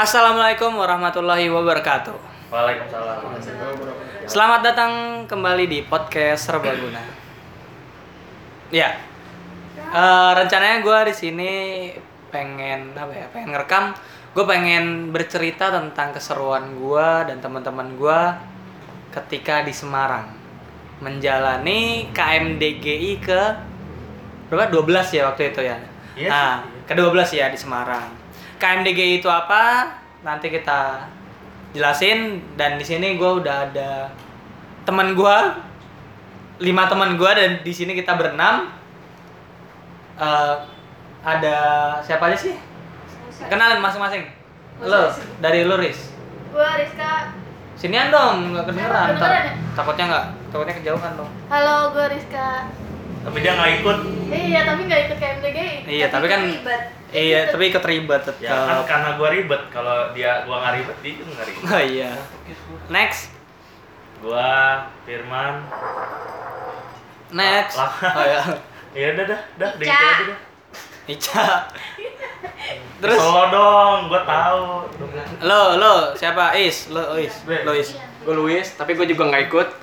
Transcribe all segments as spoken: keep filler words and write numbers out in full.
Assalamualaikum warahmatullahi wabarakatuh. Waalaikumsalam. Selamat datang kembali di podcast Serbaguna. Ya, uh, rencananya gue di sini pengen apa ya? Pengen ngerekam. Gue pengen bercerita tentang keseruan gue dan teman-teman gue ketika di Semarang menjalani K M D G I ke berapa? dua belas ya waktu itu ya. Yes. Nah, ke dua belas ya di Semarang. K M D G I itu apa? Nanti kita jelasin. Dan di sini gue udah ada teman gue, lima teman gue, dan di sini kita berenam. Uh, ada siapa aja sih? Kenalin masing-masing. Lo dari lu, Riz. Gue Rizka. Sinian dong, nggak kedengeran. Kedengeran ya? Takutnya nggak, takutnya kejauhan dong. Halo, gue Rizka. Tapi dia nggak ikut. Iya, tapi nggak ikut K M D G I. Iya, tapi kan terlibat. iya, tapi ikut ribet tetap. Ya kan karena gua ribet. Kalau dia gua nggak ribet, dia nggak ribet. Oh iya. Next. Gua Firman. Next. Lah. Oh ya. Ya udah dah, dah Ica. gitu aja dah. Ica. Terus Solo dong, gua tahu. lo lo siapa? Is, lo Is, lo Is. Gue Luis, tapi gue juga nggak ikut.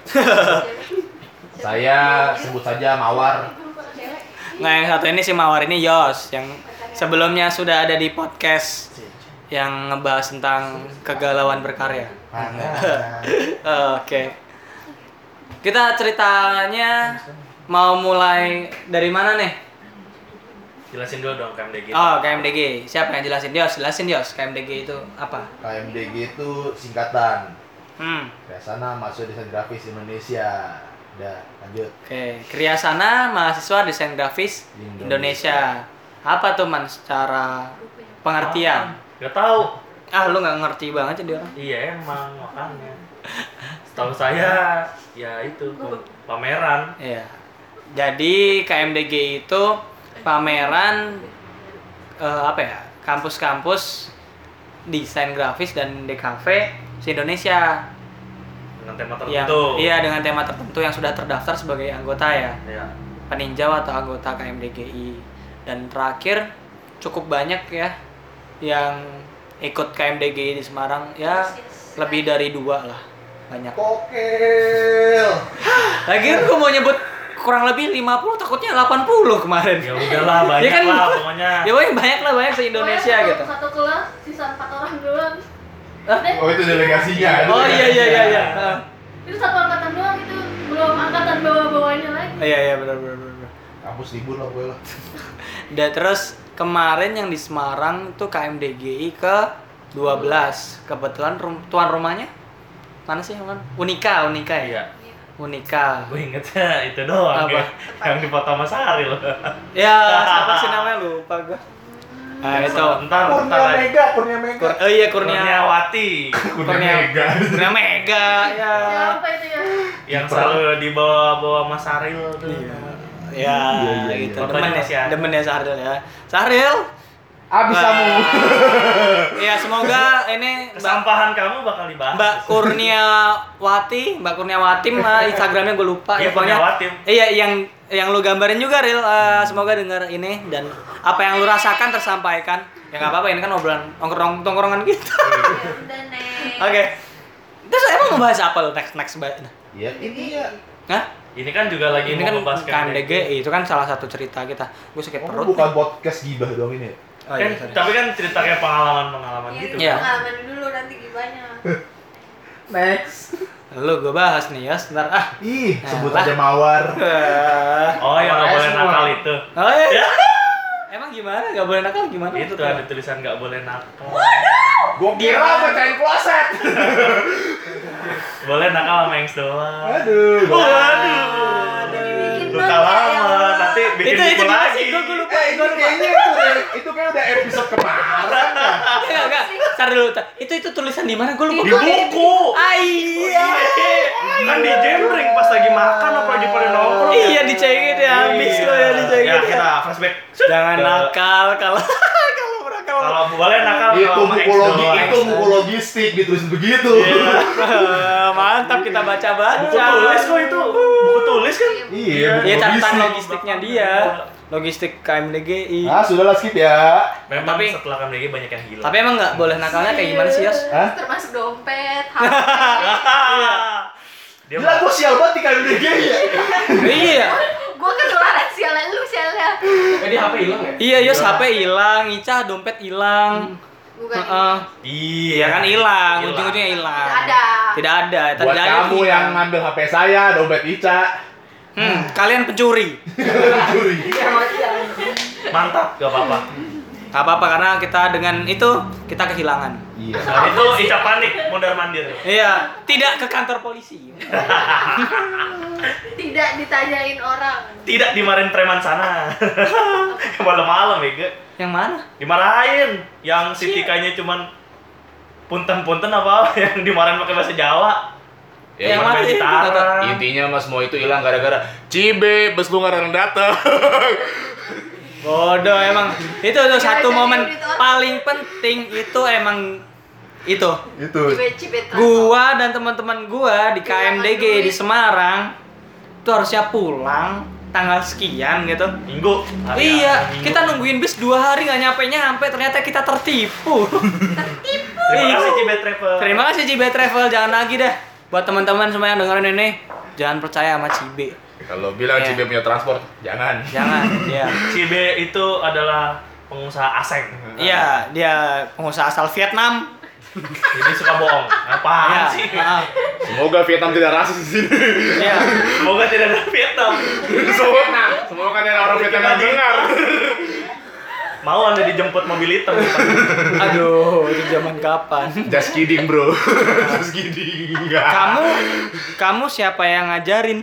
Saya sebut saja Mawar. Nggak, yang satu ini si Mawar ini Yos, yang sebelumnya sudah ada di podcast yang ngebahas tentang kegalauan berkarya. Oke. Kita ceritanya mau mulai dari mana nih? Jelasin dulu dong K M D G. Oh, K M D G. Siapa yang jelasin? Yos, jelasin Yos. K M D G itu apa? K M D G itu singkatan. Hmm. Kriasana Mahasiswa Desain Grafis Indonesia. Udah, lanjut. Oke, Kriasana Mahasiswa Desain Grafis Indonesia. Indonesia. Apa tuh man secara pengertian? Gak tahu. Ah, lu nggak ngerti banget ya dia orang. Iya emang makanya. Setahu saya ya itu pameran. Iya. Jadi K M D G itu pameran eh, apa ya? Kampus-kampus desain grafis dan D K V se-Indonesia. Dengan tema Yang, tertentu. iya, dengan tema tertentu yang sudah terdaftar sebagai anggota ya. Iya. Peninjau atau anggota K M D G I. Dan terakhir cukup banyak ya yang ikut K M D G I di Semarang, ya lebih dari dua lah, banyak. Kokil. Lagi gue mau nyebut kurang lebih lima puluh, takutnya delapan puluh kemarin. Ya udahlah banyak Ya kan? lah pokoknya. Ya pokoknya banyak lah, banyak se-Indonesia Pokoknya gitu. satu, satu kelas sisa empat orang doang. Hah? Deh, Oh, itu delegasinya. itu Oh iya iya iya iya. delegasinya. itu satu angkatan doang, itu belum angkatan bawah-bawahnya lagi. Ah, iya iya benar benar benar. Kampus libur lah gue lah. Dan terus kemarin yang di Semarang tuh K M D G I ke dua belas. Kebetulan rum- tuan rumahnya mana sih, Man? Unika, Unika ya? Iya. Unika. Gue ingetnya itu doang Apa? ya. Yang di foto Mas Ari loh. Ya, siapa sih namanya, lupa gua. Nah, itu. Ntar Kurnia ntar aja. Mega, Kurnia Mega. Kur- oh iya, Kurnia. Kurniawati Kurnia Mega. Kurnia Mega, ya. Siapa itu ya? yang selalu dibawa-bawa Mas Aril tuh. Iya. Ya, Iya, iya, gitu. iya. Demen Fotonya masih ya, ada. demen ya Sahril ya. Sahril. Abis Wah. kamu. Iya, semoga ini Mbak, Kesampahan kamu bakal dibahas. Mbak Kurniawati, Mbak Kurniawati mah Instagramnya gue lupa. Iya, ya, pokoknya. Kurniawati. Iya, yang yang lu gambarin juga, Ril. Eh, semoga dengar ini dan apa yang lu rasakan tersampaikan. Ya nggak apa-apa, ini kan obrolan tongkrong tongkrongan gitu. Udah, Nek. Oke. Terus emang mau bahas apa lu next next bah- Iya, ini ya. Hah? Ini kan juga lagi Ini mau kan ngebahas K M D G I, itu kan salah satu cerita kita. Gue sakit Oh, perut. bukan podcast gibah doang ini. Oh, Kan, iya, sorry. tapi kan cerita kayak pengalaman-pengalaman gitu. Iya. Pengalaman dulu nanti gimana? Next. Lu gue bahas nih ya, sebentar ah. Ih, Nah, sebut lah. aja Mawar. Oh, yang nggak Makanya boleh semua. nakal itu. Oh iya. Emang gimana? Gak boleh nakal gimana? Itu maksudnya? ada tulisan nggak boleh nakal. Gue kira pecahin kloset. Boleh nakal sama Engs doang. Aduh. gua- Waduh. Dibikin Luka banget, ya lama, Allah. nanti bikin Itu itu buku gimana lagi. sih? Gue gue lupa. Eh, itu kayaknya itu udah, itu kayak udah episode kemarin. Nah. Enggak enggak. Entar dulu. Tar. Itu itu tulisan di mana? Gue lupa. Di buku. Ah iya. Kan di jembring pas lagi makan apa lagi pada nongkrong. Iya dicengin ya, habis lo ya dicengin. Ya kita flashback. Jangan Ke- nakal kalau kalau berakal. Kalau boleh nakal Itu kalau sama Engs buku logi, doang. itu buku logistik ditulisin begitu. Eh, mantap kita baca-baca. Buku tulis kok itu. Buku tulis kan? Iya, buku Iya, catatan logistik. logistiknya dia. logistik K M D G I. Ah, sudahlah skip ya. Memang Tapi- setelah K M D G banyak yang hilang. Tapi emang nggak boleh nakalnya kayak gimana sih, Yos? Hah? Termasuk dompet, H P. Dia Gila, gue sial banget di K M D G ya. Iya. Gua kan ketularan sialan lu sialnya. Eh, dia H P hilang ya? Iya, Yos H P hilang, Ica dompet hilang. Bukan. Heeh. Iya kan hilang, Hilang. ujung-ujungnya hilang. Tidak ada. Tidak ada. Buat terjadi kamu hilang. yang ngambil H P saya, dompet Ica. Hmm, kalian pencuri. Curi. mantap, gak apa-apa. Gak apa-apa karena kita dengan itu kita kehilangan. Iya. Nah, itu Ica panik, mondar mandir. Iya, tidak ke kantor polisi. Tidak ditanyain orang. Tidak dimarahin preman sana. Malam-malam ya, Ge. Yang mana? Dimarahin. Yang si Tikanya cuman punten-punten apa yang dimarahin pakai bahasa Jawa. Ya, yang Main mana? gitaran. Intinya Mas Mo itu hilang gara-gara Cibe, bes lu ngarang dateng. Bodoh emang. Itu tuh satu jadi momen audit orang. paling penting itu emang itu. Itu. Cibet-cibet. Gua dan teman-teman gua di K M D G di Semarang itu harusnya pulang tanggal sekian gitu. Minggu. Hari Iya, Minggu. kita nungguin bis dua hari nggak nyampe nyampe, ternyata kita tertipu. Terima kasih Cibet Travel. Terima kasih Cibe Travel, jangan lagi dah. Buat teman-teman semua yang dengerin ini, jangan percaya sama Cibe. Kalau bilang Iya. Cibe punya transport, jangan. Jangan, ya. Cibe itu adalah pengusaha asing. Iya, dia pengusaha asal Vietnam. Jadi suka bohong. Apaan Iya, sih? maaf. Semoga Vietnam tidak rasis di sini. Iya. Semoga tidak ada Vietnam. Semoga, semoga kan ada orang Vietnam yang dengar. Mau Anda dijemput mobil hitam depan. Aduh, itu zaman kapan? Just kidding, bro. Just kidding. Kamu kamu siapa yang ngajarin?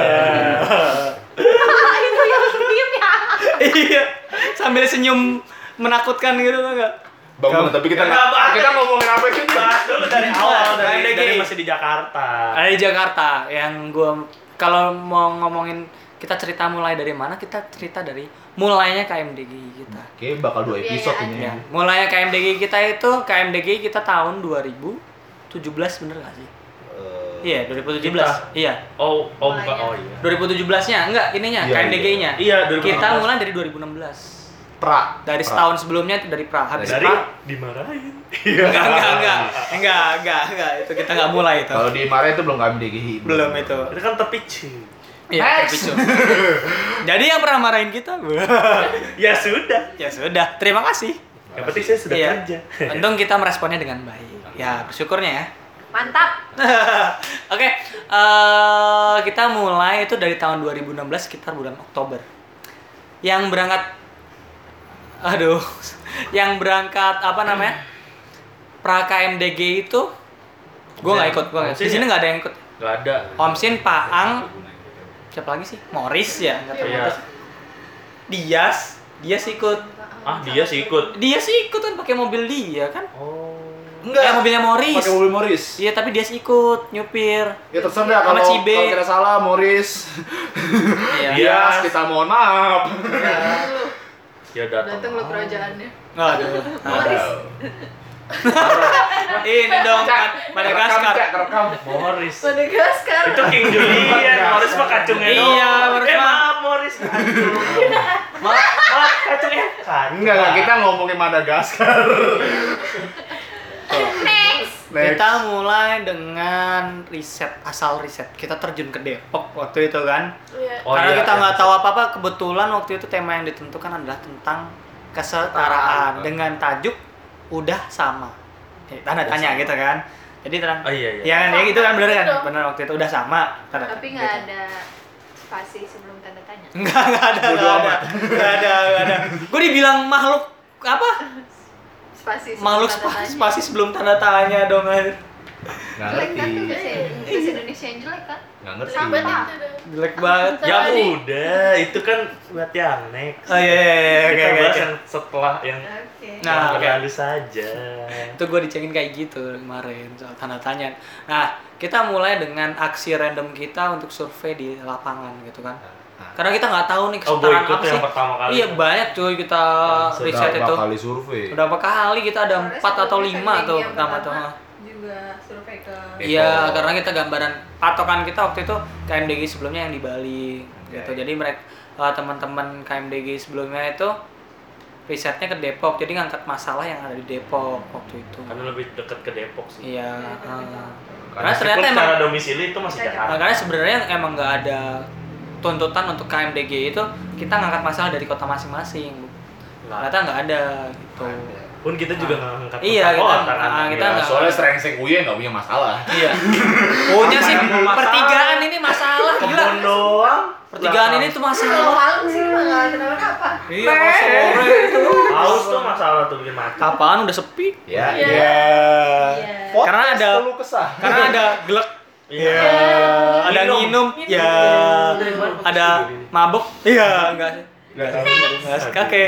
Itu yang diem ya. Iya, sambil senyum menakutkan gitu enggak? Bangun, tapi kita Nggak nggak bahas. kita ngomongin apa sih? Bahas dulu dari awal dari, K M D G. dari masih di Jakarta. Ada di Jakarta yang gua kalau mau ngomongin kita cerita mulai dari mana, kita cerita dari mulainya K M D G kita. Oke, bakal dua episode ini. Ya, mulainya K M D G kita itu K M D G kita tahun dua ribu tujuh belas bener gak sih? Eh, Iya, dua ribu tujuh belas. Iya. Oh, oh bukan. Mulainya. Oh iya. dua ribu tujuh belas-nya enggak ininya Iya, K M D G-nya. Iya, dua ribu enam belas. Kita mulai dari dua ribu enam belas. pra. Dari Pra. setahun sebelumnya itu dari pra. Habis Dari pra. dimarahin. Enggak, enggak, enggak. Enggak, enggak, enggak. Itu kita enggak mulai itu. Kalau di Mare itu belum K M D G I. Belum itu. Itu kan terpicu. Iya, terpicu. Jadi yang pernah marahin kita, Ya sudah. ya sudah. Terima kasih. Yang penting saya sudah Iya. kerja. Untung kita meresponnya dengan baik. Ya, bersyukurnya ya. Mantap. Oke, eh, kita mulai itu dari tahun dua ribu enam belas sekitar bulan Oktober. Yang berangkat, aduh, yang berangkat apa namanya? Pra K M D G itu, gue nggak ikut, gue Omsin di sini ya? nggak ada yang ikut. Gak ada. Omsin, Paang, siapa lagi sih? Morris ya, nggak tahu. Iya. Dias, Dias ikut. Ah, dia sih ikut. Dia sih ikut kan pakai mobil dia kan? Oh. Eh, mobilnya Morris. Pakai mobil Morris. Iya, tapi dia sih ikut nyupir. Ya terserah Sama kalau Cibe. kalau kita salah Morris. Iya. Iya. Yes, kita mohon maaf. Ya datang. Datang lo kerajaannya. Aduh. Morris. Ini dong Madagaskar. Cek, rekam. Morris. Madagaskar. Itu King Julian. Morris mah kacungnya doang. Iya, Morris Eh mah- maaf Morris. Aduh. Maaf, maaf kacungnya. Kacung. Enggak, enggak, kita ngomongin Madagaskar. Next. Next. Kita mulai dengan riset, asal riset. Kita terjun ke Depok waktu itu kan. Iya. Oh, Karena iya, kita iya. nggak tahu apa-apa, kebetulan waktu itu tema yang ditentukan adalah tentang kesetaraan dengan tajuk udah sama. Eh, tanda tanya gitu kan. Jadi terang. Oh iya iya. Ya kan, ya gitu kan bener kan? Dong. Bener waktu itu udah sama. Tanda, Tapi gitu. nggak ada spasi sebelum tanda tanya. Enggak, enggak ada, Bodo enggak ada. amat. Enggak ada, enggak ada. Gue dibilang makhluk apa? Spasi sebelum Makhluk tanda spa- tanya. spasi sebelum tanda tanya dong. anjir. Nggak Jelek kan tuh ngerti. bahasa bahasa Indonesia yang jelek kan? Nggak ngerti. Sampai lah. Jelek banget. Ya udah, itu kan buat yang next. Oh iya, iya, iya, oke, Kita oke, bahas oke. yang setelah yang Oke. Nah, yang oke. halus saja. Itu gue dicengin kayak gitu kemarin soal tanda tanya. Nah, kita mulai dengan aksi random kita untuk survei di lapangan gitu kan. Karena kita nggak tahu nih Oh, gue kesetaraan ikut apa tuh sih. yang pertama kali. Iya banyak cuy kita Sudah riset itu. berapa kali survei? Udah berapa kali kita ada Soalnya empat atau sebelumnya lima strategi tuh yang pertama tuh. juga survei ke Iya, Depok. karena kita gambaran patokan kita waktu itu K M D G sebelumnya yang di Bali gitu. Jadi mereka uh, teman-teman K M D G sebelumnya itu risetnya ke Depok, jadi ngangkat masalah yang ada di Depok waktu itu. Karena lebih dekat ke Depok sih. Iya. Uh, Karena ternyata emang secara domisili itu masih Jakarta. Karena sebenarnya emang nggak ada tuntutan untuk K M D G itu kita ngangkat masalah dari kota masing-masing. Ternyata nggak ada gitu. Pun kita juga nggak ngangkat Iya, masalah kita, kota kan. ah, kita Ya, nggak. soalnya serengseng U Y nggak punya masalah. Iya. Punya sih Masalah. pertigaan ini masalah gila. Kebun doang. Pertigaan ini tuh Kalau masalah. malam sih mah nggak kenapa-napa. Iya, kalau sore itu. Haus tuh masalah tuh bikin macet. Kapan udah sepi? Ya, Iya. iya. Iya. Karena ada Perlu kesah. karena ada gelek. Iya. Ada Minum. nginum. Ya. Ada mabuk. Iya, enggak sih. Enggak sih. Oke.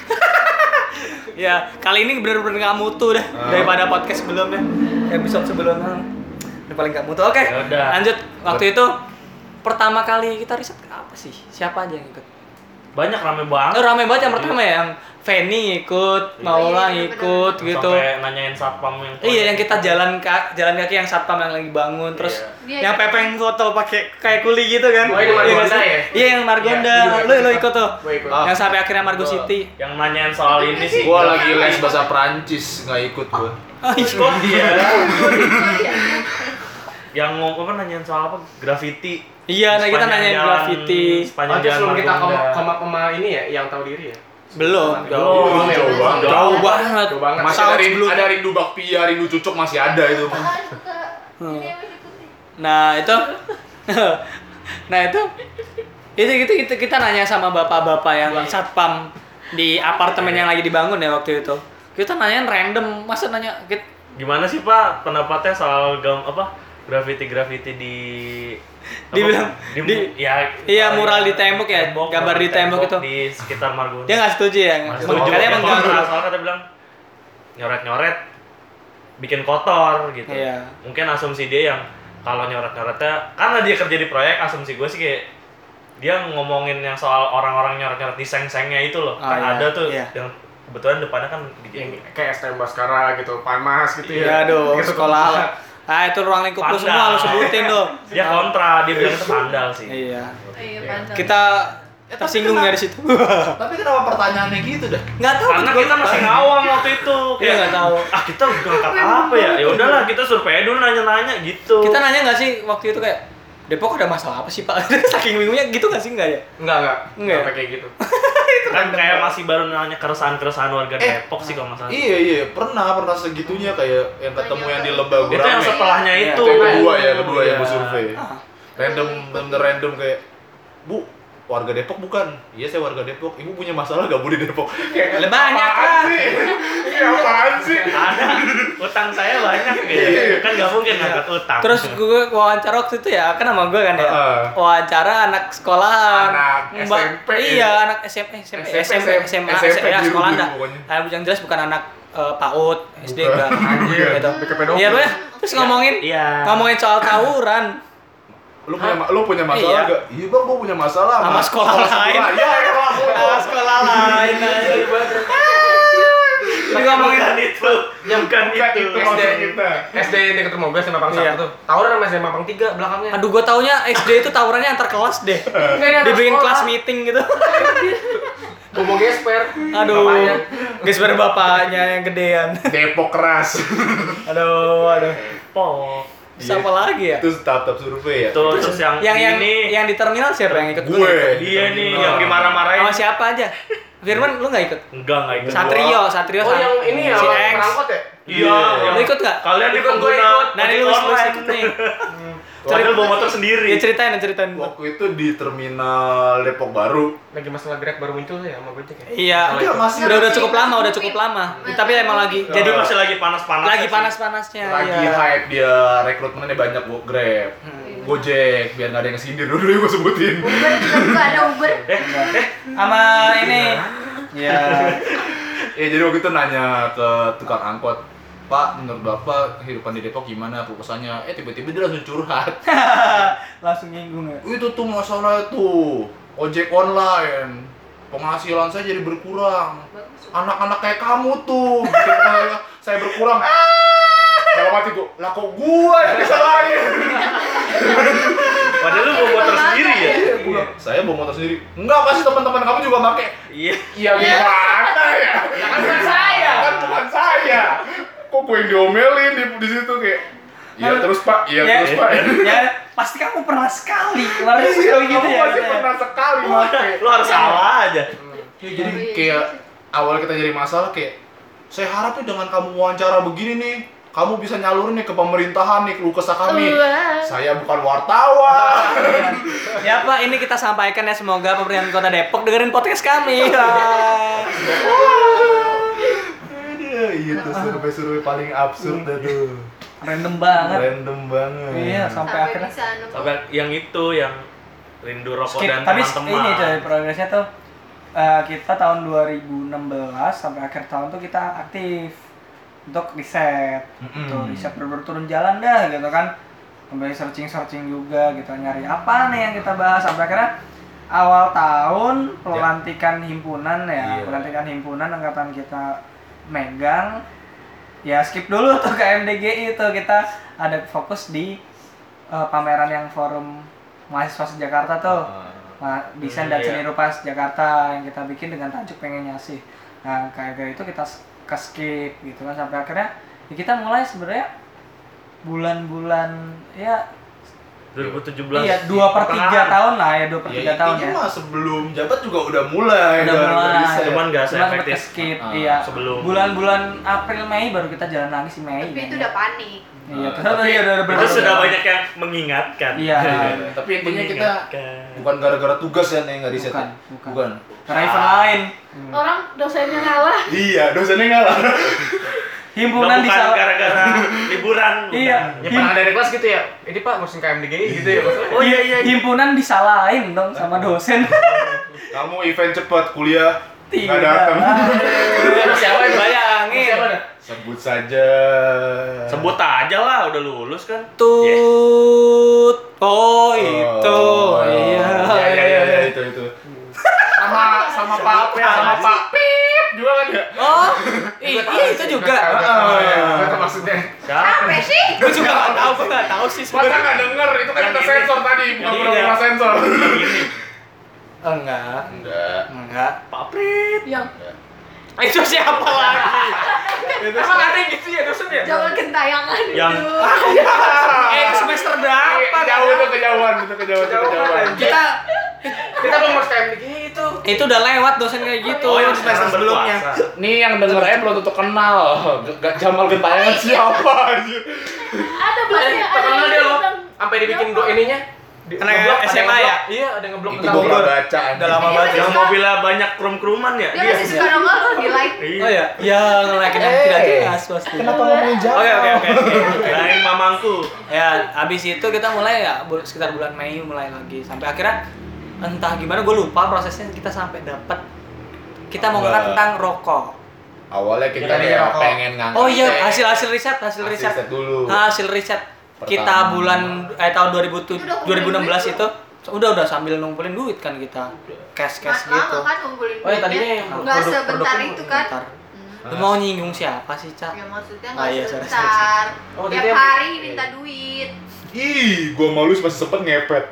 Ya, kali ini bener-bener nggak mutu dah daripada podcast sebelumnya. Episode sebelumnya ini paling nggak mutu. Oke, Yaudah. lanjut. Waktu itu pertama kali kita riset apa sih? Siapa aja yang ikut? Banyak rame Oh, banget. rame banget yang pertama ya, yang Feni ikut, Maula iya, ikut Sampai gitu. nanyain satpam yang Iya, yang kita jalan ka, jalan kaki yang satpam yang lagi bangun, terus Iya. yang Pepeng foto pakai kayak kuli gitu kan? Oh, ini Margonda Iya nggak sih? ya? Iya, yang Margonda. Iya, Lo lo ikut tuh. Gue ikut. Ah. Yang sampai akhirnya Margo Gua- City. yang nanyain soal ini sih. Gua lagi les bahasa Perancis nggak ikut gua. Oh, iya. Kok dia? Iya. Yang ngomong apa nanyain soal apa? Graffiti. Iya, nah kita Sepanjang nanyain jalan- graffiti. Sepanjang Oh, terus jalan sebelum kita ke Margonda. ke Mapema ini ya, yang tahu diri ya. Belum, Belum, jauh. jauh banget. Jauh banget. Jauh banget. Masih Tahun ada, rin- sebelum. ada rindu bakpia, rindu cucuk masih ada itu mah. Ah, suka. Hmm. Ini yang ikuti. Nah, itu Nah, itu itu gitu kita, kita nanya sama bapak-bapak yang satpam di apartemen yang lagi dibangun ya waktu itu. Kita nanyain random, masa nanya kita, Gimana sih Pak pendapatnya soal gam apa graffiti-graffiti di apa, Dibilang, di, di- ya iya, mural di tembok ya, gambar di tembok itu. di sekitar Margonda. dia nggak setuju ya? Nggak Emang- setuju. Katanya Dia mengganggu. kontra, soalnya kata bilang nyoret-nyoret bikin kotor gitu. Iya. Mungkin asumsi dia yang kalau nyoret-nyoretnya karena dia kerja di proyek, asumsi gue sih kayak dia ngomongin yang soal orang-orang nyoret-nyoret di seng-sengnya itu loh. Oh, kan iya. ada tuh Iya. yang kebetulan depannya kan Yang di kayak S T M Baskara gitu, Panas gitu Iya ya. dong, Gitu. sekolah. Ah, itu ruang lingkup lu Pandang. semua lu sebutin tuh. dia kontra, dia bilang itu vandal sih. Iya. Iya, pantas. Kita tersinggung ya di situ. Tapi kenapa pertanyaannya gitu dah? Nggak tahu. Karena gua kita lupa. masih ngawang waktu itu. Iya, nggak tahu. Ah, kita ngangkat apa ya? Ya udahlah, kita survei dulu nanya-nanya gitu. Kita nanya nggak sih waktu itu kayak Depok ada masalah apa sih Pak? Saking bingungnya gitu nggak sih, nggak ya? Enggak, enggak. Enggak. Sampai kayak gitu. kan kayak masih baru nanya keresahan-keresahan warga Eh, Depok sih kalau masalah. Iya iya, pernah pernah segitunya kayak yang ketemu yang di Lebak Itu yang Gurame. setelahnya Iya, itu. Itu yang kedua ya, kedua yang gue Iya. survei. Ah. Random, bener random kayak, Bu, warga Depok bukan? Iya saya warga Depok. Ibu punya masalah gak Bu di Depok? Kayak Lah, banyak apaan lah. sih? Ini apaan sih? Ada utang saya banyak gitu. Kan nggak mungkin ngangkat utang. Terus gue wawancara waktu itu ya, kan sama gue kan ya. Heeh. Wawancara anak sekolahan. Anak Mbak- S M P. Iya, anak S M P, S M P, S M P, S M A, S M P ya biru sekolah tuh dah. pokoknya. Ah, yang jelas bukan anak eh, PAUD, S D Bukan. enggak. Anjir. Gitu. Sampai ke pedofil. Iya, Bro. Terus ngomongin Iya. ngomongin soal tawuran. Lu punya ma- lu punya masalah Iya. gak? Iya bang, gua punya masalah Sama sekolah lain. Iya, iya, Ah, sekolah lain aja. Jadi ngomongin bukan itu. Bukan itu. itu maksud kita. S D dekat rumah gue sama Mapang Iya. satu tuh. Tawuran sama S D Mapang tiga belakangnya. Aduh, gue taunya S D itu tawurannya antar kelas deh. Enggak, ini anak Dibikin sekolah. kelas meeting gitu. Gue mau gesper. Aduh, Bapaknya. guys baru bapaknya yang gedean. Depok keras. Aduh, aduh. Oh. Siapa lagi ya? Itu tahap-tahap survei ya. Tuh terus yang, Yang yang ini yang di terminal siapa yang ikut? Gue. dia nih Oh. yang dimarah-marahin. Sama siapa aja? Firman, lu nggak ikut? Enggak, enggak ikut. Satrio, Satrio Oh, sama yang ini ya, si abang X. perangkot ya? Iya. yang- Lu ikut nggak? Kalian di Ikut, gua pengguna ikut. Nah, ini lu ojek lu online. ikut nih. Padahal bawa motor sendiri. Ya ceritain, ceritain. Waktu itu di terminal Depok Baru. Lagi masalah Grab baru muncul ya sama Gojek ya? Iya, Enggak, masih udah udah cukup lama, udah cukup lama. Tapi emang lagi Jadi jadi masih lagi panas-panas. lagi panas-panasnya. lagi iya. hype dia, rekrutmennya banyak bu Grab, Hmm. Gojek, biar nggak ada yang sindir dulu gue sebutin. Uber juga nggak ada Uber. Eh, eh, Sama ini. Ya. Ya jadi waktu itu nanya ke tukang angkot, Pak, menurut Bapak kehidupan di Depok gimana proposalnya? Eh tiba-tiba dia langsung curhat. Langsung nyinggung ya. Itu tuh masalah tuh ojek online, penghasilan saya jadi berkurang. Anak-anak kayak kamu tuh, bikin penghasilan saya berkurang. Dalam hati gue, lah kok gue yang disalahin? Padahal lu bawa motor sendiri ya? Iya, gua bilang, saya bawa motor sendiri. Enggak, pasti teman-teman kamu juga pakai. Iya. Iya gimana ya? Ya kan bukan saya, kan bukan saya. Kok gue yang diomelin di, di situ kayak iya terus Pak, iya Ya, terus Pak. ya pasti kamu pernah sekali kemarin sekali gitu Kamu ya. pasti gitu ya. pernah sekali pakai. Lu harus salah aja. Ya, jadi kayak awal kita jadi masalah kayak saya harap nih dengan kamu wawancara begini nih, kamu bisa nyalurin nih ke pemerintahan nih, keluh kesah kami. Wah. Saya bukan wartawan. Ya Pak, ini kita sampaikan ya, semoga pemerintahan Kota Depok dengerin podcast kami. Aduh, iya tuh survei-survei paling absurd dah tuh. Random banget. Random banget. Iya, sampai Sampai akhirnya bisa nemu. Sampai yang itu yang rindu rokok skip. dan Tapi teman-teman. ini coy, progresnya tuh eh, kita tahun dua ribu enam belas sampai akhir tahun tuh kita aktif untuk riset. Mm-mm. Tuh, riset bener-bener turun jalan dah gitu kan. Sampai searching-searching juga gitu, nyari apa nih yang kita bahas sampai akhirnya awal tahun pelantikan himpunan ya, Iya. pelantikan himpunan angkatan kita megang. Ya skip dulu tuh ke M D G I itu, kita ada fokus di uh, pameran yang forum mahasiswa Jakarta tuh. Nah, desain dan Hmm, seni iya. rupa Jakarta yang kita bikin dengan tajuk pengen ngasih. Nah, kayak gitu itu kita s- ke skip gitu kan sampai akhirnya ya kita mulai sebenarnya bulan-bulan ya dua ribu tujuh belas. iya dua per tiga pertengahan. tahun lah ya dua per tiga tahun ya. mah sebelum jabat juga udah mulai. Udah baru mulai. riset. Cuman nggak Cuma sempet se-efektif. ke-skip, Ah, iya. sebelum. Bulan-bulan April Mei baru kita jalan lagi sih Mei. Tapi itu ya. udah panik. Iya, Ah, terus tapi ya udah Itu bener-bener sudah udah- banyak yang mengingatkan. Iya. Tapi intinya kita Mengingatkan. bukan gara-gara tugas ya nih nggak riset. Bukan, ya? bukan. Bukan. Karena event lain. Orang dosennya ngalah. Iya, dosennya ngalah. Himpunan Nggak, di bukan salah. gara-gara liburan. Iya. bukan. Ya pernah dari kelas gitu ya. Ini Pak ngurusin K M D G I gitu ya maksudnya. Oh iya iya. Himpunan disalahin dong sama dosen. Kamu event cepat kuliah Tidak. nggak datang. Sama siapa itu? Bayangin. Siapa dah? Sebut saja. Sebut aja lah, udah lulus kan. Tut. Oh, itu. Oh, Iya. Iya iya iya iya, itu itu. Sama sama Pak sama Pak Pip juga kan ya? Oh, iya itu juga. Oh iya, itu maksudnya. Siapa? Apa sih? Gue juga nggak tahu, gue nggak tahu sih Masa sebenarnya. nggak denger? Itu kan Yang kita ini. sensor tadi, bukan Iya. pura-pura sensor. Ini Oh, enggak. Enggak. Enggak. Pak Prit. Yang Itu siapa lagi? Emang ada yang gitu ya dosen ya? jangan gentayangan Yang- itu. Eh, itu semester berapa? Jauh itu kejauhan, itu kejauhan, itu kejauhan. Kita Kita belum ngurus K M D G I itu. itu udah lewat dosen kayak gitu. Oh, yang semester sekarang sebelumnya. berkuasa. Nih yang denger aja belum tentu kenal. Gak Jamal Gentayangan siapa anjir? Ada bosnya, ada Terkenal dia yang loh. bilang, Sampai dibikin do ininya. Di- Karena ngeblok, ada S M A yang ya? ngeblok. Iya, ada yang ngeblok Itu tentang gua pernah Bogor. baca anjir. Udah lama banget. Yang mobilnya banyak krum-kruman ya? dia masih suka nongol di like. Oh ya, ya nge-like yang tidak jelas pasti. Kenapa ngomongin Jamal? Oke oke oke. oke. Lain mamangku. Ya, abis itu kita mulai ya bul- sekitar bulan Mei mulai lagi sampai akhirnya entah gimana gue lupa prosesnya kita sampai dapat kita mau ngangkat Wah. tentang rokok. Awalnya kita Kita nih bikin rokok. pengen ngangkat. Oh iya, teh. hasil hasil riset, hasil Hasil riset. riset dulu. Hasil riset kita Pertama. bulan eh tahun dua ribu tujuh, Itu udah dua ribu enam belas kumpulin itu udah udah sambil ngumpulin duit kan kita. Cash-cash Lama gitu. kan ngumpulin Oh, ya, tadinya duitnya. yang nggak produk- sebentar produknya itu kan. Bentar. Hmm. Lu mau nyinggung siapa sih, Cak? Ya maksudnya Ah, nggak iya, sorry, sebentar. Oh, Tiap jadi yang- hari minta duit. Ih, gua malu masih sempet ngepet.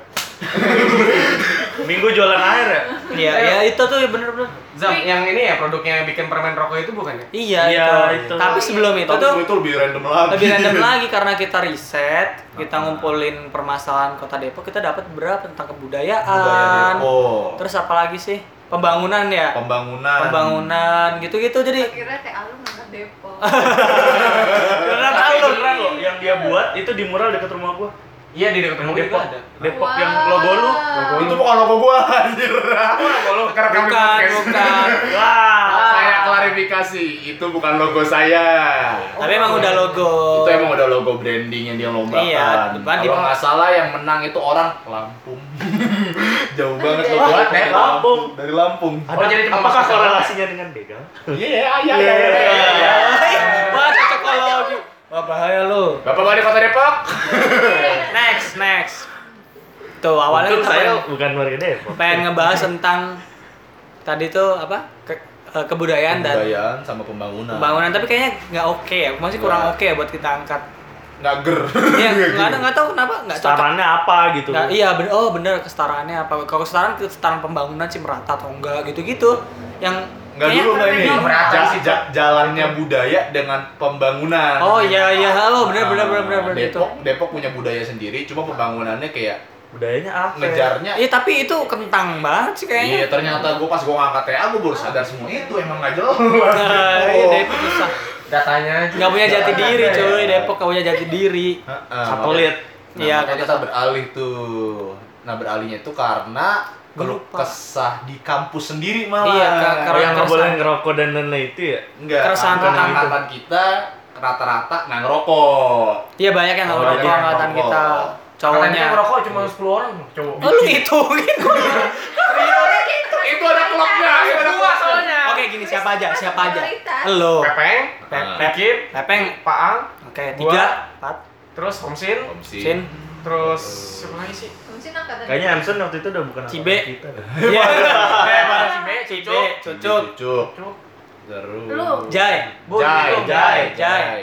Minggu jualan air ya? Iya, ya itu tuh bener-bener. Zam, yang ini ya produknya bikin permen rokok itu bukan ya? Iya, Iya, itu. itu. Tapi sebelum itu Tapi tuh itu lebih random lagi. lebih random lagi karena kita riset, kita ngumpulin permasalahan Kota Depok, kita dapat beberapa tentang Budaya kebudayaan. Depok. Terus apa lagi sih? Pembangunan ya. Pembangunan. Pembangunan gitu-gitu jadi Kira T A lu ngangkat Depok. beneran Tapi lu. beneran loh, yang dia buat itu di mural dekat rumah gua. Iya, di dekat Yang rumah gue Depok. juga ada. Depok Wow. yang logo lu. Itu bukan logo gua anjir. Kalau Kerekam di Bukan, podcast. bukan. Wah. Saya klarifikasi, itu bukan logo saya. Tapi emang udah logo. Itu emang udah logo branding yang dia lombakan. Iya, depan di- Kalau nggak salah yang menang itu orang Lampung. Jauh banget Dari logo. Lampung. Dari Lampung. Dari Lampung. Oh, jadi cuma apakah masuk korelasinya dengan begal? Iya, iya, iya, iya. Wah, cocokologi. Wah, bahaya lu. Bapak Wali Kota Depok. Next, next. Tuh, awalnya Untung kita saya pengen, bukan warga Depok. pengen ngebahas tentang tadi tuh apa? Ke- eh, kebudayaan dan Kebudayaan sama pembangunan. pembangunan, tapi kayaknya nggak oke ya, masih kurang Nggak. oke ya buat kita angkat. nggak ger. Iya, nggak ada nggak tahu kenapa nggak cocok. Setarannya apa gitu. Nggak, iya bener, oh bener kesetaraannya apa? Kalau kesetaraan kesetaraan pembangunan sih merata atau enggak gitu-gitu. Yang Nggak kayaknya- dulu nggak ini. Kayaknya merata Ja- sih, ja- jalannya budaya dengan pembangunan. Oh iya iya, oh bener bener bener bener, bener itu. Depok Depok punya budaya sendiri, cuma pembangunannya kayak Budayanya apa? ngejarnya. Iya tapi itu kentang banget sih kayaknya. Iya, ternyata gue pas gue ngangkat T A gue baru sadar semua itu emang nggak jelas. Nah, iya Depok susah. Datanya aja. Nggak punya jati Nggak diri ada cuy, ya. Depok nggak punya jati diri. Heeh, Satelit. Nah, Iya, makanya kata kita beralih tuh. Nah, beralihnya itu karena Gua keluh lupa. kesah di kampus sendiri malah. Iya, Kak, Oh, karena- yang nggak keresahan. boleh ngerokok dan lain-lain itu ya? Enggak, Keresahan angkatan tentang itu. angkatan kita rata-rata nggak ngerokok. Iya banyak yang nggak Oh, ngerokok banyak yang angkatan ngerokok. kita. Katanya Cowoknya. ngerokok cuma sepuluh orang cowok. Oh lu ngitungin gua. Itu ada klubnya, itu ada Dua soalnya. Oke gini siapa aja, siapa aja? Lo. Pepeng, Nah. Pekip, Pepeng. Paang, Oke, Gua. tiga, empat, terus Homsin, Omsin. Sin, terus siapa lagi sih? Mungkin angkatan. Kayaknya Amson waktu itu udah bukan Cibe. angkatan kita dah. iya, Eh, pada si B, Cibe, Cucup, Cucuk. Cuk. Terus. Lu. Jai, Bu, Jai, itu, Jai, Jai. Jai.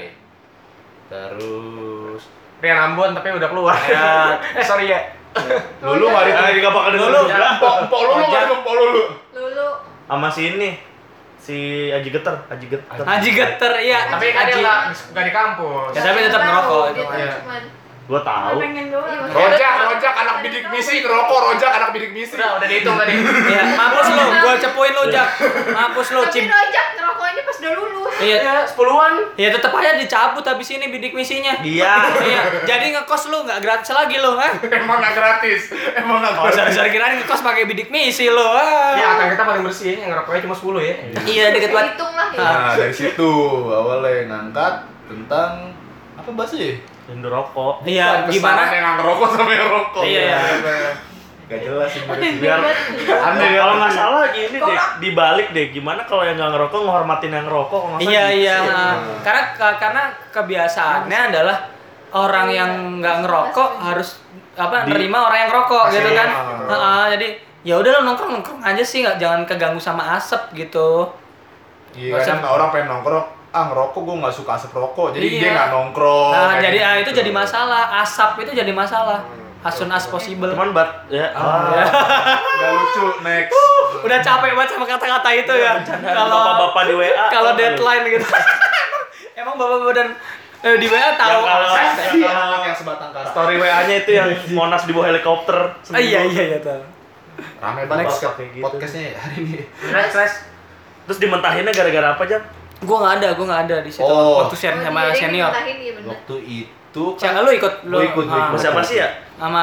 Terus. Rian Ambon tapi udah keluar. Ya. Eh, sorry ya. Lulu nggak Ah, ditunggu. nggak bakal denger Lulu. juga. Empok, empok Lulu nggak ditunggu, empok Lulu. Lulu. Sama si ini. Si Aji Geter, Aji Geter. Haji Geter, iya. Tapi kan dia Haji. nggak nggak di kampus. Ya, tapi tetap Tahu, ngerokok dia itu. tuh Iya. cuman Gua tahu. pengen doang. Iya, Rojak, rojak anak bidik misi ngerokok, rojak anak bidik misi. Udah, udah dihitung tadi. Iya, mampus lu, gua cepuin lu, Jak. Mampus lu, Tapi Cip. rojak ngerokoknya pas udah lulus. Iya, Ya, sepuluhan. ya tetep aja dicabut habis ini bidik misinya. Iya. Iya, jadi ngekos lu nggak gratis lagi lu, ha? Emang nggak gratis, emang nggak Oh, gratis. sorry-sorry kirain ngekos pakai bidik misi lu. Ah. Ya, angka kita paling bersih yang ngerokoknya cuma sepuluh ya. Iya, deket banget. Hitung lah ya. Nah dari situ awalnya ngangkat tentang apa bahasnya? Indo rokok. Iya, Bukan gimana? kesetaraan yang ngerokok sama yang rokok. Iya, iya. Gak jelas sih menurut gue. Biar Aneh kalau kan? nggak salah gini deh, dibalik deh. Gimana kalau yang nggak ngerokok ngehormatin yang ngerokok? Kalau nggak salah Iya gitu iya, sih. ah. karena ka- karena kebiasaannya adalah orang yang nggak ngerokok harus apa Di- nerima orang yang ngerokok Pasti, gitu kan. ah. Heeh, jadi ya udah lo nongkrong nongkrong aja sih, nggak jangan keganggu sama asap gitu. Iya kan orang pengen nongkrong, ah ngerokok gue nggak suka asap rokok, jadi Iya. dia nggak nongkrong. Nah kayak jadi ah, itu gitu. jadi masalah, asap itu jadi masalah. As soon as possible. Cuman bat ya. Ah, Ya. nggak lucu, next. Udah capek banget sama kata-kata itu ya. Kalau bapak-bapak di W A. kalau tau nggak lu? deadline gitu. Emang bapak-bapak dan eh, di W A tahu. Yang kalau- Iya, anak yang sebatang kara. Story W A-nya itu yang Monas di bawah helikopter. Ah, iya iya iya tahu. Rame banget Next. podcast- Kayak gitu. podcastnya hari ini. Stress, stress. Terus dimentahinnya gara-gara apa, Jam? Gua nggak ada, gua nggak ada di situ. Oh. Waktu share Oh, sama jadi senior. dimentahin, iya bener. Waktu itu Siapa lu ikut? Lu Gua ikut, gua ah, ikut. Sama siapa sih ya? Sama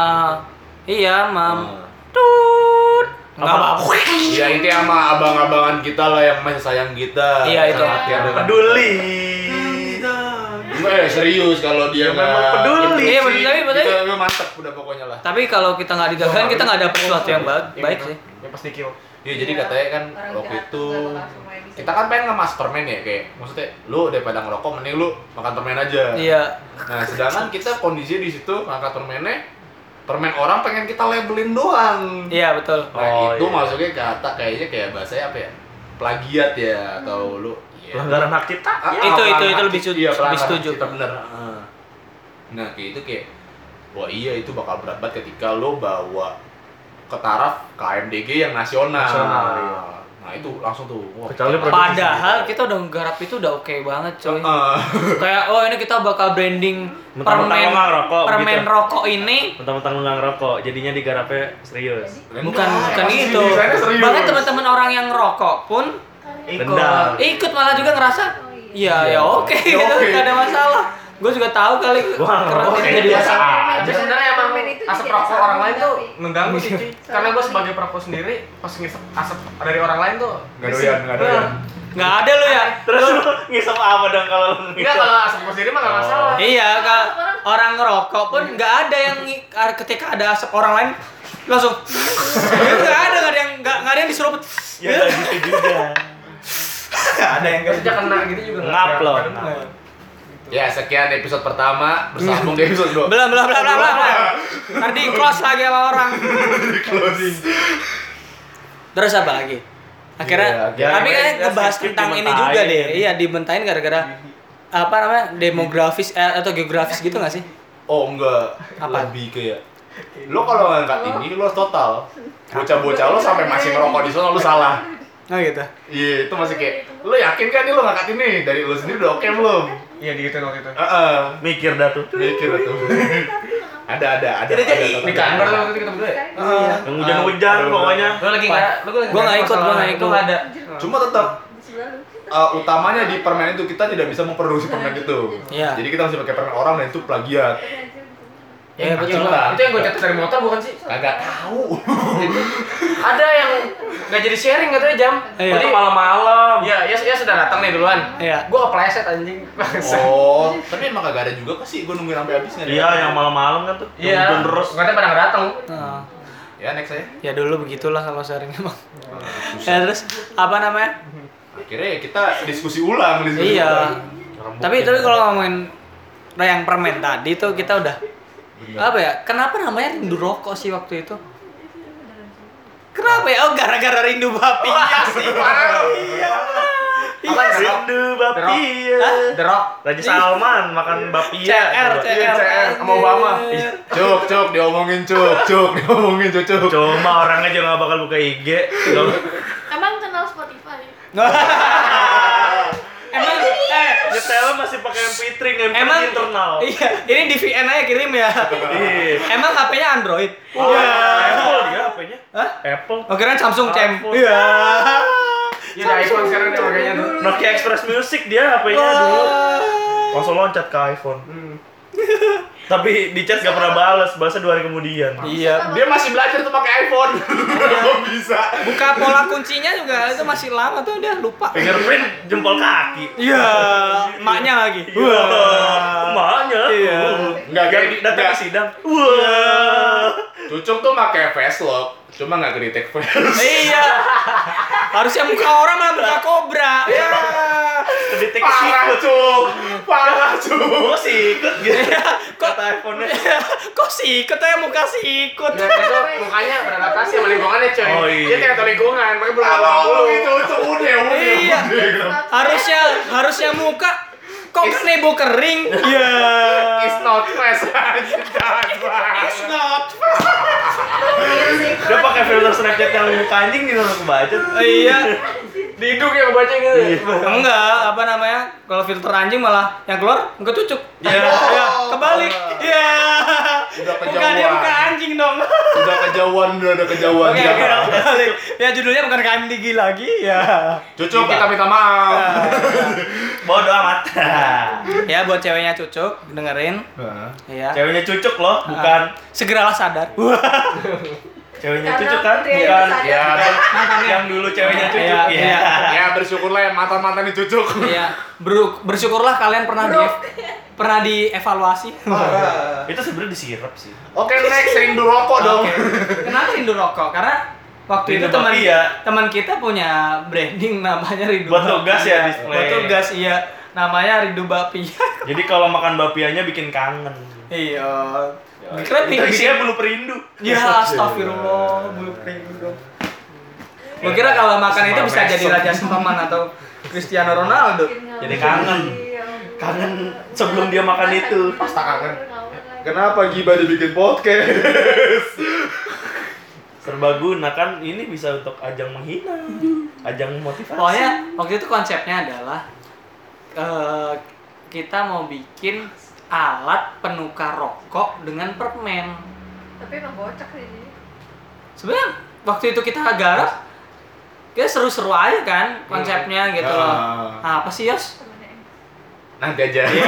iya, Mam. Ah. Tut. Enggak Apa? apa-apa. Ya itu sama abang-abangan kita lah yang masih sayang kita. Iya, itu. Sangat care dengan- Peduli. Eh serius kalau dia Ya, memang nggak peduli. Iya, intuisi, bener, tapi- kita kita mantep udah pokoknya lah. Tapi kalau kita nggak digagalin, kita nggak dapet sesuatu yang ba- Iya, baik betul. sih. Ya pasti kill. Iya jadi katanya kan Orang waktu jahat itu nggak bakal semuanya bisa. kita kan pengen ngemas permen ya kayak maksudnya lu daripada ngerokok mending lu makan permen aja. Iya. Nah sedangkan kita kondisi di situ ngangkat permennya permen orang pengen kita labelin doang. Iya, betul. Nah Oh, itu iya. masuknya kata kayaknya kayak bahasanya apa ya? Plagiat ya atau lu ya. Pelanggaran hak cipta. Ah, Itu- ah, itu- pelanggaran itu hak lebih cipta. setuju- Iya, lebih pelanggaran setuju. hak cipta, bener. Ah. Nah kayak itu kayak wah iya itu bakal berat banget ketika lo bawa ke taraf K M D G yang nasional. Nasional, iya. Nah itu langsung tuh. Wah, Kecuali kita- produksi Padahal sendiri. kita udah nggarap itu udah oke banget, coy. Ah. Kayak oh ini kita bakal branding Mentang-mentang permen lo nggak ngerokok, permen gitu. rokok ini Mentang-mentang lu nggak ngerokok, jadinya digarapnya serius. bukan Enggak, bukan pasti itu. desainnya serius. Bahkan teman-teman orang yang ngerokok pun Dendam. ikut malah juga ngerasa iya Iya. ya oke Ya, gitu oke. nggak ada masalah. Gue juga tahu kali Gua nggak keren ngerokok, itu kayaknya jadi biasa masalah. aja. Tapi sebenarnya emang Permen itu asap jadi rokok sama, orang lain tuh tapi- mengganggu sih, Ci. Karena gue sebagai perokok sendiri pas ngisep asap dari orang lain tuh Nggak doyan, nggak doyan. Nggak ada lu ya. Terus lu ngisep apa dong kalau lu Enggak, ngisep? kalau asap gue sendiri mah nggak Oh. masalah. Iya, kalau orang ngerokok pun nggak ada yang ngi- ketika ada asap orang lain langsung itu nggak ada nggak ada yang nggak nggak ada yang diseruput. Ya nggak gitu juga. Nggak ada yang kayak Sejak kena gitu juga Ngap loh. gitu. Ya sekian episode pertama bersambung di episode dua. Belum belum belum belum belum. Ntar di close lagi sama orang. Terus apa lagi? Akhirnya, Iya, tapi akhirnya kan kita ngebahas skip tentang ini dimentahin. juga deh. Iya, dimentahin gara-gara apa namanya demografis eh, atau geografis gitu nggak sih? Oh enggak, Apa? lebih kayak lo kalau ngangkat ini lo harus total. Bocah-bocah lo sampai masih ngerokok di sana lo salah. Oh gitu. Iya, itu masih kayak lo yakin kan nih lo ngangkat ini dari lo sendiri udah oke belum? Iya digituin waktu itu. Heeh. Mikir dah tuh. Mikir tuh. ada ada ada. Udah jadi. ada, Di kantor tuh waktu itu kita berdua ya? Iya. Yang hujan-hujan Aduh, pokoknya. Lu lagi enggak? Lu lagi Gua nggak ikut, gua nggak ikut. Lu nggak ada. Cuma tetap uh, utamanya di permen itu kita tidak bisa memproduksi permen itu. Iya. Jadi kita masih pakai permen orang dan itu plagiat. Iya betul. Coba. Itu yang gua catat dari motor bukan sih? Kagak tahu. Ada yang nggak jadi sharing katanya jam. Iya. Jadi malam-malam. ya ya ya sudah datang nih duluan. Iya. Gua kepleset anjing. Bangsa. Oh, tapi emang kagak ada juga kok sih, gue nungguin sampai habis nggak ada. Iya, yang malam-malam kan tuh. Iya. Hujan terus. Katanya pada nggak datang. Nah, Ya next saya. ya dulu begitulah kalau sharing emang. Susah. Ya terus apa namanya? Akhirnya kita diskusi ulang, diskusi Iya. ulang. Tapi tapi kalau ngomongin yang permen tadi tuh kita udah Bener. apa ya? Kenapa namanya rindu rokok sih waktu itu? Kenapa ya? Oh gara-gara rindu bapinya sih. Iya. Apa Rindu bapia. Hah? The Rock. Raja Salman makan bapia. C R, coba. C Iya, R, C R sama Obama. Cuk, cuk, diomongin cuk, cuk, diomongin cuk, cuk. Cuma orangnya juga gak bakal buka I G. Emang kenal Spotify? Emang eh Nyetel masih pakai M P tiga, M P tiga emang internal. iya, ini di V N aja kirim ya. Iya. Emang H P-nya Android? Oh, Apple dia apanya? Hah? Apple. Oh kirain Samsung Cem. iPhone. Iya. Ya ada iPhone sekarang dia makanya tuh. Nokia Express Music dia H P-nya dulu. Langsung loncat ke iPhone. Tapi di chat gak pernah balas, balasnya dua hari kemudian. Iya. Dia masih belajar tuh pakai iPhone. Belum bisa. Buka pola kuncinya juga itu masih lama tuh dia lupa. Fingerprint jempol kaki. Iya, emaknya lagi. Wah, emaknya. Iya. Enggak kayak di Datang ke enggak. sidang. Wah. Cucuk tuh pakai face lock, cuma nggak ke-detect face. Iya. Harusnya muka orang malah muka kobra. Ya. Kedetek Parah sikut. cuk, parah cuk. Gua sikut gitu. Iya. Kok Kata iPhone-nya. kok sikut ya muka sikut. Nah, itu mukanya beradaptasi sama lingkungannya coy. Oh, iya. Dia tidak tahu lingkungan, makanya belum Kalau tahu. ngomong gitu cuk udah udah. Iya. Harusnya harusnya muka kok kanebo kering. Iya. It's not face. Jangan bahas. It's not. Dia pakai filter Snapchat yang muka anjing gitu langsung kebaca. Iya. Di hidung ya baca gitu. Enggak, apa namanya? Kalau filter anjing malah yang keluar muka cucuk. Iya. Ya, kebalik. Iya. Udah Muka dia kejauhan. muka anjing dong. Udah kejauhan, udah ada kejauhan. Oke, Jangan. oke, kebalik. Ya judulnya bukan kambing gigi lagi, ya. Cucuk kita minta maaf. Bodoh amat. Ya buat ceweknya cucuk, dengerin. Ya. Ceweknya cucuk loh, bukan Segeralah sadar. ceweknya cucuk kan? Bukan Ya, yang dulu ceweknya cucuk. Iya, iya. ya bersyukurlah ya mantan-mantan ini cucuk. Iya. Ber- bersyukurlah kalian pernah di pernah dievaluasi. Itu sebenarnya disirap sih. Oke, next rindu rokok dong. Oke. Kenapa rindu rokok? Karena waktu Rindu itu teman Bapia. teman kita punya branding namanya Rindu Buat Bapia. tugas ya, display. Buat tugas iya. Namanya Rindu Bapia. Jadi kalau makan bapianya bikin kangen. Iya. Kira Tapi pinisi. dia bulu perindu. Ya astagfirullah, belum rindu. Gua kira kalau makan itu bisa jadi Raja Salman atau Cristiano Ronaldo. Jadi kangen. Kangen sebelum dia makan itu. Pasta kangen. Kenapa Giba dibikin podcast? Serbaguna kan ini bisa untuk ajang menghina, ajang motivasi. Pokoknya waktu itu konsepnya adalah eh, kita mau bikin alat penukar rokok dengan permen. Tapi emang kocak sih. Sebenarnya waktu itu kita garap, kita seru-seru aja kan konsepnya gitu loh. Ah. Apa sih Yos? Temennya. Nanti aja. Ya,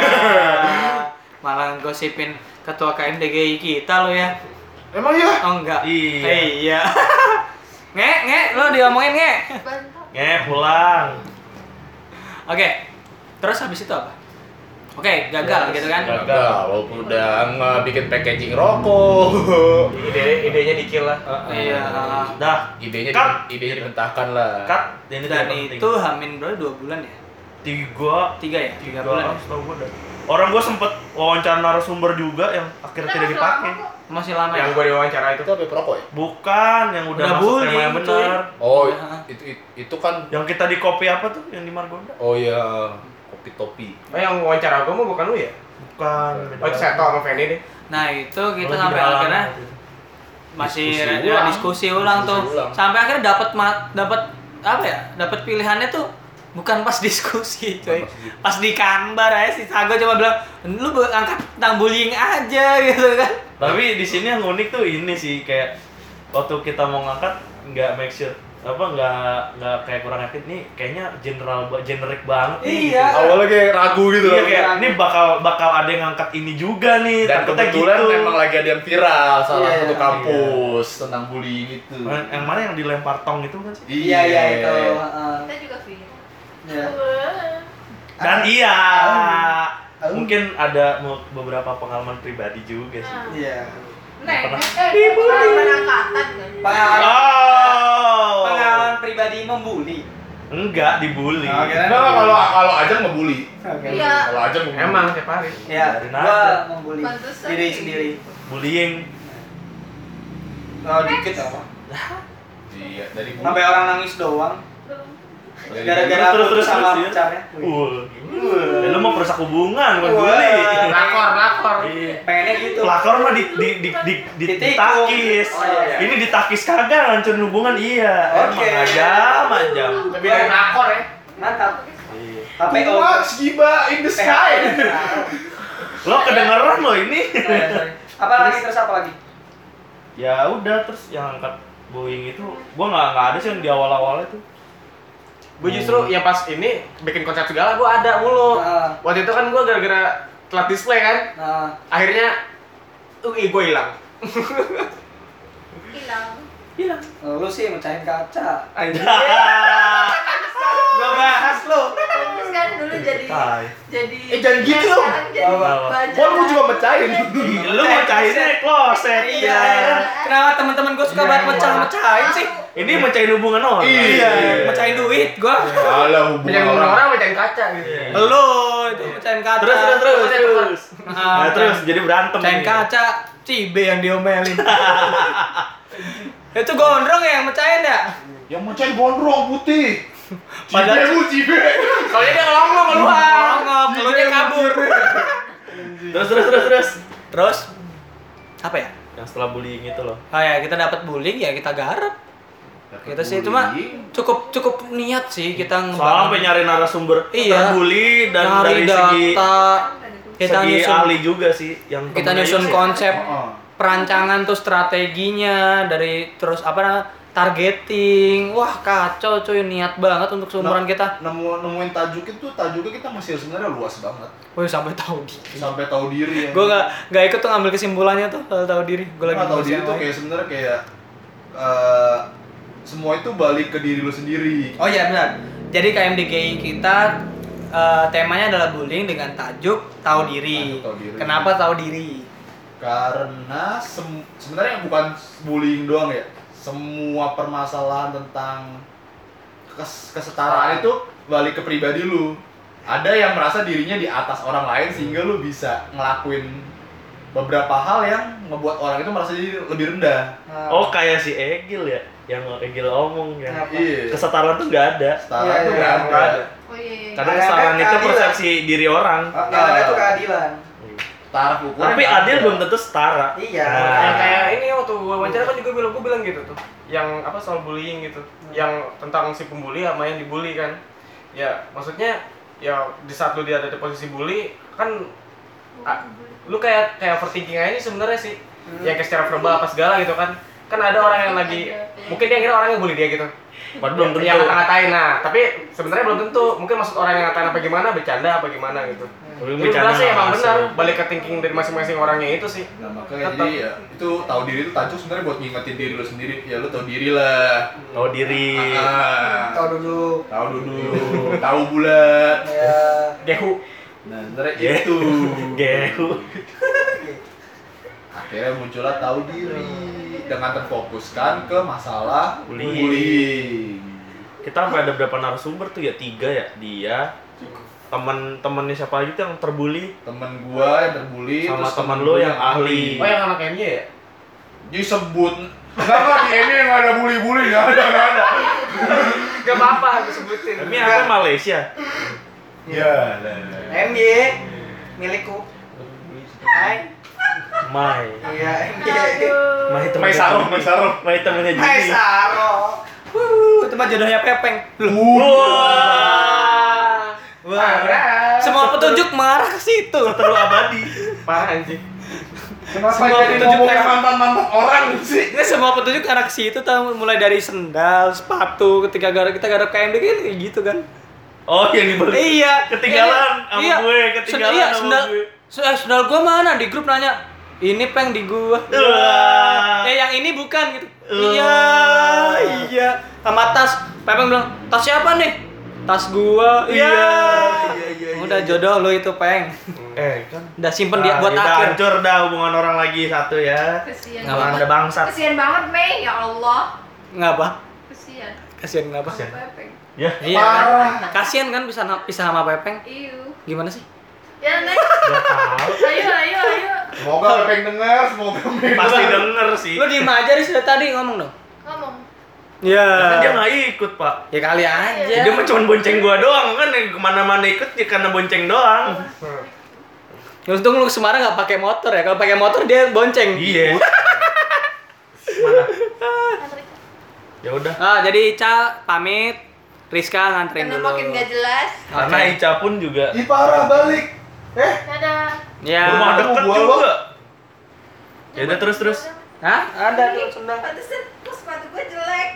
malah gosipin ketua K M D G I kita lo ya. Emang ya? Oh enggak. Iya. Eh, iya. Nge, nge, lo diomongin nge. Bantap. Nge pulang. Oke. Terus habis itu apa? Oke, gagal gitu kan. Gagal, walaupun udah ngebikin packaging rokok. Ide idenya dikil lah. Iya. Dah, Idenya Cut. di, idenya dibentahkan lah. cut. Ini Dan tidak penting. itu hamin berapa dua bulan ya? tiga Tiga ya? Tiga tiga bulan ya? setahu gua dah. Orang gua sempet wawancara narasumber juga yang akhirnya tidak dipakai. Masih lama ya? Yang gue diwawancara itu. Itu apa perokok ya? Bukan, yang udah, Udah masuk bullying, tema yang cuy. benar. Oh, Iya. itu, itu itu kan Yang kita di kopi apa tuh? Yang di Margonda? oh iya, kopi topi-topi. Oh yang wawancara gue mah bukan lu ya? Bukan. Oh itu Seto sama Feni deh. Nah itu kita Lagi sampai berhalangan akhirnya gitu. masih Diskusi ya, ulang. diskusi ulang Diskusi tuh ulang. sampai akhirnya dapat ma- dapat apa ya dapat pilihannya tuh bukan pas diskusi coy Pas di- pas di kanbar aja si Sago cuma bilang lu angkat tentang bullying aja gitu kan. Tapi di sini yang unik tuh ini sih kayak waktu kita mau ngangkat nggak make sure apa nggak nggak kayak kurang yakin nih kayaknya general ba- generik banget nih, Iya. gitu. Awalnya kayak ragu gitu Iya loh. kayak ini bakal bakal ada yang ngangkat ini juga nih Dan takutnya kebetulan gitu. memang lagi ada yang viral salah Iya, satu iya. kampus tentang bullying itu. Yang- yang mana yang dilempar tong itu kan sih? Iya iya itu. heeh. Kita juga viral. Iya. Wah. Dan iya Ah. mungkin ada mo- beberapa pengalaman pribadi juga sih. Nah. Iya. Nek, Pernah. eh, pengalaman angkatan kan? Pengalaman, Oh. pengalaman pribadi membuli. Enggak dibully. Oh, kira- Enggak, kalau kalau Ajeng ngebully. Oke. Iya. Kalau Ajeng ngebully. Emang tiap hari. Ya, Biarin gua aja. membuli Pantesan diri kayak sendiri. Bullying. Oh, dikit apa? Iya, dari bully. Sampai orang nangis doang. Belum. Dari Gara-gara Terus, aku terus, sama terus, ya. pacarnya. Uh. Ya, lu mau perusak hubungan, bukan Wah. bully. Lakor, lakor. Iya. Pengennya gitu. Pelakor mah di di di di, di, Ditikung. ditakis. Oh, iya. Ini ditakis kagak ngancurin hubungan iya. Oke. Emang ajam ajam. Lebih dari lakor ya. Mantap. Iya. H P O. What's Giba in the sky? Lo kedengeran lo ini. Apa lagi terus apa lagi? Ya udah terus yang angkat Boeing itu gua nggak nggak ada sih yang di awal-awal itu. Gue justru ya pas ini bikin konsep segala gue ada mulu. Nah, Waktu itu kan gue gara-gara telat display kan. nah. Akhirnya U I gue hilang. Hilang. Iya. Oh, lu sih mecahin kaca. Anjir. Gua bahas lu. Terus kan dulu jadi Tai. jadi Eh, jangan gitu dong. sekarang jadi Bawa. baja. Wah, lu juga mecahin. Lu mau cairnya kloset. Iya. Kenapa teman-teman gua suka banget mecah-mecahin sih? Ini mencair hubungan orang. Iya. Mecahin duit gua. Alah, hubungan Yang orang. orang mecahin kaca gitu. Lu itu mecahin kaca. Terus terus terus terus. Nah, Nah, terus jadi berantem. mecahin nih. kaca, Cibe yang diomelin. Itu gondrong ya yang mecahin ya? Yang mecahin gondrong putih. Padahal- Cibe lu, Cibe. Soalnya dia ngelonglong keluar. Ngomong, keluarnya kabur. Terus terus terus terus. Terus apa ya? Yang setelah bullying itu loh. Oh ya, kita dapat bullying ya kita garap. Kita sih cuma cukup cukup niat sih kita Soalnya sampai nyari narasumber Iya. terbully dan nyari dari segi data, kita segi nyusun ahli juga sih yang kita temennya nyusun sih. konsep Heeh. perancangan tuh strateginya dari terus apa namanya targeting. Wah, kacau cuy, niat banget untuk seumuran Nah, kita. Nemu nemuin tajuk itu, tajuknya kita masih sebenarnya luas banget. Wih, sampai tahu diri. Sampai tahu diri ya. Gue gak, gak ikut tuh ngambil kesimpulannya tuh kalau tahu diri. Gue lagi Nggak tahu ngurusin diri yang tuh lain. kayak sebenarnya kayak eh, semua itu balik ke diri lu sendiri. Oh iya benar. Jadi K M D G I kita eh, temanya adalah bullying dengan tajuk tahu diri. Tajuk tahu diri. Kenapa tahu diri? Karena sem- sebenarnya bukan bullying doang ya. Semua permasalahan tentang kes- kesetaraan itu balik ke pribadi lu. Ada yang merasa dirinya di atas orang lain sehingga lu bisa ngelakuin beberapa hal yang ngebuat orang itu merasa jadi lebih rendah. Oh kayak si Egil ya, yang Egil omong ya. Kenapa? Iya. Kesetaraan tuh nggak ada. Setara Iya, itu iya, nggak iya, ada. nggak ada. Oh iya. iya. Karena Ada kesetaraan itu keadilan. persepsi diri orang. Yang ada tuh keadilan. Taraf ukuran. Tapi nggak adil ada. belum tentu setara. Iya. Nah. Yang kayak ini waktu wawancara kan juga bilang gue bilang gitu tuh. Yang apa soal bullying gitu. Yang tentang si pembuli sama yang dibully kan. Ya, maksudnya ya di saat lu dia ada di posisi bully kan a- lu kayak kayak overthinking aja sih sebenarnya sih. Yang kayak secara verbal apa segala gitu kan. Kan ada orang yang lagi mungkin dia kira orang yang bully dia gitu. Padahal belum tentu. Yang ngata-ngatain nah, tapi sebenarnya belum tentu. Mungkin maksud orang yang ngatain apa gimana, bercanda apa gimana gitu. Tapi Jadi bercanda benar sih emang langsung. benar balik ke thinking dari masing-masing orangnya itu sih. Nah, makanya Tetap. jadi ya itu tahu diri itu tajuk sebenarnya buat ngingetin diri lu sendiri. Ya lu tahu diri lah. Tahu diri. Ah, Tahu dulu. tahu dulu, tahu bulat. Ya. Gehu. Nah, sebenarnya Yeah. itu. Gehu. Akhirnya muncullah tahu diri dengan terfokuskan ke masalah Bullying. bullying. Kita sampai ada berapa narasumber tuh ya? Tiga ya. Dia, teman-temannya siapa aja tuh yang terbully, Temen gua yang terbully sama terus teman temen lu gua yang ahli. Oh yang anak M Y ya? disebut. Enggak enggak di ini enggak ada bully-bully, enggak ada, enggak ada. Gak apa-apa disebutin. Tapi yang apa Malaysia? Ya, lah. M Y milikku. Hai. Mai. Iya, M Y. Aduh. Mai temen Mai Saroh, Mai Saroh. Mai temennya Jimmy. Hai Saro. Wuh, itu mah jodohnya Pepeng. Wah. Wah. Semua petunjuk mengarah ke situ. Terlalu abadi. Parah anjing. Kenapa Semua jadi petunjuk ngomongin arah- mantan-mantan orang sih? Ini semua petunjuk arah ke situ tahu, mulai dari sendal, sepatu, ketika garap kita garap K M D kan kayak gitu kan. Oh, yang dibeli. Iya. Ketinggalan sama Iya. gue, ketinggalan Iya, sama sendal, gue. se- eh, sendal gua mana? Di grup nanya. Ini Peng di gua. Wah. Eh yang ini bukan gitu. Wah. Iya, iya. Sama tas. Pepeng bilang, "Tas siapa nih?" Tas gua. Iya. Iya, iya, iya, Udah iya. jodoh lo itu, Peng. Eh, kan. Udah simpen dia Ah, buat udah akhir. hancur dah hubungan orang lagi satu ya. Kesian Nggak Orang banget. ada bangsat. Kesian banget, Mei. Ya Allah. Ngapa? Kesian. Kasihan kenapa? Kasian. Pepeng. Ya. Iya. Kan? Kasihan kan bisa na- pisah sama Pepeng. Iu. Gimana sih? Ya, Nek. Gak tahu. Ayo, ayo, ayo. Semoga Pepeng denger, semoga Pepeng Pasti denger. denger sih. Lu diem aja Riz dari tadi ngomong dong. Ngomong. Iya. Kan dia nggak ikut, Pak. Ya kali aja. Dia mah cuma bonceng gua doang kan, yang kemana-mana ikut ya karena bonceng doang. Untung lu ke Semarang nggak pakai motor ya. Kalau pakai motor dia bonceng. Iya. Mana? Antri. Ya udah. Ah, jadi Ica pamit, Rizka nganterin Karena dulu. makin gak jelas. Karena Oke. Ica pun juga Ih parah balik. Eh, Dadah. Ya. rumah deket gua juga. Ya udah terus terus. Hah? Ada tuh sendal. Pantesan kok sepatu gue jelek.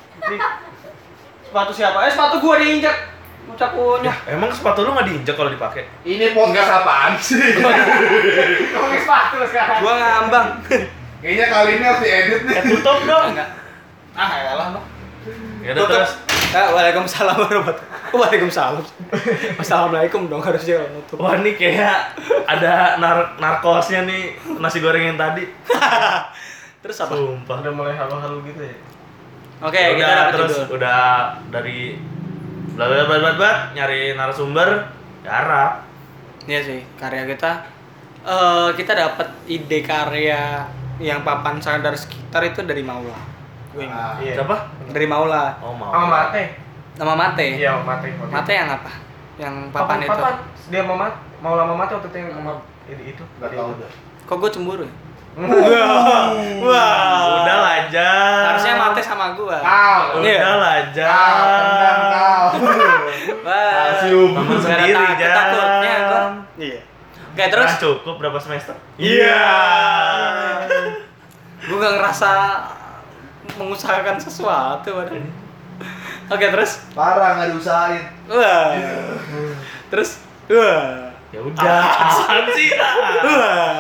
Sepatu siapa? Eh, sepatu gua diinjak. Ucap kunyah. Emang sepatu lu nggak diinjek kalau dipakai? ini podcast apaan sih? Ngomongin sepatu sekarang. Gua ngambang. Kayaknya kali ini harus diedit nih. Ya tutup dong. Enggak. Ah, elah lo. Ya udah terus. Eh, waalaikumsalam warahmatullahi. Waalaikumsalam. Assalamualaikum dong harusnya kalau nutup. Wah ini kayak ada nar narkosnya nih nasi goreng yang tadi. Terus apa? Sumpah. Udah mulai halu-halu gitu ya. Oke, Ya kita udah dapat terus judul. udah dari bla bla bla bla bla nyari narasumber garap. Iya sih, karya kita eh kita dapat ide karya yang papan sadar sekitar itu dari Maula. Gue ingat. Ah, Iya. Siapa? Dari Maula. Oh mau. Sama Mate. Nama Mate. Iya, Mate. Mate yang apa? Yang papan, itu. Papan. Dia mau mat, mau lama Mate waktu itu yang sama itu itu. Gak tau dah. Kok gue cemburu ya? Wah. Udah lah Jan. Harusnya Mate sama gua. Kau, Iya. Udah lah kau, Jan. tenang kau. Wah. Kalsium. Temen Nggak ada sendiri takut- Jan. takutnya gua. Iya. Oke, terus Nah, cukup berapa semester? Iya. gue gak ngerasa mengusahakan sesuatu padahal. Oke, terus Parah nggak diusahain. wah. Terus wah. Ya udah. Apaan sih? Wah.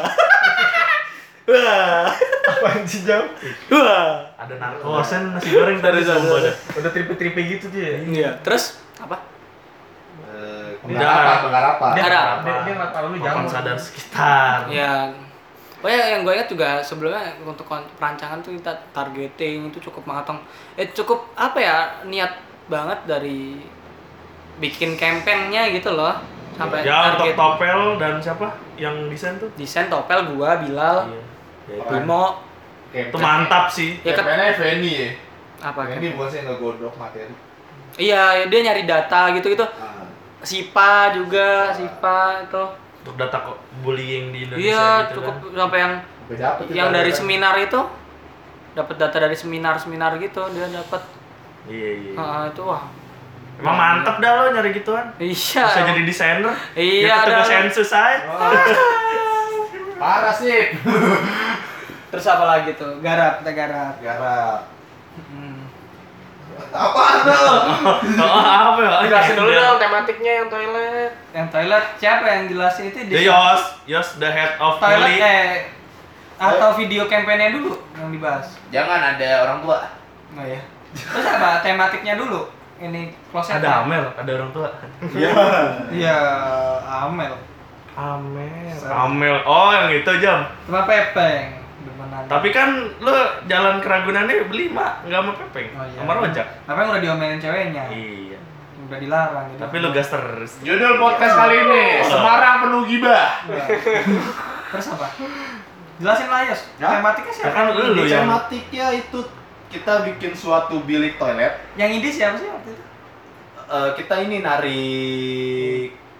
Wah. Apaan sih jam? Wah. Ada narkosen nasi goreng tadi Ada, ada, sumpah ada. dah. Udah tripe-tripe gitu dia. Iya, terus apa? Eh, Udah. Penggarapan, penggarapan. Dia Ada. dia dia nggak tahu lu Papan jangan. sadar sekitar. Ya. Oh ya, yang gue ingat juga sebelumnya untuk kon- perancangan tuh kita targeting itu cukup matang. Eh cukup apa ya, niat banget dari bikin campaign-nya gitu loh. Sampai Ya untuk target Topel dan siapa yang desain tuh? desain Topel gua, Bilal, Iya. Ya, itu. Bimo, Itu mantap sih. ya kan Campaign-nya Feni ya. apa kan? Feni bukan sih ngegodok materi. Iya, dia nyari data gitu-gitu. Ah. Sipa juga, Sipa itu. Untuk data kok bullying di Indonesia Iya, gitu cukup kan. sampai yang Sampai dapet itu yang dari kan. seminar itu dapat data dari seminar-seminar gitu dia dapat. Iya, iya. Ah, itu wah. Emang mantap dah lo nyari gituan. Iya. Bisa jadi desainer. Iya, Ya ketemu ada. sensus aja. Parah sih. Terus apa lagi tuh? Garap, kita garap. Garap. Hmm. Apaan lo? Oh, apa ya? Jelasin dulu Ember. dong tematiknya yang toilet. Yang toilet siapa yang jelasin itu? The Yos, Yos the head of Toilet Mili. eh atau video campaign-nya dulu yang dibahas. Jangan ada orang tua. Oh ya. Terus apa tematiknya dulu? Ini close Ada Amel, ada orang tua. Iya. Iya, Amel. Amel. Amel. Oh, yang itu jam. Cuma Pepeng. Demenan. Tapi kan lu jalan ke Ragunannya berlima, nggak sama Pepeng, Oh, iya. sama Rojak. Pepeng udah diomelin ceweknya. Iya. Udah dilarang jadi. Tapi lu gas terus. Judul podcast kali ini Semarang penuh gibah. Wah. Terus apa? Jelasin lah, Yos. Ya? Tematiknya Ya siapa? kan lu lu yang Tematiknya itu kita bikin suatu bilik toilet. Yang ide siapa sih waktu itu? Eh, kita ini narik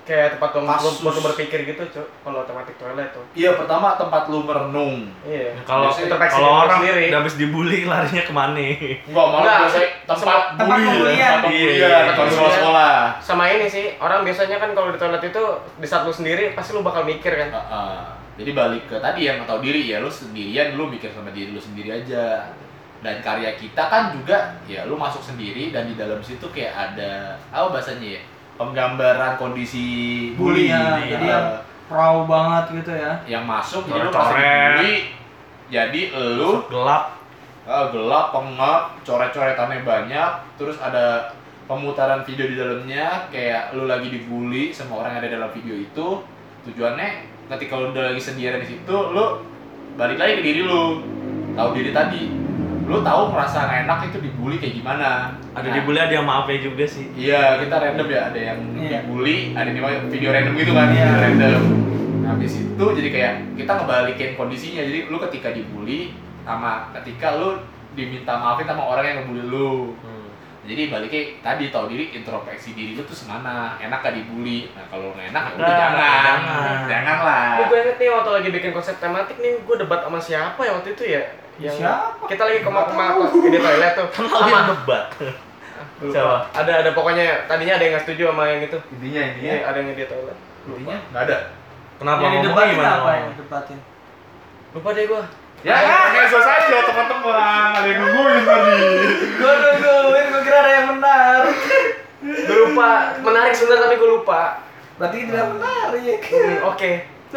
kayak tempat lu, lu, Kasus. buat lu berpikir gitu, Cuk. Kalau otomatis toilet tuh. Iya, pertama tempat lu merenung. Iya. Kalau Biasanya introspeksi kalau diri orang sendiri. udah habis dibully larinya kemana? Enggak, malah Enggak, biasanya se- tempat tempat bully, pembulian. tempat Iya, pembulian, iya, tempat iya. sekolah-sekolah. Sama ini sih, orang biasanya kan kalau di toilet itu di saat lu sendiri pasti lu bakal mikir kan. Heeh. Jadi balik ke tadi yang tahu diri ya, lu sendirian, lu mikir sama diri lu sendiri aja. Dan karya kita kan juga ya lu masuk sendiri dan di dalam situ kayak ada apa bahasanya ya? Penggambaran kondisi bully. Bully-nya, Iya. jadi yang raw banget gitu ya. Yang masuk jadi lu Coret-coret. pasti dibully. Jadi lu Gelap. eh, gelap, pengap, coret-coretannya banyak, terus ada pemutaran video di dalamnya kayak lu lagi dibully sama orang yang ada dalam video itu. Tujuannya ketika lu udah lagi sendirian di situ, lu balik lagi ke diri lu. Tahu diri tadi. Lu tahu merasa nggak enak itu dibully kayak gimana. Ada Nah, dibully ada yang maafnya juga sih. Iya, kita random ya, ada yang Iya. dibully, ada yang video random gitu kan, Iya. video random. Nah, habis itu jadi kayak kita ngebalikin kondisinya. Jadi lu ketika dibully sama ketika lu diminta maafin sama orang yang ngebully lu. Jadi baliknya tadi tahu diri, introspeksi diri lu tuh semana, enak gak dibully. Nah, kalau nggak enak ya udah Nah, jangan. jangan. Jangan lah. Ini gue inget nih waktu lagi bikin konsep tematik nih, gue debat sama siapa ya waktu itu ya? Yang Siapa? kita lagi kemana-kemana di toilet tuh. Kenapa yang debat? Lupa. Siapa? Ada ada pokoknya tadinya ada yang nggak setuju sama yang itu. Intinya intinya Iya, ada yang di toilet. intinya nggak ada. Kenapa Yang ngomongnya didebatin gimana? apa ngomong? yang didebatin? Lupa deh gue. Ya, medsos aja teman-teman. Ada yang nungguin tadi. Gue nungguin, gue kira ada yang benar. Gue lupa. Menarik sebenarnya tapi gue lupa. Berarti tidak menarik. Hmm, Oke.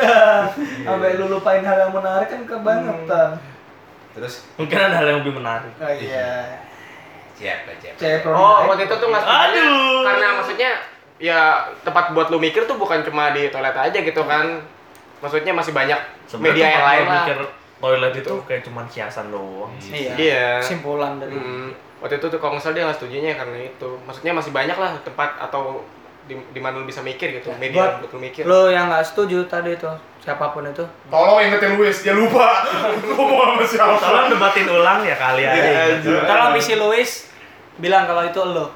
Sampai lu lupain hal yang menarik kan kebangetan. Terus Mungkin ada hal yang lebih menarik. Oh iya. siapa siapa? Cewek pro Oh, night. waktu itu tuh nggak setuju. Aduh. Karena maksudnya ya tempat buat lu mikir tuh bukan cuma di toilet aja gitu kan. Maksudnya masih banyak Sebenarnya media yang tempat lain lo lah. mikir toilet itu kayak cuman hiasan doang. Iya. Iya. Kesimpulan dari Hmm, waktu itu tuh kalau nggak salah dia nggak setujunya karena itu. Maksudnya masih banyak lah tempat atau di, di mana lu bisa mikir gitu, media Buat buat lu mikir. lo yang nggak setuju tadi tuh, siapapun itu. Tolong ingetin Luis, dia lupa. Ngomong sama siapa? Tolong debatin ulang ya kali aja. Iya, gitu. anjir. Tolong misi Luis bilang kalau itu lo.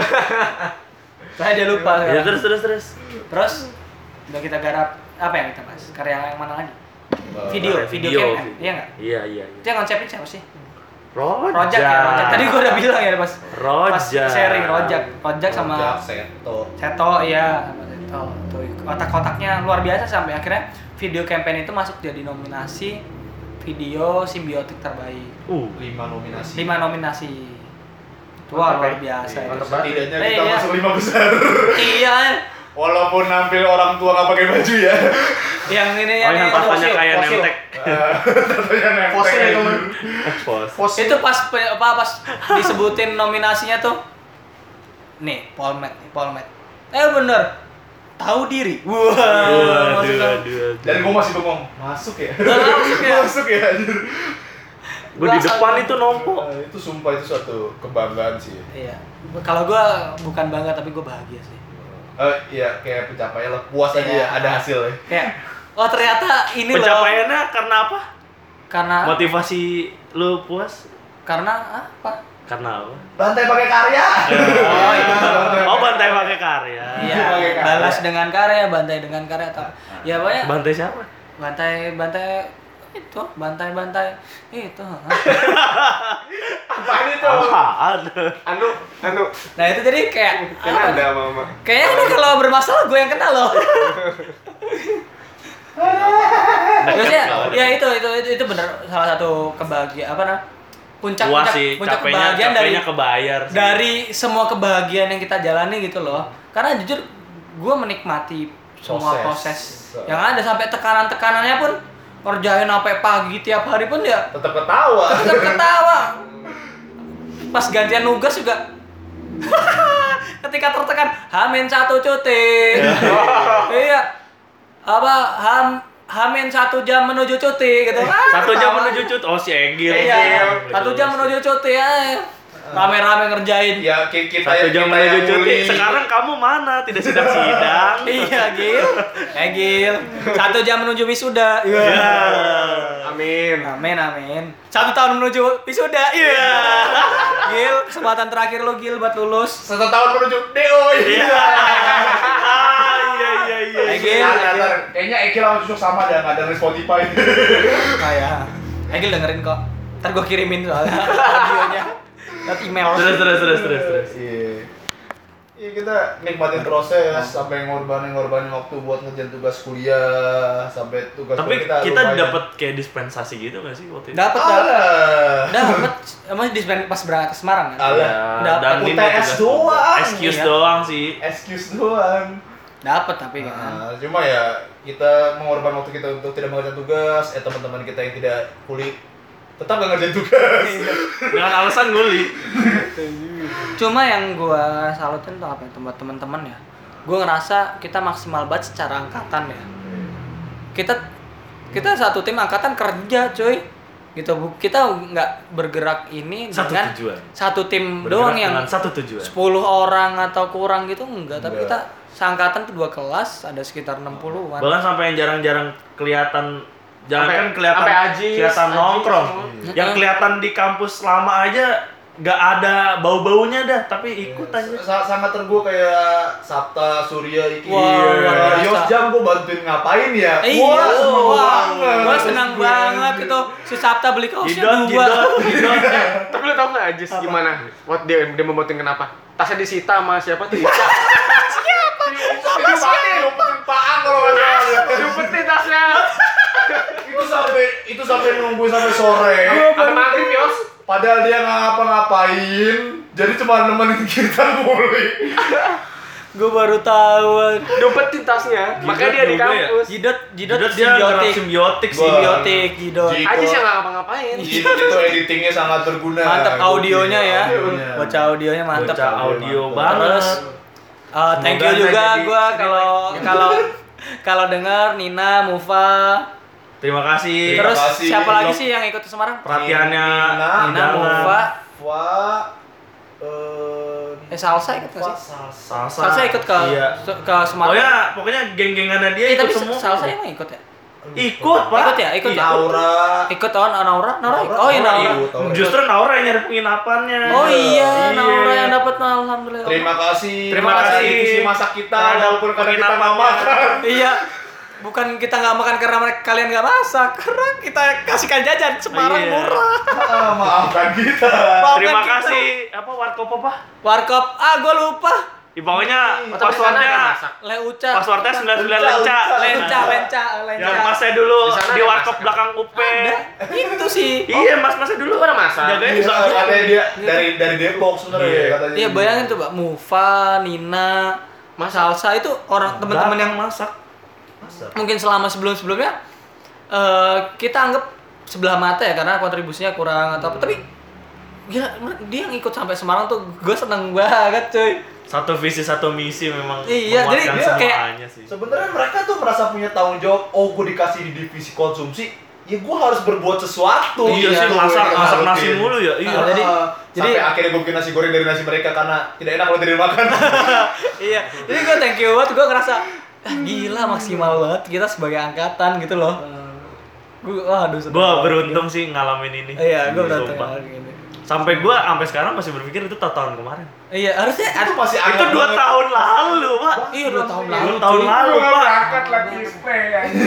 Saya dia lupa. Ya sekarang. terus terus terus. Terus udah kita garap apa yang kita bahas? Karya yang mana lagi? Video, karya video, video. campaign, iya nggak? Iya iya. Itu yang konsepin siapa sih? Rojak. Rojak ya, Rojak. Tadi gua udah bilang ya pas pas Rojak. sharing Rojak, Rojak sama Rojak, Seto. Seto, iya, sama Seto. Tuh otak-otaknya luar biasa sampai akhirnya video campaign itu masuk jadi nominasi video simbiotik terbaik. Uh. lima nominasi. Lima nominasi. Mantap Wah, luar ya. biasa. Iya, itu. Mantap banget. setidaknya Eh, kita iya. masuk lima besar. Iya, Walaupun nampil orang tua nggak pakai baju ya. yang ini Oh yang itu, papanya fosil, kayak fosil. nemtek. Tentunya nempel. Fosil itu. Expose. itu pas pe- apa pas disebutin nominasinya tuh. Nih, Polmed, nih, Polmed. Eh bener. Tahu diri. Wah, Waduh, maksudnya. aduh, aduh. Dan gue masih bengong. Masuk ya. Masuk ya? Masuk ya. anjir. Gue di depan itu nompo. Nah, itu sumpah itu suatu kebanggaan sih. Iya. Kalau gua bukan bangga tapi gua bahagia sih. Eh iya kayak pencapaian lah, puas aja Iya. ya, ada hasilnya. Kayak oh ternyata ini loh. Pencapaiannya karena apa? Karena Motivasi lu puas? karena apa? Karena apa? Bantai pakai karya. Oh, iya. Oh bantai pakai karya. Iya, Pakai karya. balas dengan karya, bantai dengan karya atau ya pokoknya Bantai siapa? bantai bantai itu, bantai-bantai itu. Apaan itu? Apaan? Anu, anu. Nah, itu jadi kayak Kan apa? ada mama. Kayaknya ini kalau bermasalah gue yang kena loh. Maksudnya, ya itu itu itu, itu bener salah satu kebahagiaan apa nah? Puncak Puas puncak, sih, puncak capeknya, kebahagiaan dari capeknya kebayar sih. dari semua kebahagiaan yang kita jalani gitu loh. Karena jujur gue menikmati semua proses, Proses. yang ada sampai tekanan-tekanannya pun kerjain sampai pagi tiap hari pun ya Tetap ketawa. tetap ketawa. Pas gantian nugas juga ketika tertekan hamin satu cuti. Iya. Apa ham hamin satu jam menuju cuti gitu. Satu jam Ketawa. menuju cut. Oh si Egil. Iya, satu jam menuju cuti ya. Rame-rame ngerjain. Ya ki- kita Satu yang jam kita menuju yang cuti. bully. Sekarang kamu mana? Tidak sidang-sidang. Iya, Gil. Eh, Gil. Satu jam menuju wisuda. Iya. Ya. Amin. Amin, amin. Satu tahun menuju wisuda. Iya. Gil, kesempatan terakhir lo Gil buat lulus. Satu tahun menuju D O. Iya. Ah, iya iya Egil, Nah, Egil. ntar, kayaknya Egil sama Cusuk sama dah, nggak ada di Spotify. Kayak Egil dengerin kok. Ntar gue kirimin soalnya audionya. Lewat email. Terus terus terus terus terus. Iya. Iya kita nikmatin proses sampai ngorbanin ngorbanin waktu buat ngerjain tugas kuliah sampai tugas Tapi kuliah kita lumayan. dapat kayak dispensasi gitu nggak sih waktu itu? Dapat dapat. Alah. Dapat. Emang di pas berangkat ke Semarang kan? Alah. Dapat. dan U T ini S tugas doang. excuse Iya. doang sih. Excuse doang. Dapat tapi kan. Nah, cuma ya kita mengorbankan waktu kita untuk tidak mengerjakan tugas, eh teman-teman kita yang tidak kuliah tetap nggak ngerjain tugas. Dengan alasan nguli. Cuma yang gua salutin tuh apa ya buat teman-teman ya. Gua ngerasa kita maksimal banget secara angkatan ya. Kita kita satu tim angkatan kerja, coy. Gitu Bu. Kita nggak bergerak ini Satu dengan tujuan. satu tim Bergerak doang yang dengan satu tujuan. sepuluh orang atau kurang gitu enggak, tapi Enggak. kita seangkatan tuh dua kelas, ada sekitar enam puluhan. Bahkan sampai yang jarang-jarang kelihatan jangan Sampai- kan kelihatan sampai Ajis, kelihatan Ajis nongkrong. semua. Yang kelihatan di kampus lama aja nggak ada bau-baunya dah, tapi ikut aja. Sa- sangat tergua kayak Sabta, Surya, Iki. Wah, luar biasa. Yos Jam gua bantuin ngapain ya? Eh, Wah, iya, seneng wah, banget. gua senang banget itu si Sabta beli kaosnya Gidon, dua. gidon, gidon. Tapi lu tau nggak Ajis gimana? Buat dia dia membantuin kenapa? Tasnya disita sama siapa tuh? Ica. Itu pasti ngumpetin Paang kalau nggak salah. Diumpetin tasnya. Itu sampai itu sampai nunggu sampai sore. Sampai maghrib Yos. Padahal dia nggak ngapa-ngapain, jadi cuma nemenin kita nguli. Gue baru tahu. Diumpetin tasnya. Makanya dia di juga ya? kampus. Jidot, jidot, Jidot dia gerak simbiotik. simbiotik sih. Wah. Simbiotik, jidot. Ji- Ajis yang nggak ngapa-ngapain. Itu, itu editingnya sangat berguna. Mantap audionya ya. Audionya. Baca audionya mantap. Bocah audio Mantap. banget. Terus uh, thank you Semoga juga nggak jadi- gua kalau kalau kalau dengar Nina, Mufa. Terima kasih. Terus kasih. siapa lagi sih yang ikut ke Semarang? perhatiannya Nina, Nina, undangan. Mufa, Wah, eh, eh Salsa ikut nggak sih? Salsa. Salsa ikut ke Iya. ke Semarang. Oh ya, pokoknya geng-gengannya dia Eh, ikut tapi semua. Salsa emang ikut ya? Ikut, Pak. Ikut ya? Ikut ya? Naura. Ikut oh Naura, Naura. Naura, Oh iya Naura Naura. ikut. Naura. Justru Naura yang nyari penginapannya. Oh iya, Iya. Naura yang dapat alhamdulillah. Terima kasih. Terima kasih. divisi masak kita Terhadap walaupun kadang kita nggak penginapannya. makan. Iya. Bukan kita nggak makan karena mereka kalian nggak masak, karena kita kasihkan jajan Semarang Iya. murah. Ah, maafkan kita. Maafkan Terima kita. kasih. Apa warkop apa? Warkop, ah gue lupa. Ya, pokoknya Oh, tapi di sana ada passwordnya masak. Leuca. passwordnya sembilan puluh sembilan Lenca, lenca. Lenca, lenca, lenca. Yang masnya dulu Di sana di ada warkop masak. belakang U P. Ada. Itu sih. Iya, Mas masnya dulu. Lu pada masak? Jagain di Iya, sana. katanya dia dari dari Depok sebenarnya Iya. katanya. Iya bayangin tuh Mbak, Mufa, Nina, Mas Salsa itu orang teman-teman yang masak. mungkin selama sebelum-sebelumnya eh, kita anggap sebelah mata ya karena kontribusinya kurang atau apa, tapi gila, dia yang ikut sampai Semarang tuh gue seneng banget cuy. Satu visi satu misi memang Iya, jadi menguatkan dia kayak- semuanya sih. Sebenarnya mereka tuh merasa punya tanggung jawab. Oh, gue dikasih di divisi konsumsi, ya gue harus berbuat sesuatu. Iya Iya, sih, Gitu, masak yang masak rutin. nasi mulu ya. Iya. Ah, jadi- Ah, jadi- sampai akhirnya gue bikin nasi goreng dari nasi mereka karena tidak enak kalau tidak dimakan. Iya, jadi gue thank you banget, gue ngerasa ah, gila maksimal banget kita sebagai angkatan gitu loh. Gue, waduh seneng Gua banget. beruntung sih ngalamin ini. Iya, gue beruntung Sumpah. ngalamin ini. Sampai gua sampai sekarang masih berpikir itu tahun kemarin. Iya, harusnya Itu masih Itu anget dua banget. tahun lalu, Pak. iya dua tahun lalu. Dua tahun cuy. lalu, Pak. berangkat lagi spray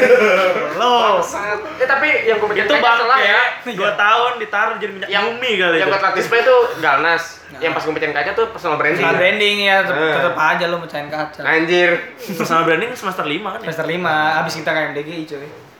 Lo. Eh tapi yang gue bikin Itu kaca salah bangke ya. dua tahun ditaruh jadi minyak Yang bumi kali Yang itu. buat latih spray itu Galnas. Yang pas gue bikin kaca tuh personal branding. Personal branding ya, tetep, Eh. tetep aja lo mecahin kaca. Anjir. Personal branding semester lima kan ya? Semester lima, abis kita K M D G I cuy.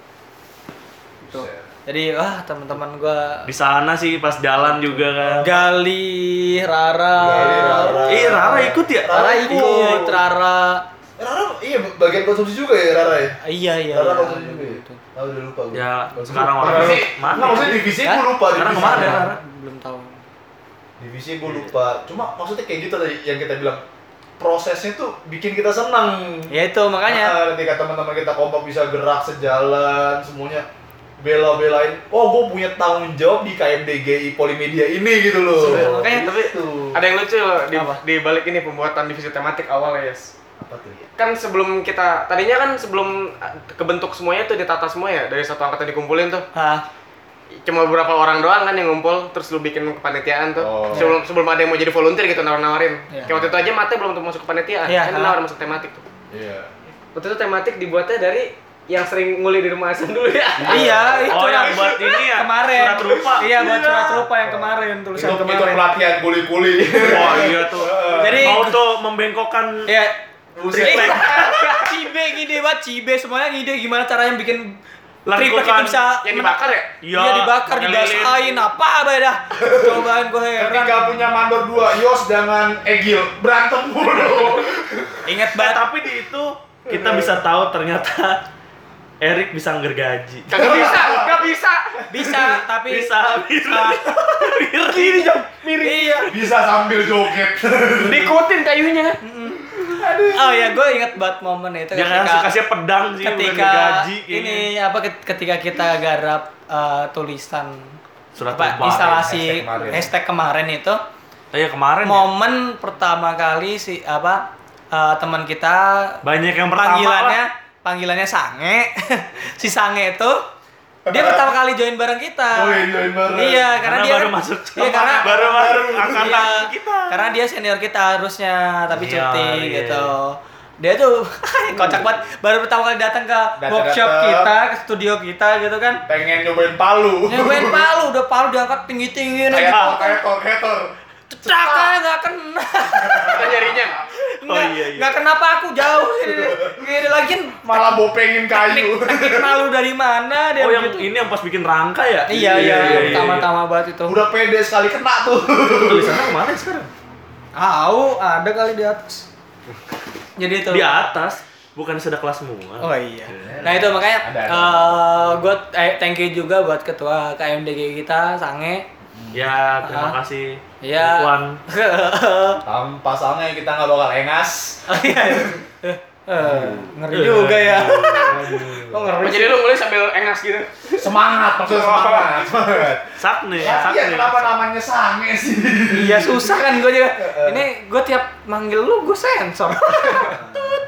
Tuh. Jadi wah teman-teman gua Di sana sih pas jalan juga kan. Gali, Rara. Gali, Rara. Ih, Rara ikut ya? Rara ikut, Rara. Rara, iya bagian konsumsi juga ya Rara ya? Ah, Iya iya. Rara iya. konsumsi juga ya? Ah, udah lupa gue. Ya, sekarang Divisi- orang divisi- mana? Nggak, maksudnya divisi Hah? gue lupa. Sekarang divisi. kemana ya, Rara? Belum tahu. Divisi gue lupa. Cuma maksudnya kayak gitu tadi yang kita bilang. Prosesnya tuh bikin kita senang. Ya itu makanya. Ah, ketika teman-teman kita kompak bisa gerak sejalan semuanya bela-belain. Oh, gue punya tanggung jawab di K M D G I Polimedia ini gitu loh. Sebenarnya, makanya, tapi Tapi tuh. ada yang lucu loh di, Apa? di balik ini pembuatan divisi tematik awal ya, Yes. Apa tuh ya? Kan sebelum kita tadinya kan sebelum uh, kebentuk semuanya tuh ditata semua ya dari satu angkatan dikumpulin tuh. Hah. Cuma beberapa orang doang kan yang ngumpul terus lu bikin kepanitiaan tuh. Oh. Sebelum sebelum ada yang mau jadi volunteer gitu nawar-nawarin. Iya. Kayak waktu itu aja Mate belum masuk kepanitiaan. Iya, Kan ha. nawar masuk tematik tuh. Iya. waktu itu tematik dibuatnya dari yang sering nguli di rumah Hasan dulu ya. Iya, itu Oh, yang buat ini ya? kemarin. Surat rupa. Iya, buat surat rupa yang kemarin tulisan Itu, itu kemarin. pelatihan kuli-kuli. Wah, iya tuh. Jadi Mau tuh membengkokkan ya Buset. Cibe ngide banget, Cibe semuanya ngide gimana caranya bikin triplek Lakukan itu bisa Yang dibakar ya? Iya, Iya dibakar, pakai dibasahin apa beda. Cobaan gue heran. Ketika punya mandor dua, Yos dengan Egil berantem mulu. Ingat Eh, banget. tapi di itu kita bisa tahu ternyata Erik bisa gergaji. Kagak bisa, nggak bisa. Bisa, tapi Bisa, bisa. miring. Miring. Iya. Bisa sambil joget. Diikutin kayunya. Oh ya, gue ingat banget momen itu Jangan ketika kasih pedang sih, bukan ketika gergaji ini apa ket- ketika kita garap eh, tulisan Surat apa rupa. instalasi Hashtag kemarin. hashtag kemarin itu Oh iya kemarin ya? momen pertama kali si apa eh, teman kita Banyak yang pertama panggilannya lah. panggilannya Sange si Sange itu dia pertama kali join bareng kita. Oh, iya, join bareng. Iya, karena, Karena dia baru kan- masuk. Iya, karena baru masuk angkatan Iya, kita. karena dia senior kita harusnya, tapi Iya, cuti iya. gitu. Dia tuh kocak banget, baru pertama kali datang ke Datang-datang. workshop kita, ke studio kita gitu kan. Pengen nyobain palu. Nyobain palu, udah palu diangkat tinggi-tinggi nih. Kayak kayak hater. Cetak aja nggak kena. Kita nyarinya. Oh, Nggak- iya, iya. nggak kenapa aku jauh gini. Gini lagi Malah bopengin kayu. teknik malu dari mana dia Oh yang begitu. ini yang pas bikin rangka ya? Iya, iya, iya, pertama-tama banget itu. Udah pede sekali kena tuh. Tulisannya kemana ya sekarang? Tahu, ada kali di atas. Jadi itu. Di atas, bukan sudah kelas semua. Oh iya. Nah itu makanya Ada, ada. eh gue eh, thank you juga buat ketua K M D G kita Sange. Ya, terima Ah. kasih. Iya. Puan. Tanpa salnya kita nggak bakal engas. Oh iya. Eh, eh, ngeri juga ya. Kok ngeri? Jadi lu mulai sambil engas gitu. Semangat maksudnya semangat. Semangat. Sakne, Ya, sakne. iya, kenapa namanya sange sih? Iya susah kan gue juga. Ini gue tiap manggil lu gue sensor. Tut.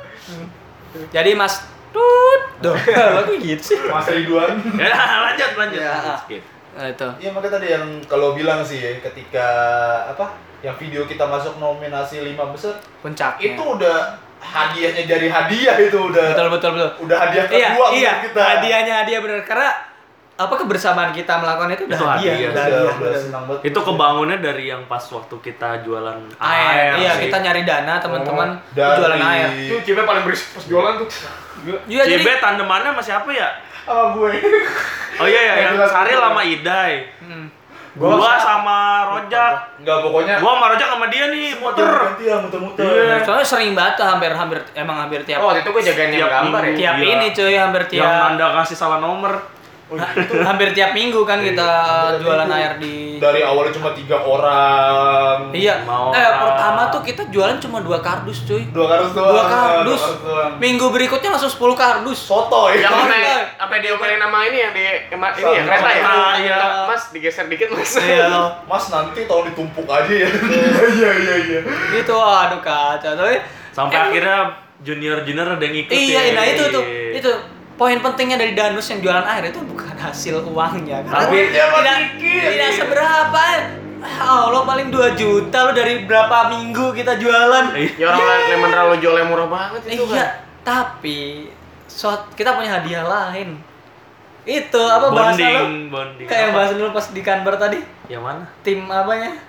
Jadi Mas Tut. Duh, lo kok gitu sih? Mas Ridwan. Ya, lanjut, lanjut. Ya. Skip. Nah itu. Iya makanya tadi yang kalau bilang sih ya, ketika apa yang video kita masuk nominasi lima besar Puncaknya. itu udah hadiahnya dari hadiah itu udah betul betul betul. udah hadiah Iya, kedua iya. untuk kita. Hadiahnya hadiah bener karena apa kebersamaan kita melakukan itu udah Itu hadiah. hadiah. Udah Udah, hadiah, udah bener. senang banget. Itu kebangunnya dari yang pas waktu kita jualan air. air. Iya, sih. kita nyari dana teman-teman Oh, dari- jualan air. Tuh Cibe paling berisik pas jualan tuh. Iya, jadi Cibe tandemannya sama siapa ya? sama gue. Oh iya ya, yang Jelas, Saril jelas. sama Idai. hmm. Gua sama Rojak. Enggak pokoknya Gua sama Rojak sama dia nih muter. ganti ya muter-muter. Iya. soalnya sering banget tuh, hampir-hampir emang hampir tiap Oh, waktu itu gue jagain yang Tiap gambar ya. minggu. tiap Iya. ini cuy, hampir Yang tiap Nanda kasih salah nomor. hampir tiap minggu kan kita Iya, jualan itu. air di Dari awalnya cuma tiga orang. Iya. Mau Eh, orang. pertama tuh kita jualan cuma dua kardus, cuy. Dua kardus doang. Dua kardus. doang. Minggu berikutnya langsung sepuluh kardus. Soto ya. Yang Iya. sampai sampai diomelin nama ini yang di ema- ini ya kereta ya. Kereta, iya. Mas digeser dikit Mas. Iya. Mas nanti tolong ditumpuk aja ya. Iya iya iya iya. Gitu, aduh kacau. Tapi Sampai emang- akhirnya junior-junior ada yang ikut. Iya, nah itu tuh. Itu poin pentingnya dari Danus yang jualan air itu bukan hasil uangnya. Karena Tapi- tidak tidak seberapa. Ah, Allah paling dua juta lo dari berapa minggu kita jualan. Ya orang lain lemon lo jualnya murah banget itu Iya, kan. tapi so, kita punya hadiah lain. Itu apa bahasa lo? Bonding, bonding. Kayak Apa? bahasa dulu pas di kantor tadi. Yang mana? Tim apanya?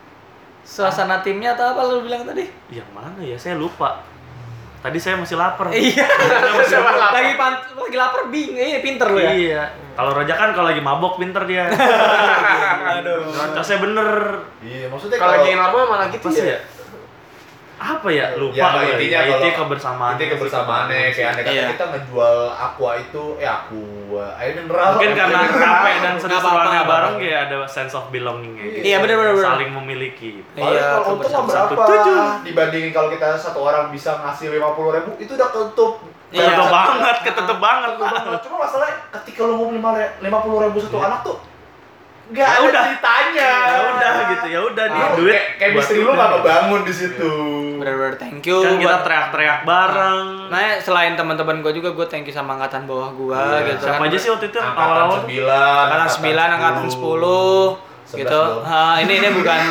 Suasana timnya atau apa lo bilang tadi? Yang mana ya? Saya lupa. Tadi saya masih lapar. Iya. Saya masih lapar. lagi pan- lagi lapar bing, eh pinter lo ya. Iya. Kalau Rojak kan kalau lagi mabok pinter dia. Aduh. Rojak bener. Iya, maksudnya Kalau lagi normal malah gitu Apa sih ya. ya? Apa ya? Lupa. Ya, gue. intinya Ya, kalau intinya kebersamaan. Intinya kebersamaannya kayak aneh kata Iya. kita ngejual aqua itu eh aqua air mineral. Mungkin karena capek dan Nggak seru-seruannya apa-apa, bareng apa-apa. kayak ada sense of belonging gitu. Iya, bener, bener, bener. Saling memiliki. Iya, Iya, kalau untung mah kebersamaan. berapa? Tujuh. Dibandingin kalau kita satu orang bisa ngasih lima puluh ribu itu udah ketutup. Iya. Ketutup banget, ketutup banget. Ketutup banget. Cuma masalahnya ketika lu mau lima puluh ribu satu anak tuh nggak Ya ada udah. ceritanya. Ya udah gitu, ya udah nih Ah, duit. kayak kayak buat misteri lu udah. nggak kebangun di situ. Bener-bener thank you. Kan kita buat- teriak-teriak bareng. Nah, selain teman-teman gue juga gue thank you sama angkatan bawah gue Iya, gitu Siapa kan. aja sih waktu itu Angkatan awal-awal? sembilan, Angkatan sembilan, angkatan sepuluh sebelas gitu. dong. Ah, ini ini bukan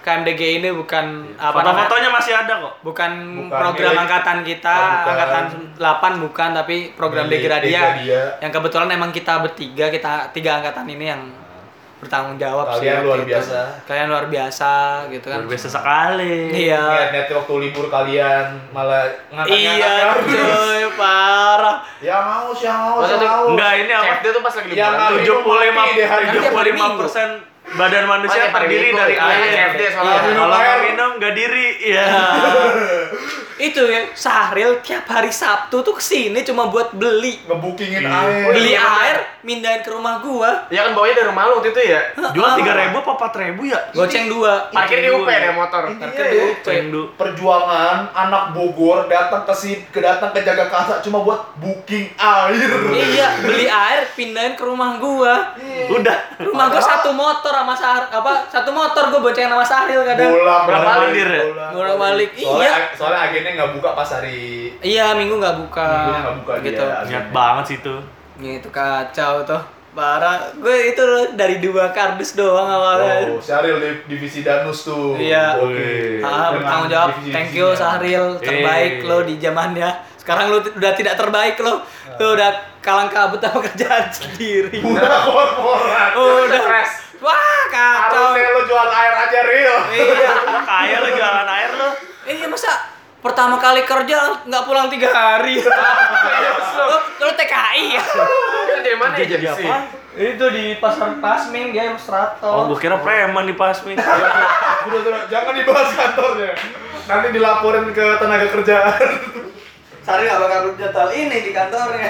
K M D G ini bukan apa namanya? Foto-fotonya masih ada kok. Bukan, Bukan program milik- angkatan kita, Oh, bukan. angkatan delapan bukan, tapi program Milik Degradia. Degradia. Yang kebetulan emang kita bertiga, kita tiga angkatan ini yang bertanggung jawab sih. Kalian waktu luar itu. biasa. Kalian luar biasa gitu kan. Luar biasa sekali. Iya. Niat-niat waktu libur kalian malah ngangkat-ngangkat Iya, kardus. coy, parah. Yang haus, yang haus, Masa yang tuh- haus. Enggak, ini apa? C F D tuh pas lagi Yang liburan. ngambil tujuh puluh lima mati deh hari Kan tiap hari minggu. persen badan manusia Oh, tiap hari terdiri minggu. dari Iya, air. C F D soalnya. Iya, Minum kalau air. nggak minum nggak diri. Iya. Itu ya, Sahril tiap hari Sabtu tuh kesini cuma buat beli. ngebukingin Iya. air. Beli iya, air, mindahin ke rumah gua. Ya kan bawanya dari rumah lu waktu itu ya. Jual tiga ribu apa empat ribu ya? Goceng dua. Parkir di U P deh motor. Ini Parkir dia di ya. U P. Cendu. Perjuangan anak Bogor datang ke sini, ke datang ke Jagakarsa cuma buat booking air. Iya, beli air pindahin ke rumah gua. Udah. Rumah gua Padahal- satu motor sama Sar apa? Satu motor gua boncengin sama Sahril kadang. Bolang Berapa balik, mandir ya? bolang Bolak balik. Soalnya, Iya. soalnya agennya nggak buka pas hari Iya, minggu nggak buka. Minggunya nggak buka gitu. dia. Niat banget sih itu. Gitu kacau tuh. Parah. Gue itu loh, dari dua kardus doang awalnya. Oh, Syahril di divisi Danus tuh. Iya. Oke. Ah, Dengan bertanggung jawab. divisi-divisinya. Thank you Sahril, terbaik Eh. lo di zamannya. Sekarang lo t- udah tidak terbaik lo. Lo udah kalang kabut sama kerjaan sendiri. Udah korporat. Oh, udah. Stres. Wah, kacau. Harusnya lo jual air aja, Ril. Iya. Kaya lo jualan air lo. Iya, masa pertama kali kerja nggak pulang tiga hari? lo, lo T K I ya? Itu dari mana Kerja jadi agensi? apa? Itu di pasar Pasming dia Ilustrator. Oh, gua kira preman di Pasmi. Udah, udah, jangan dibahas kantornya. Nanti dilaporin ke tenaga kerjaan. Sari nggak bakal kerja tal ini di kantornya.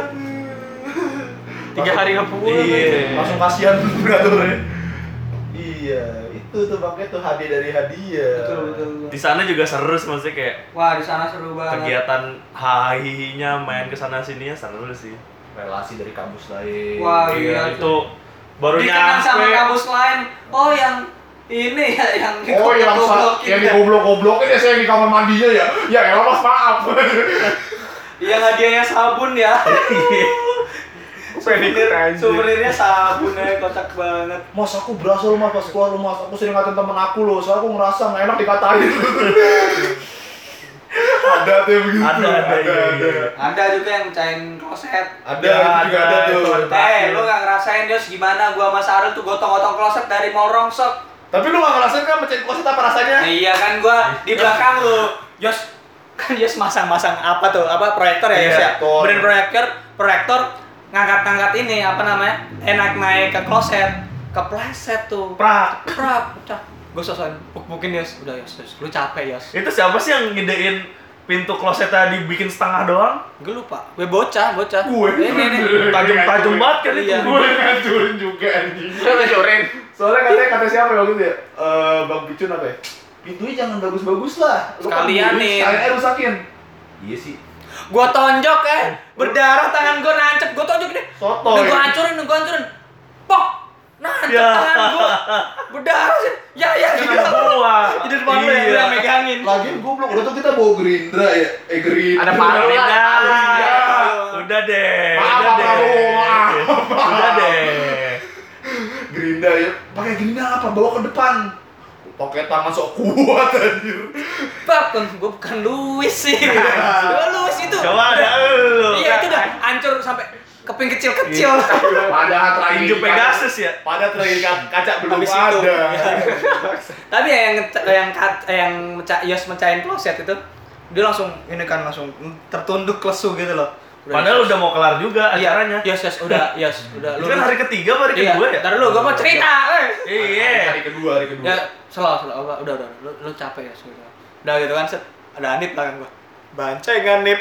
Tiga hari nggak pulang. Iya. Langsung kasihan kantornya. Iya, itu tuh makanya tuh hadiah dari hadiah. Betul, betul, betul. Di sana juga seru sih, maksudnya kayak Wah, di sana seru banget. kegiatan hahihinya main ke sana sininya seru sih. Relasi dari kampus lain. Wah, Iya, iya. itu baru Dikenal sama nyampe. kampus lain. Oh, yang ini ya, yang Oh, yang sa- digoblok-goblokin yang ya. digoblok-goblokin ya saya yang di kamar mandinya ya. Ya ya mas maaf. Yang hadiahnya sabun ya. Pedikur anjing. Souvenirnya sabun ya, kocak banget. Mas aku berasa lu mas pas keluar rumah aku sering ngatain temen aku loh, soalnya aku ngerasa nggak enak dikatain. Ada tuh yang begitu. Ada, ada, iya, ada. iya. Ada juga yang mecahin kloset. Ada, Ya, itu juga ada, ada tuh. itu ada. Eh, lu gak ngerasain Yos gimana gua sama Sarul tuh gotong-gotong kloset dari mall Rongsok. Tapi lu nggak ngerasain kan mencet kloset apa rasanya? Nah, iya kan gua di belakang lu. Yos kan Yos masang-masang apa tuh? Apa proyektor ya Yos ya? Proyektor. Benerin proyektor, proyektor ngangkat-ngangkat ini apa namanya? Enak naik ke kloset, kepleset tuh. Prak. Prak, pecah. Gua sosokan puk-pukin Yos. Udah Yos, Yos. Lu capek Yos. Itu siapa sih yang ngedein pintu klosetnya dibikin setengah doang? Gue lupa. Gue bocah, bocah. Gue. Ini nih. Tajam-tajam banget kan itu. Iya. Gue ngancurin juga anjing. Lu ngejorin. Soalnya katanya kata siapa ya waktu itu ya? Eh, Bang Picun apa ya? Pintunya jangan bagus-bagus lah. Lu kan Sekalianin. beli, Sekalian rusakin. Iya sih. Gua tonjok eh, berdarah tangan gua nancep, gua tonjok nih. Sotoy. Udah gua hancurin, gua hancurin. Pok. Nancep Ya. tangan gua. Berdarah sih. Ya ya gitu. Gua. Di depan lu ya, Iya. udah megangin. Lagian goblok, udah tuh kita bawa Gerindra ya. Eh Gerindra. Ada palu lah, ada palu. Iya. Udah deh. Maaf, udah Pak deh. Prabowo, maaf. Udah deh. Gerindra ya. Pakai Gerindra apa? Bawa ke depan. Pakai tangan sok kuat anjir. Pak, kan gua bukan Luis sih. Gua Luis itu. Coba ada lu. Iya, itu udah hancur sampai keping kecil-kecil. Padahal terakhir Tinju Pegasus ya? Pada terakhir ka- kaca belum Habis itu. ada. Tapi ya yang ngeca- yang kat- yang meca- Yos mecahin kloset itu dia langsung ini kan langsung tertunduk lesu gitu loh. Padahal udah mau kelar juga Iya, acaranya. Yos, Yos, udah, Yos, udah. Itu kan hari ketiga apa hari Iya, kedua ya? ntar dulu, gua mau cerita, eh. Iya. Hari kedua, hari kedua. Ya, selalu, selalu, udah, udah, udah, lu, lu capek ya, sudah. Udah gitu kan, set, ada Anip belakang gua. Bancengan Nip.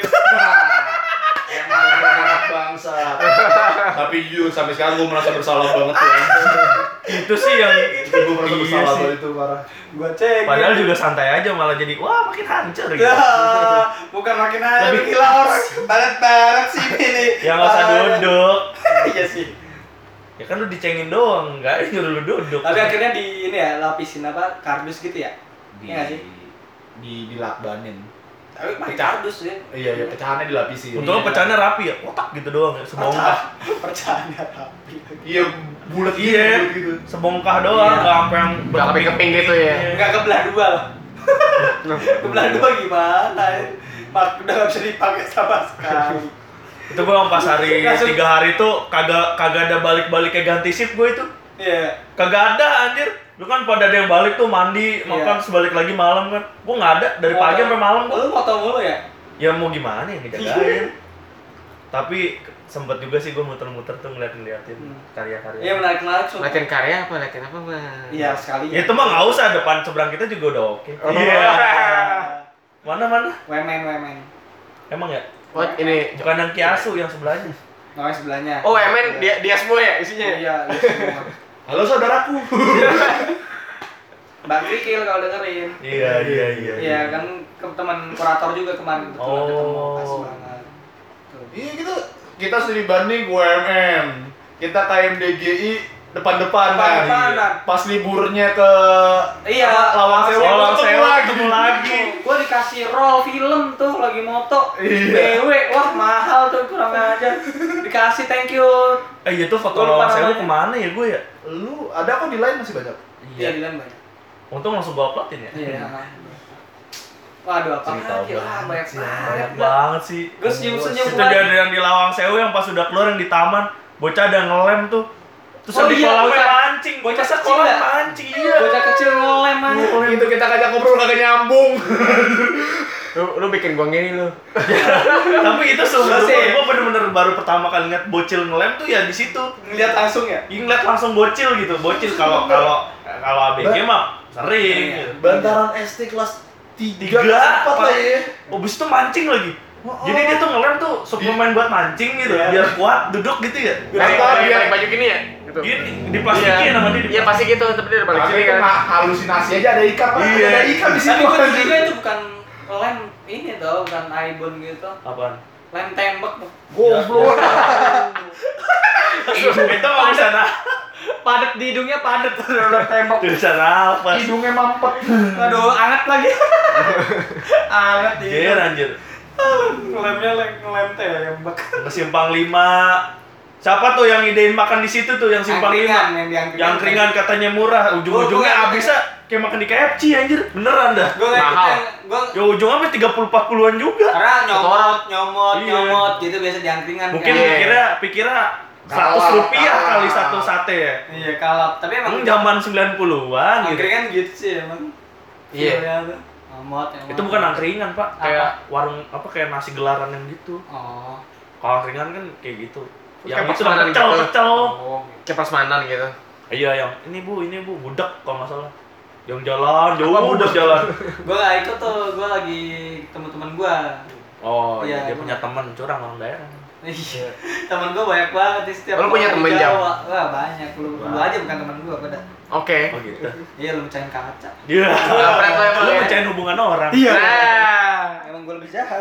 Emang anak bangsa. Tapi jujur sampai sekarang gue merasa bersalah banget ya. Itu sih yang Gue merasa Iya bersalah sih. banget itu parah. Gua cek. Padahal juga santai aja malah jadi wah makin hancur gitu. Ya, bukan makin aja, Lebih- gila orang. Baret-baret sih ini. Ya nggak usah duduk. Iya sih. Ya kan lu dicengin doang, enggak nyuruh lu duduk. Tapi akhirnya di ini ya, lapisin apa, kardus gitu ya? Di, Iya nggak sih? di dilakbanin. Tapi pakai Pecah. kardus ya. Iya, iya, pecahannya dilapisi. Untungnya pecahannya rapi ya, kotak gitu doang ya, sebongkah. Percayaannya rapi. Iya, bulat gitu, Iya, bulat gitu. sebongkah doang, Iya. nggak sampai yang Nggak keping-keping gitu ya. Enggak kebelah dua loh. Kebelah dua gimana? Mak udah nggak bisa dipakai sama sekali. Itu gua pas hari Langsung- tiga hari itu kagak kagak ada balik-baliknya ganti shift gua itu. Iya. Kagak ada anjir. Lu kan pada ada yang balik tuh mandi, Iya. makan sebalik lagi malam kan. Gua nggak ada dari pagi sampai malam gua. Lu moto mulu ya? Ya mau gimana ya ngejagain. Tapi sempet juga sih gua muter-muter tuh ngeliatin-ngeliatin Hmm. karya-karya. Iya menarik menarik. sumpah. Latihan karya apa? Latihan apa, Bang? Iya sekali. Ya itu mah nggak usah, depan seberang kita juga udah oke. Oh. Iya. Mana mana? Wemen wemen. Emang ya? Oh, ini Bukan yang Kiasu yang sebelahnya. Namanya sebelahnya. Oh, emen dia dia semua ya isinya. Iya. iya, semua. Halo saudaraku. Mbak Krikil kalau dengerin. Iya iya iya. Iya kan ke teman kurator juga kemarin kebetulan Oh. ketemu pas banget. Tuh. Iya gitu. Kita studi banding U M M. Kita K M D G I depan-depan kan. Depan-depanan. Pas liburnya ke Iya, apa, Lawang Sewu, Oh, Lawang ketemu Sewu lagi. ketemu lagi. Gue dikasih roll film tuh lagi moto Iya. B W, wah mahal tuh kurang aja. Dikasih thank you. Eh iya tuh foto Gua lupa Lawang Sewu namanya. kemana ya gue ya? Lu ada kok di lain masih banyak. Iya di dalam banyak. Untung langsung gue uploadin ya. Iya. Waduh apa Cerita lagi lah banyak banget sih, banget. Banyak banget sih. Gue senyum senyum Itu dia ada yang di Lawang Sewu yang pas udah keluar yang di taman, bocah ada ngelem tuh. Terus Oh yang di iya, kolamnya bocah- mancing, bocah bocah kecil sekolah ya? mancing iya. Bocah kecil ngelem aja. Itu kita ngajak ngobrol kagak nyambung. Lu lu bikin gua gini lu. Tapi itu Iya sumpah sih. gue bener-bener baru pertama kali ngeliat bocil ngelem tuh ya di situ. Ngeliat langsung ya. Yang ngeliat langsung bocil gitu, bocil kalau kalau kalau A B G mah sering. Iya. Gitu. Bantaran S T kelas tiga, Tiga, empat lah Pak. ya. Abis itu mancing lagi. Oh, Jadi dia tuh ngelem tuh suplemen buat mancing gitu, Iya. biar kuat duduk gitu ya. Pakai Biar- pakai- biar- pakai baju gini ya? Gitu. Gini diplastikin sama dia. Iya pasti gitu, tapi dia balik Kagak sini itu kan. mah halusinasi aja ada ikan, Pak. Iya. Ada ikan di Tapi sini. gue curiga itu bukan lem ini tau, bukan ibon gitu. Apaan? Lem tembak. Goblok. Itu nggak bisa nah. Padet di hidungnya padet udah tembak. Tulisan apa? Hidungnya mampet. Aduh, anget lagi. Anget di Ger anjir. Lemnya lem lem tembak. Ke Simpang lima. Siapa tuh yang idein makan di situ tuh yang Simpang Angkringan, lima? yang di angkringan. Yang keringan katanya murah, ujung-ujungnya Gua- gua- habisnya kayak makan di K F C anjir. Beneran dah. Gue nggak Mahal. ikut gue Ya ujungnya sampai tiga puluh empat puluhan juga. karena nyomot, nyomot, Iya. nyomot gitu biasa di angkringan. Mungkin kan. pikirnya pikirnya seratus Kalap, rupiah kalap. kali satu sate ya. Iya kalap, tapi emang Emang zaman sembilan puluhan gitu. angkringan gitu sih emang. Iya. tuh. Nyomot, nyomot. Itu bukan angkringan, Pak. Apa? Kayak warung apa kayak nasi gelaran yang gitu. Oh. Kalau angkringan kan kayak gitu. Kayak Yang itu prasmanan pecel, gitu. pecel. Oh. Kayak prasmanan gitu. Iya, yang ini Bu, ini Bu, budak kalau nggak salah. Yang jalan, jauh Apa udah budak? jalan. Gue gak ikut tuh, gue lagi temen-temen gue. Oh, Iya, iya, dia gua- punya teman curang orang daerah. Iya. Temen gue banyak banget di setiap. Oh, lu punya orang temen, di Jam? Jawa. Wah banyak, lu, lu Wah. aja bukan temen gue pada. Oke. Oh gitu. Iya lu mecahin kaca. Iya. Kampret lo emang Lu ya. mecahin hubungan orang. Iya. Nah. Emang gue lebih jahat.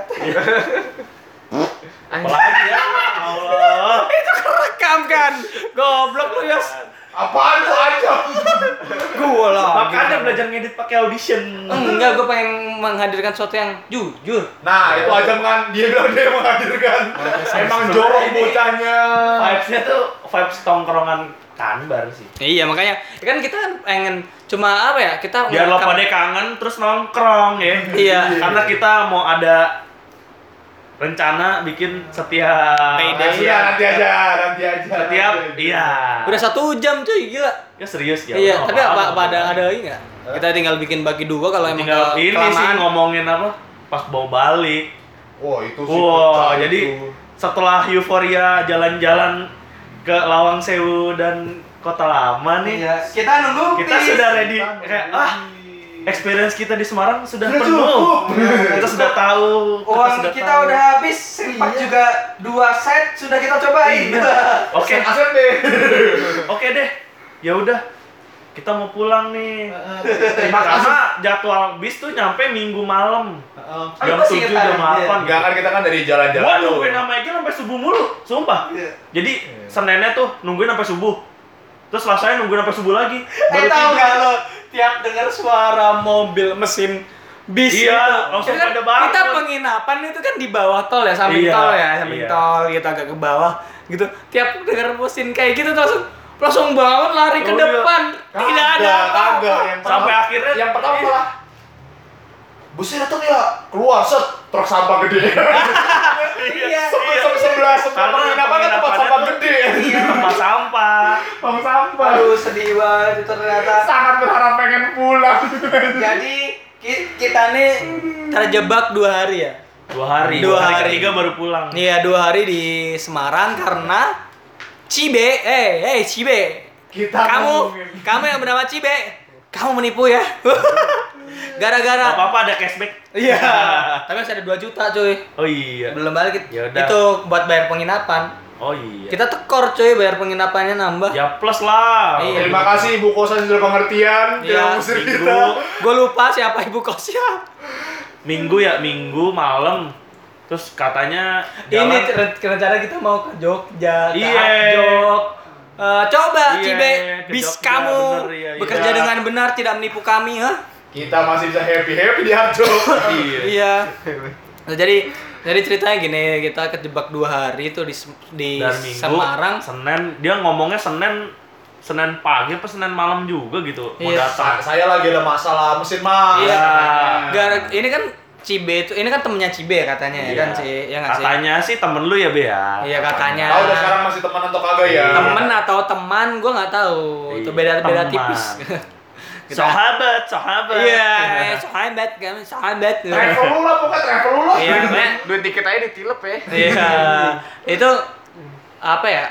Apalagi ya. Allah. Rekam kan, goblok lu Yos. Apaan tuh aja? Gue lah. Makanya belajar ngedit pakai audition. Enggak, gue pengen menghadirkan sesuatu yang jujur. Nah, itu aja kan dia bilang dia menghadirkan. Emang jorok bocahnya. Vibes-nya tuh vibes tongkrongan Tanbar sih. Iya makanya kan kita pengen cuma apa ya kita Biar lo ngerekam- pada kangen terus nongkrong ya. Iya. Karena kita mau ada rencana bikin setiap Payday. Iya, nanti aja, nanti aja. setiap iya. udah satu jam cuy gila. Ya serius ya. Iya, udah, tapi apa, apa-apa. apa ada ada ini nggak? Kita tinggal bikin bagi dua kalau emang Tinggal ke- ini sih kelamaan. ngomongin apa? Pas bawa balik. Oh, itu sih. Wow, pecah jadi itu. setelah euforia jalan-jalan ke Lawang Sewu dan Kota Lama nih, Iya, kita nunggu kita bis. sudah ready. Kayak ah, experience kita di Semarang sudah Sudah penuh. cukup. Kita sudah tahu. Uang sudah kita tahu. udah habis, sempat Iya. juga dua set sudah kita cobain. Iya. Oke, Aset deh. oke deh. Ya udah, kita mau pulang nih. Terima kasih. Karena jadwal bis tuh nyampe Minggu malam. Jam Aku masih tujuh, ingat jam hari, delapan. Enggak kan kita kan dari jalan-jalan. Gua tuh. nungguin sama Egi sampai subuh mulu, sumpah. Iya. Jadi Seninnya tuh nungguin sampai subuh. Terus Selasanya nungguin sampai subuh lagi. Eh tahu nggak lo tiap dengar suara mobil mesin bis Iya, gitu. langsung Jadi kan pada bareng. kita penginapan itu kan di bawah tol ya, samping Iya, tol ya, samping iya. tol gitu agak ke bawah gitu. Tiap dengar mesin kayak gitu tuh langsung langsung banget lari ke Oh, iya. depan. Tidak ada Kagak, apa-apa. kagak. Yang pertama- Sampai akhirnya yang pertama malah busnya datang ya keluar set truk sampah gede. Iya. Sebelah sebelah sebelah Karena penginapan kan tempat penginapannya sampah tuh- gede. Iya, tempat sampah. Tong sampah. Aduh sedih banget itu ternyata. Sangat berharap pengen pulang. Jadi ki- kita nih terjebak dua hari ya. Dua hari, Dua dua hari, hari. ketiga baru pulang. Iya dua hari di Semarang karena Cibe, eh, eh Cibe. Kita Kamu, ngomongin. kamu yang bernama Cibe, kamu menipu ya. Gak Gara-gara. apa-apa ada cashback. Iya. Tapi masih ada dua juta cuy. Oh iya. Belum balik. Yaudah. Itu buat bayar penginapan. Oh iya. Kita tekor cuy bayar penginapannya nambah. Ya plus lah. Iya. Terima kasih Ibu kosan sudah pengertian. Iya, Tidak mengusir Minggu, kita. Gue lupa siapa ibu kosnya. minggu ya minggu malam. Terus katanya jalan. Ini ren- rencana kita mau ke Jogja, ke Iya. Abjok. Eh, coba Iya, Cibe, ke bis Jogja, kamu bener, iya, iya. bekerja dengan benar, tidak menipu kami, ha? Kita masih bisa happy happy di Harjo. Iya. Iya. Nah, jadi jadi ceritanya gini, kita kejebak dua hari itu di Sem- di Dan minggu, Semarang. Senin, dia ngomongnya Senin Senin pagi apa Senin malam juga gitu mau Iya. datang. Sa- saya lagi ada masalah mesin mas. Iya. katanya. Gara- ini kan Cibe itu, ini kan temennya Cibe katanya ya Iya. kan sih, ya nggak sih? Katanya sih temen lu ya, Be ya. Iya katanya. Tahu udah sekarang masih teman atau kagak ya? Temen atau teman, gue nggak tahu. Itu Iya, beda-beda teman. tipis. Kita- Sahabat, sahabat. Iya, sahabat kan, sahabat. Travel lu lah, pokoknya travel lu lah. Iya, makanya Duit tiket aja ditilep ya. iya. Itu apa ya?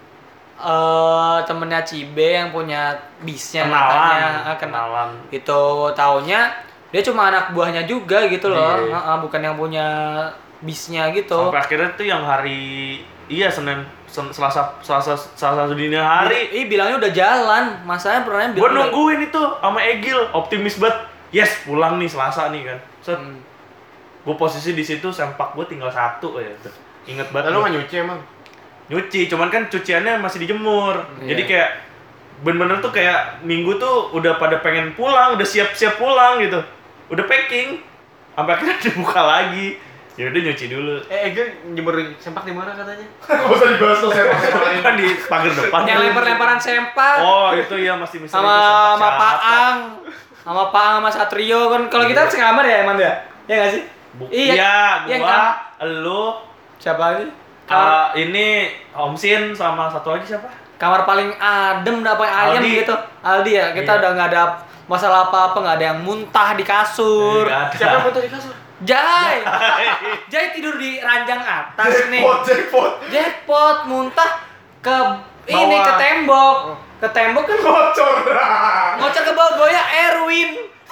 Eh temennya Cibe yang punya bisnya Kenalan, katanya, ah, kena- kenalan. Itu taunya dia cuma anak buahnya juga gitu loh, Iya. Ah, ah, bukan yang punya bisnya gitu. Sampai akhirnya tuh yang hari iya Senin Sen- Selasa Selasa Selasa dini hari. Ih bilangnya udah jalan, masanya pernah Gue bilang nungguin itu sama Egil, optimis banget. Yes, pulang nih Selasa nih kan. Set. Hmm. Gue posisi di situ, sempak gue tinggal satu ya. Ingat banget. Lalu nggak nyuci emang? Nyuci, cuman kan cuciannya masih dijemur. Iya. Jadi kayak bener-bener tuh kayak minggu tuh udah pada pengen pulang, udah siap-siap pulang gitu. Udah packing. Sampai akhirnya dibuka lagi. Ya udah nyuci dulu. Eh, Egil jemur sempak di mana katanya? Gak usah dibahas tuh saya. Kan di pagar depan. yang lempar-lemparan sempak. Oh, itu ya masih misteri sama itu sempak sama siapa. Paang, sama Paang sama Satrio kan. Kalau kita kan sekamar ya emang ya, ya nggak sih? Bu- Iya, iya, iya gua, kan? elu, Siapa lagi? Kamar, uh, ini Om Sin sama satu lagi siapa? kamar paling adem, udah paling ayam Aldi. gitu. Aldi ya, kita Iya. udah nggak ada masalah apa-apa, nggak ada yang muntah di kasur. Nggak ada. Siapa yang foto di kasur? Jai, Jai tidur di ranjang atas nih. Jackpot, jackpot. Jackpot muntah ke ini Bawah. ke tembok, ke tembok kan Bocor. ngocor ke bawah ya Erwin.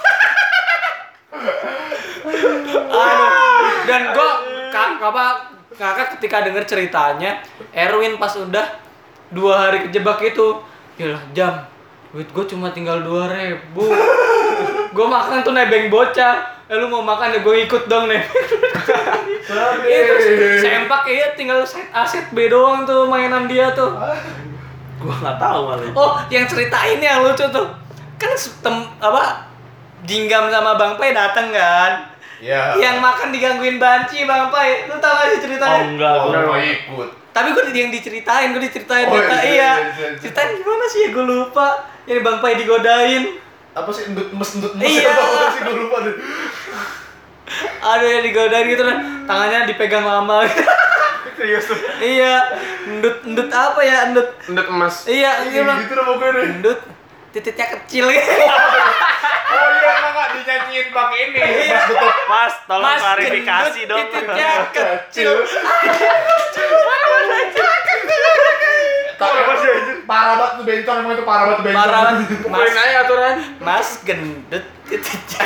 Aduh. Dan gua kak apa kakak ketika denger ceritanya Erwin pas udah dua hari kejebak itu, yalah jam duit gua cuma tinggal dua ribu. Gua makan tuh nebeng bocah. Eh lu mau makan ya gua ikut dong nih. Iya terus sempak ya tinggal set A set B doang tuh mainan dia tuh. Gua nggak tahu malah. Oh, yang cerita ini yang lucu tuh. Kan tem, apa Jinggam sama Bang Pai dateng kan? Ya. Yang makan digangguin banci Bang Pai. Lu tau gak sih Oh ceritanya? enggak, Oh, gua. mau ikut. Tapi gue yang diceritain, gue diceritain Oh, cerita, iya, iya. iya, iya, iya. Ceritain gimana sih ya gue lupa. Ini Bang Pai digodain. Apa sih endut mes endut mes Iya. apa sih gue lupa deh. Aduh ya digodain gitu kan. Tangannya dipegang mama. Serius tuh. Iya. Endut endut apa ya? Endut. Endut emas. Iya, iya Bang. Gitu dah pokoknya deh. Endut titiknya kecil gitu. Oh iya enggak dinyanyiin pakai ini. Mas tutup. Mas, tolong Mas klarifikasi gendut, dong. titiknya kecil. Tapi parah banget tuh bencong emang itu parah banget tuh bencong. Parah banget. Pukulin Mas, aja aturan. Mas gendut titiknya.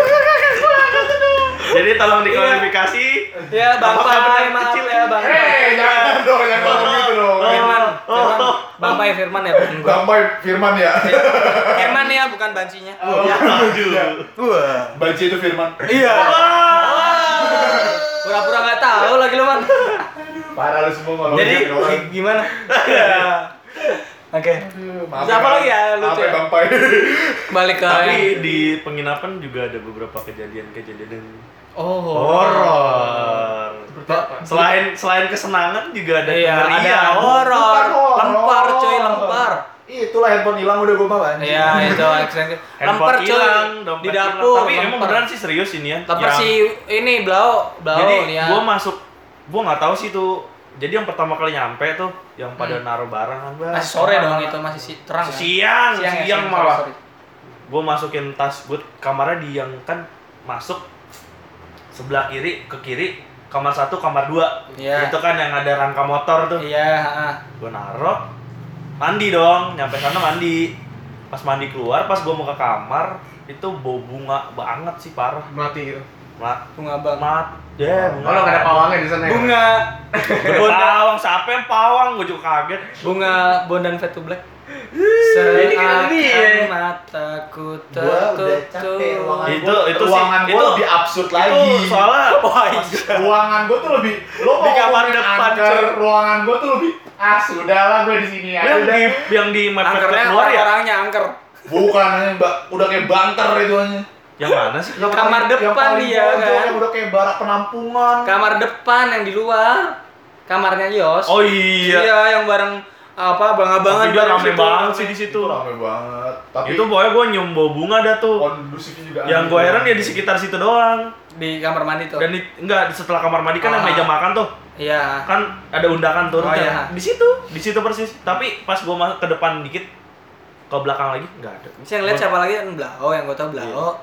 Jadi tolong diklarifikasi. Ya Bang Apakah Pai, benar maaf kecil? ya Bang. Eh, jangan dong, jangan ngomong gitu dong. Firman, Firman. Bang Pai Firman ya bukan gua. Bang Pai Firman ya. Firman ya bukan bancinya. Oh, Ya, aduh. Wah, Banci itu Firman. Iya. Pura-pura nggak tahu lagi lu man. Parah lu semua malu Jadi orang. gi- gimana? Oke. Maaf Siapa Bang. lagi ya lucu Maaf ya? Bang Pai. Balik ke Tapi yang- di penginapan juga ada beberapa kejadian-kejadian Oh, horor. Seperti apa? Selain selain kesenangan juga ada Iya, ada kengerian. horor. Bukan horor. Lempar coy, lempar. Itulah handphone hilang udah gua bawa anjing. Iya, itu accident. Lempar Handphone coy hilang, dompet di hilang. dapur. Tapi emang lempar. beneran sih serius ini ya. Lempar Yang- si ini blau, blau Jadi nih ya. gua masuk, gua nggak tahu sih tuh. Jadi yang pertama kali nyampe tuh, yang pada Hmm. naruh barang kan, Bang. Masih sore dong itu, masih si terang. ya? Siang, siang, ya, siang, malah. sorry, sorry. Gue masukin tas, gue kamarnya di yang kan masuk sebelah kiri ke kiri, kamar satu, kamar dua. Iya. Itu kan yang ada rangka motor tuh. Iya, heeh. Gue naruh, mandi dong, nyampe sana mandi. Pas mandi keluar, pas gue mau ke kamar, itu bau bunga banget sih, parah. Melati gitu. Mat, Bunga bang. mat, ya bunga. Oh, lo gak ada pawangnya di sana ya? Bunga. Gede pawang, siapa yang pawang? Gue juga kaget. Bunga Bondan Fade to Black. Ini kan ini ya. Seakan mataku Gua udah capek tertutup. ruangan Itu- gua, itu sih- ruangan gua itu- lebih absurd lagi. Itu soalnya Wah, iya. ruangan gua tuh lebih lo Di mau kamar ngomongin depan, angker, coy. ruangan gua tuh lebih ah sudahlah gua di sini aja yang udah. di yang di mepet Angkernya keluar ya. orangnya angker. Bukan hanya mbak udah kayak bunker itu aja. Yang mana sih? Yang Kamar paling- depan yang paling dia, pojok, kan? yang udah kayak barak penampungan. Kamar depan yang di luar. Kamarnya Yos. Oh iya. Iya, yang bareng apa abang-abangan Tapi dia bareng rame situ. banget sih di situ. Itu rame banget. Tapi Itu pokoknya gue nyium bau bunga dah tuh. kondusifnya juga. Yang aneh gue heran banget. ya di sekitar situ doang. Di kamar mandi tuh. Dan di, enggak setelah kamar mandi kan yang Ah. meja makan tuh. Iya. Kan ada undakan turun Oh, kan. iya. Di situ, di situ persis. Tapi pas gue masuk ke depan dikit ke belakang lagi enggak ada. Bisa yang lihat siapa lagi kan Blau, yang gue tau Blau.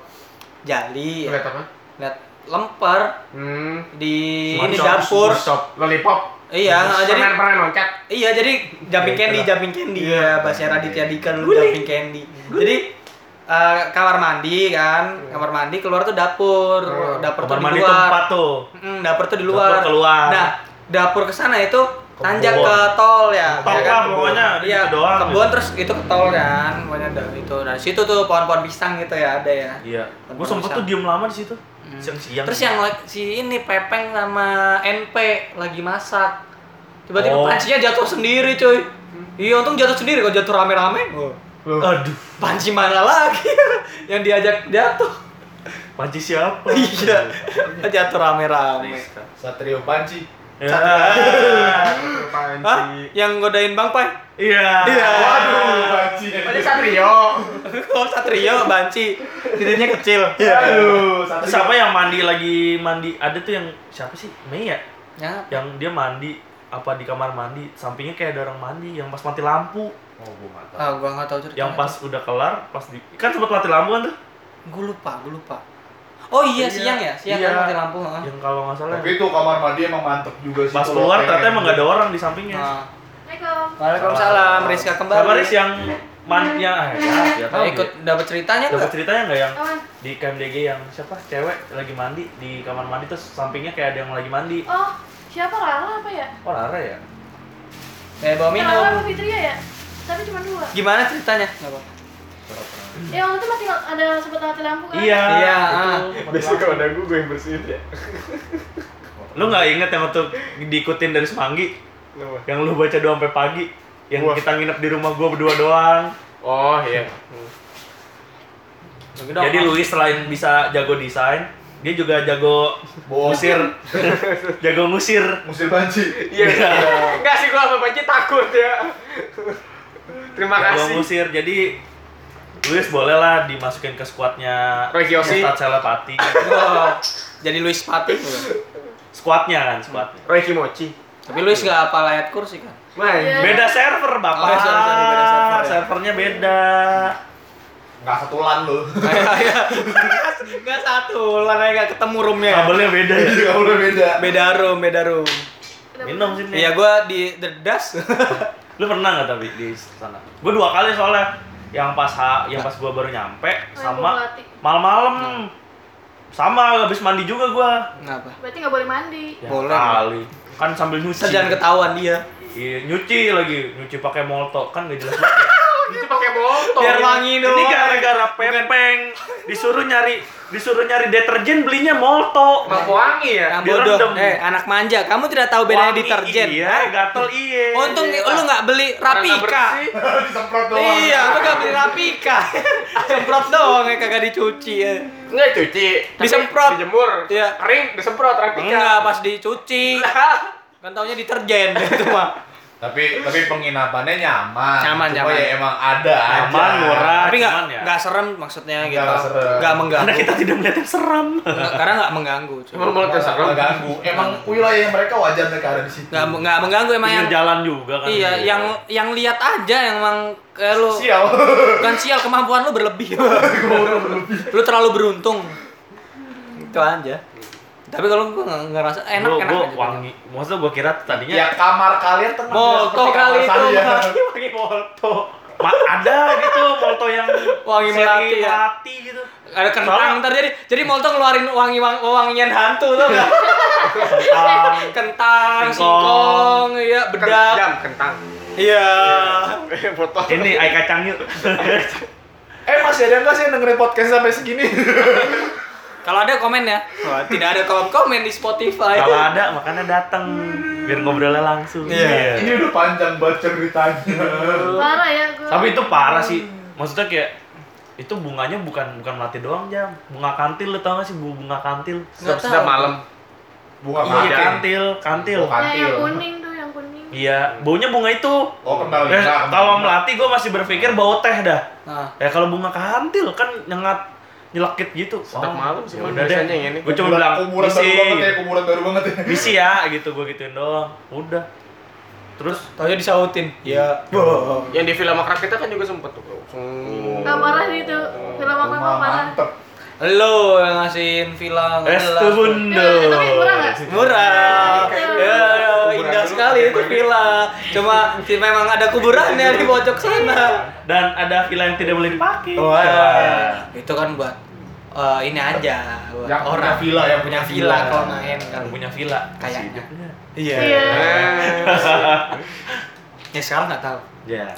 Jali. Lihat apa? Lihat lempar Hmm. di Smart ini shop, dapur. Stop. Lollipop. Iya, jadi Pernah pernah loncat. iya jadi jumping candy, jumping candy ya bahasa Raditya Dika dulu jumping candy. Jadi eh, kamar mandi kan, kamar mandi keluar tuh dapur, Hmm. dapur Kamar tuh di mandi tuh luar. empat tuh. Mm, dapur tuh di luar. Dapur keluar. Nah, dapur ke sana itu tanjak Kebun. ke tol ya. Tol ya lah pokoknya, di Iya, situ doang. kebun terus itu ke tol kan. Pokoknya ada itu. Nah, situ tuh pohon-pohon pisang gitu ya, ada ya. Iya. Pohon Gue sempet pisang. tuh diem lama di situ. Hmm. Siang-siang. Terus yang like, si ini Pepeng sama N P lagi masak. Tiba-tiba Oh. pancinya jatuh sendiri, coy. Iya, untung jatuh sendiri, kalau jatuh rame-rame. Oh. Aduh, Panci mana lagi yang diajak jatuh? panci siapa? Iya. Jatuh rame-rame. Satrio Panci. Ya. Hah? Panci. Yang godain Bang Pai? Iya. Iya. Waduh, Panci. Panci Satrio. Oh, Satrio, Banci. Titiknya kecil. Aduh, Terus siapa yang mandi lagi mandi? Ada tuh yang siapa sih? Mei ya? Ya. Yang dia mandi apa di kamar mandi, sampingnya kayak ada orang mandi yang pas mati lampu. Oh, gua enggak tahu. Ah, gua nggak tahu ceritanya. Yang pas udah kelar, pas di kan sempat mati lampu kan tuh. Gue lupa, gue lupa. Oh iya, Iya. siang ya, siang Iya. kan mati lampu. heeh. Yang kalau nggak salah Tapi itu kamar mandi emang mantep juga sih. pas kalau keluar pengen. ternyata emang nggak ada orang di sampingnya. Nah. Assalamualaikum. Waalaikumsalam, Rizka kembali. Sama Riz yang mannya ah ya, ya tahu Nah, ikut dapat ceritanya Dapat nggak? ceritanya nggak yang Aman. di K M D G yang siapa cewek lagi mandi di kamar mandi terus sampingnya kayak ada yang lagi mandi. Oh, siapa Rara apa ya? Oh Rara ya? Kayak bawa Eh, Rara apa minum. Fitria ya? Tapi cuma dua. Gimana ceritanya? Nggak apa. Ya waktu itu mati ada sempat mati lampu kan? Iya. Iya, itu, ah. mati Besok lampu. kalau ada gue, gue yang bersihin ya. Lu nggak inget yang waktu diikutin dari Semanggi Kenapa? yang lu baca doa sampai pagi yang Wah. kita nginep di rumah gua berdua doang. Oh iya. Jadi Luis selain bisa jago desain, dia juga jago Bohong. ngusir, jago ngusir. Musir Panci. Iya. Enggak sih gua sama Panci takut ya. Terima Jago kasih. ngusir. Jadi Luis boleh lah dimasukin ke squadnya Roy Kiyoshi. Ustadz Selepati. Oh, jadi Luis Pati. Squadnya kan, squadnya. Roy Kimochi. Tapi Luis nggak hafal ayat kursi kan? Main. Beda server, Bapak. Oh, sorry, sorry, beda server ya. Servernya beda. Enggak setulan lu. Nggak satu, lana nggak ketemu roomnya. Kabelnya beda ya. Jadi kamu udah beda. Beda room, beda room. Minum sini. Iya, gua di Derdas. Lu pernah nggak tapi di sana? Gue dua kali soalnya. Yang pas ha, yang pas gua baru nyampe sama Melati. malam-malam. Sama habis mandi juga gua. Kenapa? Berarti nggak boleh mandi. Ya, Boleh. kali. Kan sambil nyuci. Jangan ketahuan dia. Iya, nyuci lagi, nyuci pakai molto kan gak jelas banget. Ya. Itu pakai molto. Biar wangi doang. Ini gara-gara pepeng disuruh nyari disuruh nyari deterjen belinya molto. Mampu wangi ya. Yang Biar bodoh. rendem. Eh, anak manja. Kamu tidak tahu bedanya Wangi, deterjen. Iya, Hah? gatel iya. Untung lu nggak beli Rapika. Disemprot doang. Iya, lu nggak beli Rapika. Semprot doang ya kagak dicuci ya. Enggak cuci, tapi Disemprot. dijemur. Iya. Kering disemprot rapika. Enggak, pas dicuci. Kan taunya deterjen itu mah. Tapi tapi penginapannya nyaman. Nyaman, Cuma nyaman. ya emang ada Nyaman, aja. murah. Tapi nggak cuman ya. nggak serem maksudnya gitu. Nggak serem. Nggak mengganggu. Karena kita tidak melihat yang seram. Nggak- karena nggak mengganggu. cuy. Cuma mulut Nggak serem. ganggu. Emang wilayah mereka wajar mereka ada di situ. Nggak nggak mengganggu emang yang Pinggir jalan juga kan. iya yang yang lihat aja yang emang kayak lu Sial. bukan sial, kemampuan lu berlebih. Lu terlalu beruntung. Itu aja. Tapi kalau gua nggak ngerasa enak Gua, enak gua aja. wangi. Maksudnya gua kira tadinya Ya kamar kalian tenang. Molto seperti kamar kali itu, saya. Mas. wangi molto. Ma- ada gitu molto yang Wangi seri melati ya. melati gitu. Ada kentang Soalnya- ntar jadi jadi Molto ngeluarin wangi wangian hantu tuh kan. Kentang. Kentang, Singkong. singkong, iya bedak. Jam kentang. Iya. Foto. Ini ai kacang yuk. Eh masih ada nggak sih yang dengerin podcast sampai segini? Kalau ada komen ya. Wah, tidak ada kolom komen di Spotify. Kalau ada makanya datang biar ngobrolnya langsung. Iya. Ini udah panjang banget ceritanya. Parah ya gua. Tapi itu parah sih. Maksudnya kayak itu bunganya bukan bukan melati doang jam. Bunga kantil lu tau gak sih bu- bunga kantil? Nggak Sedap tahu. malam. Bunga Iya kantil. kantil, kantil. Oh, Nah, kantil. yang kuning tuh, yang kuning. Iya, baunya bunga itu. Oh kembali. Eh, kalau melati gue masih berpikir bau teh dah. Nah, Ya kalau bunga kantil kan nyengat nyelekit gitu. Sedap malam sih, ya Bang. udah deh. Biasanya yang ini. Gue cuma bilang kuburan misi, baru banget ya, kuburan baru banget ya. misi ya gitu gue gituin doang. Udah. Terus taunya disautin. Iya. Yang di film Akrab kita kan juga sempet tuh. Hmm. Nggak parah sih itu. Film apa Rumah parah. mantep. Lo yang ngasihin villa nggak es jelas. tuh bundo. Eh, tapi murah nggak? Murah. Gitu. Ya, ya, indah sekali itu villa. Cuma sih memang ada kuburannya di pojok sana. Dan ada villa yang tidak boleh dipakai. Wah, itu kan buat eh, ini aja buat Yang punya orang villa, yang punya punya villa villa. kalau main kan Yang punya villa. kayaknya. Hidupnya. Iya. Iya. Ya sekarang nggak tahu. Ya.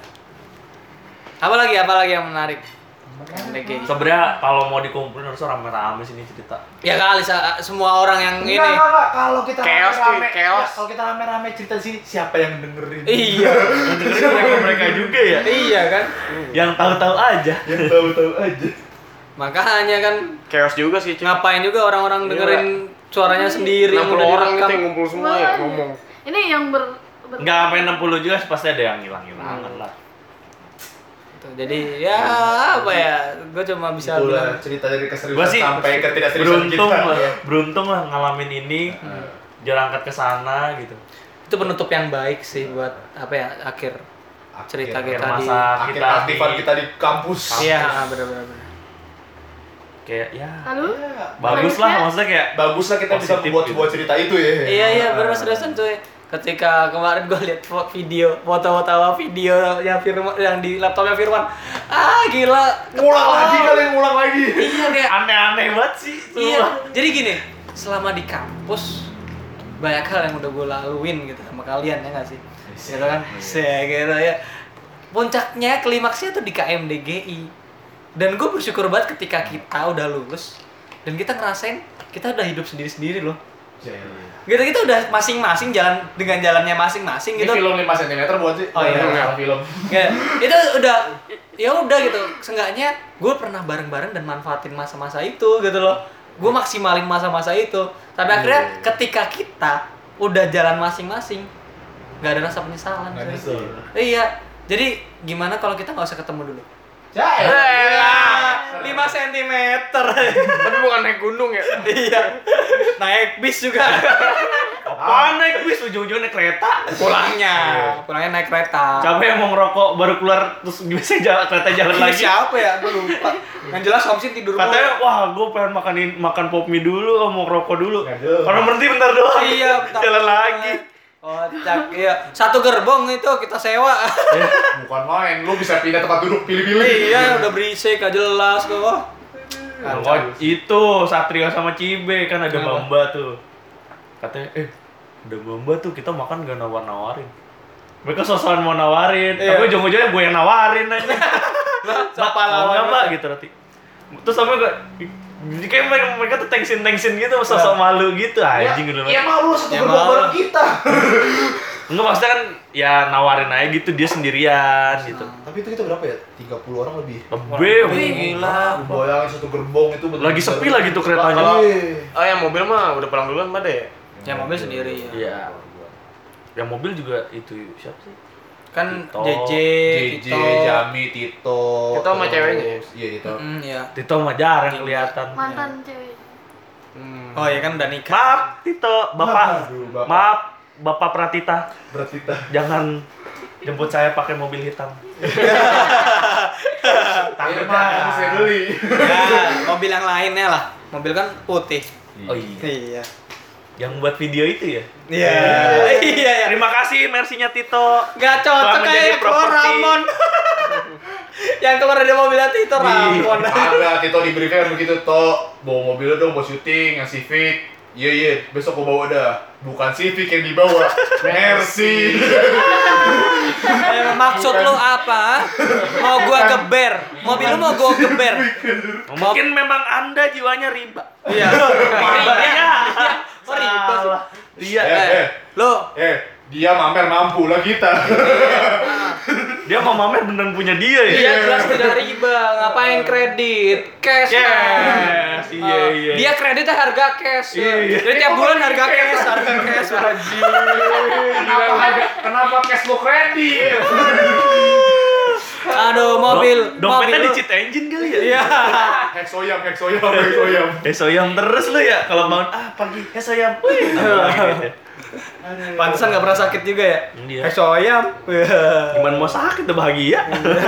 Apa lagi apa lagi yang menarik? M D G I. Sebenarnya kalau mau dikumpulin harus rame-rame sini cerita. Ya kali sa- semua orang yang ini. Enggak, enggak, enggak. Kalau kita Chaos, rame-rame, cuy, chaos. ya, kalau kita rame-rame cerita di sini, siapa yang dengerin? Iya. Dengerin mereka-mereka juga ya. Iya kan? Yang tahu-tahu aja. Yang tahu-tahu aja. Makanya kan Chaos juga sih, cuy. ngapain juga orang-orang dengerin suaranya sendiri yang enam puluh udah orang direkam. itu yang ngumpul semua ya Makanya. ngomong. Ini yang ber, ber Enggak sampai enam puluh juga pasti ada yang hilang-hilangan lah. Tuh, jadi ya apa ya? Gue cuma bisa Itulah bilang cerita dari Gua keseriusan sih sampai ketidakseriusan Beruntung kita. lah, beruntung lah ngalamin ini. Hmm. Jarang angkat ke sana gitu. itu penutup yang baik sih buat apa ya akhir cerita Akhir kita di masa Akhir kita keaktifan di- kita di kampus. iya benar-benar. Kayak ya lalu bagus lah maksudnya kayak Bagus lah kita bisa Positif membuat gitu. sebuah cerita itu ya. Iya iya benar seriusan tuh. Ketika kemarin gue lihat fo- video foto-foto video yang Firman yang di laptopnya Firman, ah gila. Ngulang lagi kali ngulang lagi. Iya kayak aneh-aneh banget sih. iya. Sumpah. Jadi gini, selama di kampus banyak hal yang udah gue laluin gitu sama kalian ya nggak sih? Gitu kan? Saya gitu ya. Puncaknya klimaksnya tuh di K M D G I. Dan gue bersyukur banget ketika kita udah lulus dan kita ngerasain kita udah hidup sendiri-sendiri loh. Gitu kita udah masing-masing jalan dengan jalannya masing-masing Ini gitu. film lima sentimeter buat sih. Oh, iya. Enggak, film. Ya, itu udah ya udah gitu. Seenggaknya gue pernah bareng-bareng dan manfaatin masa-masa itu gitu loh. Gue maksimalin masa-masa itu. Tapi akhirnya ketika kita udah jalan masing-masing, nggak ada rasa penyesalan. Nggak coy. nyesel. Iya. Jadi gimana kalau kita nggak usah ketemu dulu? Ya. lima sentimeter. Tapi bukan naik gunung ya. Iya. Naik bis juga. Apaan naik bis ujung-ujungnya naik kereta? Pulangnya, pulangnya naik kereta. Capek yang mau ngerokok baru keluar terus biasanya jalan kereta jalan Ini lagi. siapa ya? Gue lupa. Yang jelas Somsin tidur mulu. Katanya wah gue pengen makanin makan pop mie dulu, oh, mau ngerokok dulu. Nggak jelas. Karena berhenti bentar doang. Iya, bentar. Jalan lagi. Kocak, iya. Satu gerbong itu kita sewa. Bukan main, lu bisa pindah tempat duduk pilih-pilih. Iya, udah berisik, gak jelas tuh. Wah. Oh, itu Satrio sama Cibe kan ada Kenapa? Mbak tuh. Katanya eh ada Mbak tuh kita makan gak nawar-nawarin. Mereka sosokan mau nawarin, Iya. tapi ujung-ujungnya gue yang nawarin aja. Siapa Mbak, mau lawan nggak mbak lu? gitu nanti. Terus sama gue, jadi kayak mereka, mereka tuh tengsin-tengsin gitu, sosok malu gitu anjing gitu. Ya malu satu Ya, gerbong malu. bareng kita. Enggak maksudnya kan ya nawarin aja gitu dia sendirian gitu. Tapi itu kita berapa ya? tiga puluh orang lebih. Lebih. Wih, gila. Lu bayangin satu gerbong itu bener-bener Lagi sepi lagi tuh keretanya. Iya. Oh yang mobil mah udah pulang duluan pada ya? Ya mobil sendiri ya. Iya. Yang mobil juga itu siapa sih? Kan Tito. J J, J J, Tito. Jami, Tito. Tito sama terus- ceweknya ya? Iya, Tito. Mm, ya. Tito mah jarang kelihatan. Mantan cewek. Hmm. Oh ya kan udah nikah. Maaf Tito, Bapak. Aduh, Bapak. Maaf Bapak Pratita. Berarti kita Jangan jemput saya pakai mobil hitam. tangan mah saya beli. Ya, mobil yang lainnya lah. Mobil kan putih. Oh iya. Iya. Yang buat video itu ya? Iya. Iya ya. Terima kasih mersinya Tito. Gak Telah cocok menjadi kayak keluar properti. Ramon. Yang keluar dari mobilnya Tito Ramon. Ada Tito di briefing kan begitu, Tok. Bawa mobilnya dong buat syuting, yang Civic. Iya iya, besok gua bawa dah. Bukan Civic yang dibawa, Mercy. Eh, maksud lu apa? Mau gua geber? Mobil lu mau gua geber? Mungkin memang Anda jiwanya riba. Iya. Iya. Oh, riba sih. Salah. Iya. Eh, eh, Lu eh, dia mampir mampu lah kita. Dia mau mamer beneran punya dia ya? Iya jelas tidak riba, ngapain kredit, cash Yes, man. iya, Ah, iya. Dia kreditnya harga cash. Iya, iya. Jadi tiap bulan harga cash, harga cash. Kenapa harga, kenapa cash lo kredit? Aduh, mobil, Dom- Dompetnya mobil di lu. cheat engine kali ya? Iya. Heksoyam, heksoyam, heksoyam. Eh soyam terus lu ya kalau bangun ah pagi eh soyam. Wih, gitu. Pantesan nggak pernah sakit juga ya. Iya. Eh soyam. Gimana mau sakit udah bahagia.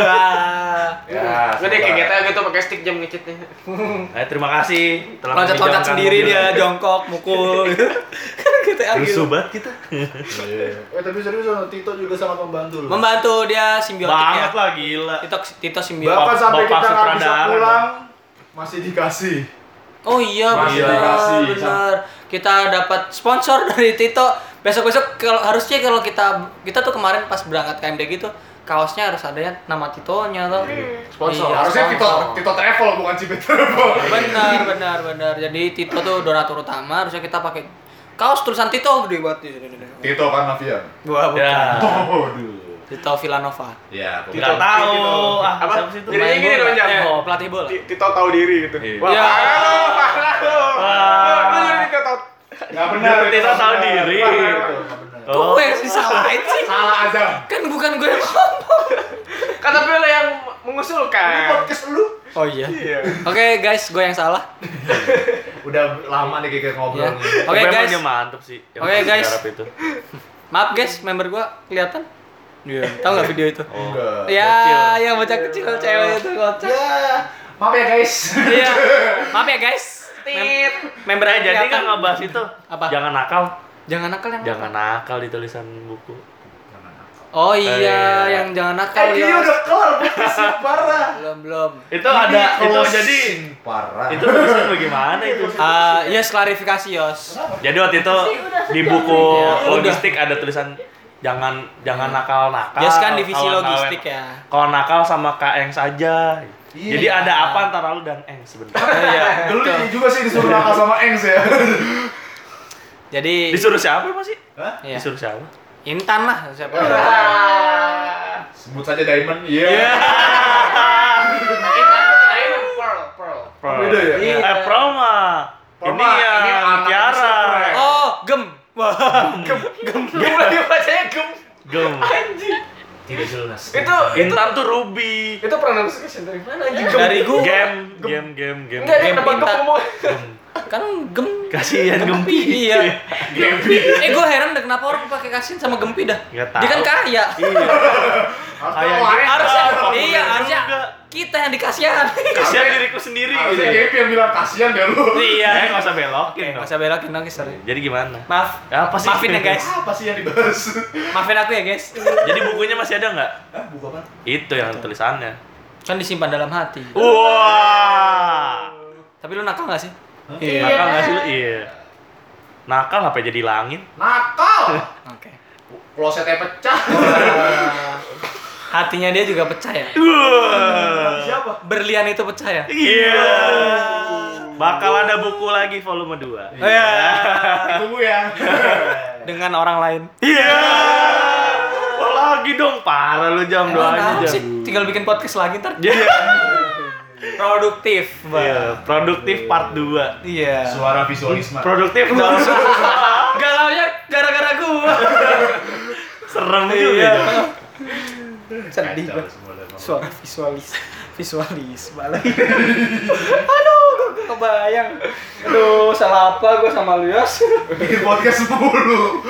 Ya, Nggak deh kayak kita gitu pakai stick jam ngecitnya. Eh terima kasih telah Loncat-loncat meminjamkan sendiri mobil. dia, jongkok, mukul. Kan kita Rusuh ambil. banget kita. Eh tapi serius Tito juga sangat membantu loh. Membantu dia simbiotik ya. Banget lah gila. Tito, Tito simbiotik. Bahkan sampai Bapak kita nggak bisa sutradara. pulang masih dikasih. Oh iya, Masih benar, dikasih. benar. Kita dapat sponsor dari Tito. Besok-besok kalau harusnya kalau kita kita tuh kemarin pas berangkat K M D gitu, kaosnya harus ada ya nama Titonya tuh. Sponsor. Iya, Harusnya Tito sponsor. Tito Travel bukan Cibet Travel. Benar, benar, benar. Jadi Tito tuh donatur utama, harusnya kita pakai kaos tulisan Tito gede banget di sini. Tito Karnavian. Wah, bukan. Ya. Waduh. Tito Villanova. Ya, Tidak tahu. Ah, Apa? siapa sih itu? Jadi gini dong, Jam. Eh, pelatih bola. Tito tahu diri gitu. Iya. Wah, Iya. parah lu, parah lu. Wah. Lu jadi Tito tahu. Enggak benar. Tito tahu diri. Kok gue yang disalahin sih? Salah Azam. Kan bukan gue yang ngomong. Kan tapi lu yang Ini mengusulkan. podcast lu. Oh iya. Iya. Oke guys, gue yang salah. Udah lama nih kayak ngobrol Ya. nih. Oke, Memang guys. dia mantep sih. yang Oke, masih guys. garap itu. Maaf guys, member gue kelihatan. Iya. Tahu nggak video itu? Oh. Enggak. Ya, Bocil. yang bocah kecil cewek itu kocak. Ya, maaf ya guys. Iya. Maaf ya guys. Mem member Eh, yang jadi kelihatan. kan ngebahas itu. Apa? Jangan nakal. Jangan nakal yang Jangan apa? nakal di tulisan buku. Oh iya, Eh, yang jangan nakal Eh, dia ya. udah kelar podcast parah. Belum belum. Itu ada itu jadi parah. itu tulisan bagaimana itu? Ah, yes klarifikasi Yos. Jadi waktu itu di buku logistik ada tulisan jangan jangan nakal nakal. Yes kan divisi Kalau logistik nakal- ya. Kalau nakal sama Kak Eng saja. Iya. Jadi ada apa antara lu dan Eng sebenarnya? Oh iya. Geli juga sih disuruh nakal sama Engs ya. Jadi Disuruh siapa Mas sih? Hah? iya. Disuruh siapa? Intan lah siapa? Sebut saja Diamond. Iya. Pearl, Pearl. Beda ya? Iya. Eh, Pro mah. Pro Ini mah, ya ini anak Tiara. Instagram. Oh, gem. Wah, gem. Gem lagi bacanya gem. Gem. Anjing. Tidak jelas. Itu itu Intan tuh Ruby. itu pronunciation dari mana anjing? Gem. Dari gua. Game, game, game, game. Enggak, dia Gem kenapa gem Intan. ngomong? Kan gem. Kasihan Gempi. Iya. Eh, gue heran deh kenapa orang pakai kasihin sama Gempi dah. Nggak tahu. Dia kan kaya. Iya. Kayak gitu. Harusnya, Apa iya boleh harusnya juga. kita yang dikasihan. Kasihan diriku sendiri gitu. Harusnya Gaby yang bilang kasihan deh lu. Iya. Eh, nggak usah belokin Oke, dong. nggak usah belokin dong, sorry. Jadi gimana? Maaf. Ya, apa sih? Maafin ya guys. Apa sih yang dibahas? Maafin aku ya guys. Jadi bukunya masih ada nggak? Hah, buku apa? Itu yang tulisannya. Kan disimpan dalam hati. Wah. Tapi lu nakal nggak sih? Iya. Nakal nggak sih lu? Iya. Nakal apa jadi langit? Nakal. Oke. klosetnya pecah. Hatinya dia juga pecah ya. Siapa? Berlian itu pecah ya. Iya. Bakal ada buku lagi volume dua. Iya. Tunggu ya. Dengan orang lain. Iya. Oh, lagi dong, parah lu jam doanya Kenapa jam. sih? Tinggal bikin podcast lagi ntar. Iya. Produktif, Bang. Iya, produktif part dua. Iya. Suara visualisme. Produktif dalam Galaunya gara-gara gua. serem Iya. juga. Sedih Kacau banget. semua dan Suara visualis. Visualis balik. Aduh, gua kebayang. Aduh, salah apa gua sama lu, Yos? bikin podcast mulu.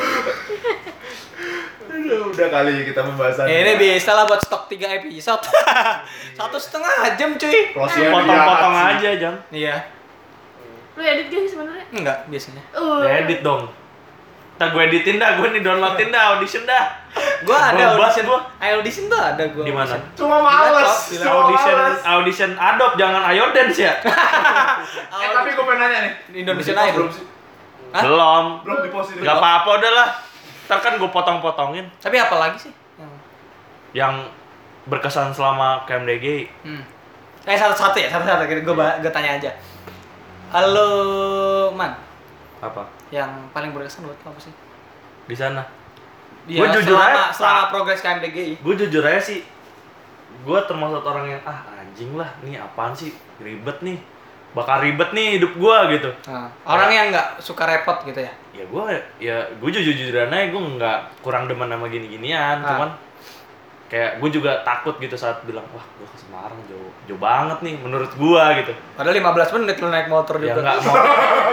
Aduh, udah kali kita pembahasan. Ini bisa lah buat stok tiga episode. Satu setengah jam, cuy. Closing Potong-potong diangkat sih. aja jam. Iya. Lu edit gak sih sebenarnya? Enggak, biasanya. Uh. Edit dong. Ntar gue editin dah, gue nih downloadin dah, audition dah. Gua ada Gua buat audition. gua. Audition tuh ada gua. Di mana? audition. Cuma males. Di laptop, Cuma Audition, males. audition Adobe, jangan Iodance ya. Eh tapi gue pengen nanya nih. Indonesian Belum Idol. sih? Hah? Belum. Belum diposting. Gak apa-apa udah lah. Ntar kan gue potong-potongin. Tapi apa lagi sih? Yang- Yang berkesan selama K M D G I. Hmm. Eh satu-satu ya, satu-satu. Gue gue tanya aja. Halo, Man. Apa? Yang paling berkesan buat lo apa sih? Di sana. Iya, Gua jujur selama, aja, selama Pak. progres K M D G I. Gue jujur aja sih, gue termasuk orang yang ah anjing lah, nih apaan sih, ribet nih, bakal ribet nih hidup gue gitu. Nah, orang yang nggak suka repot gitu ya. Ya gue, ya gue jujur-jujuran aja gue nggak kurang demen sama gini-ginian, Ah. cuman kayak gue juga takut gitu saat bilang wah gue ke Semarang jauh jauh banget nih menurut gue gitu. Padahal lima belas menit lu naik motor Ya juga. nggak mau.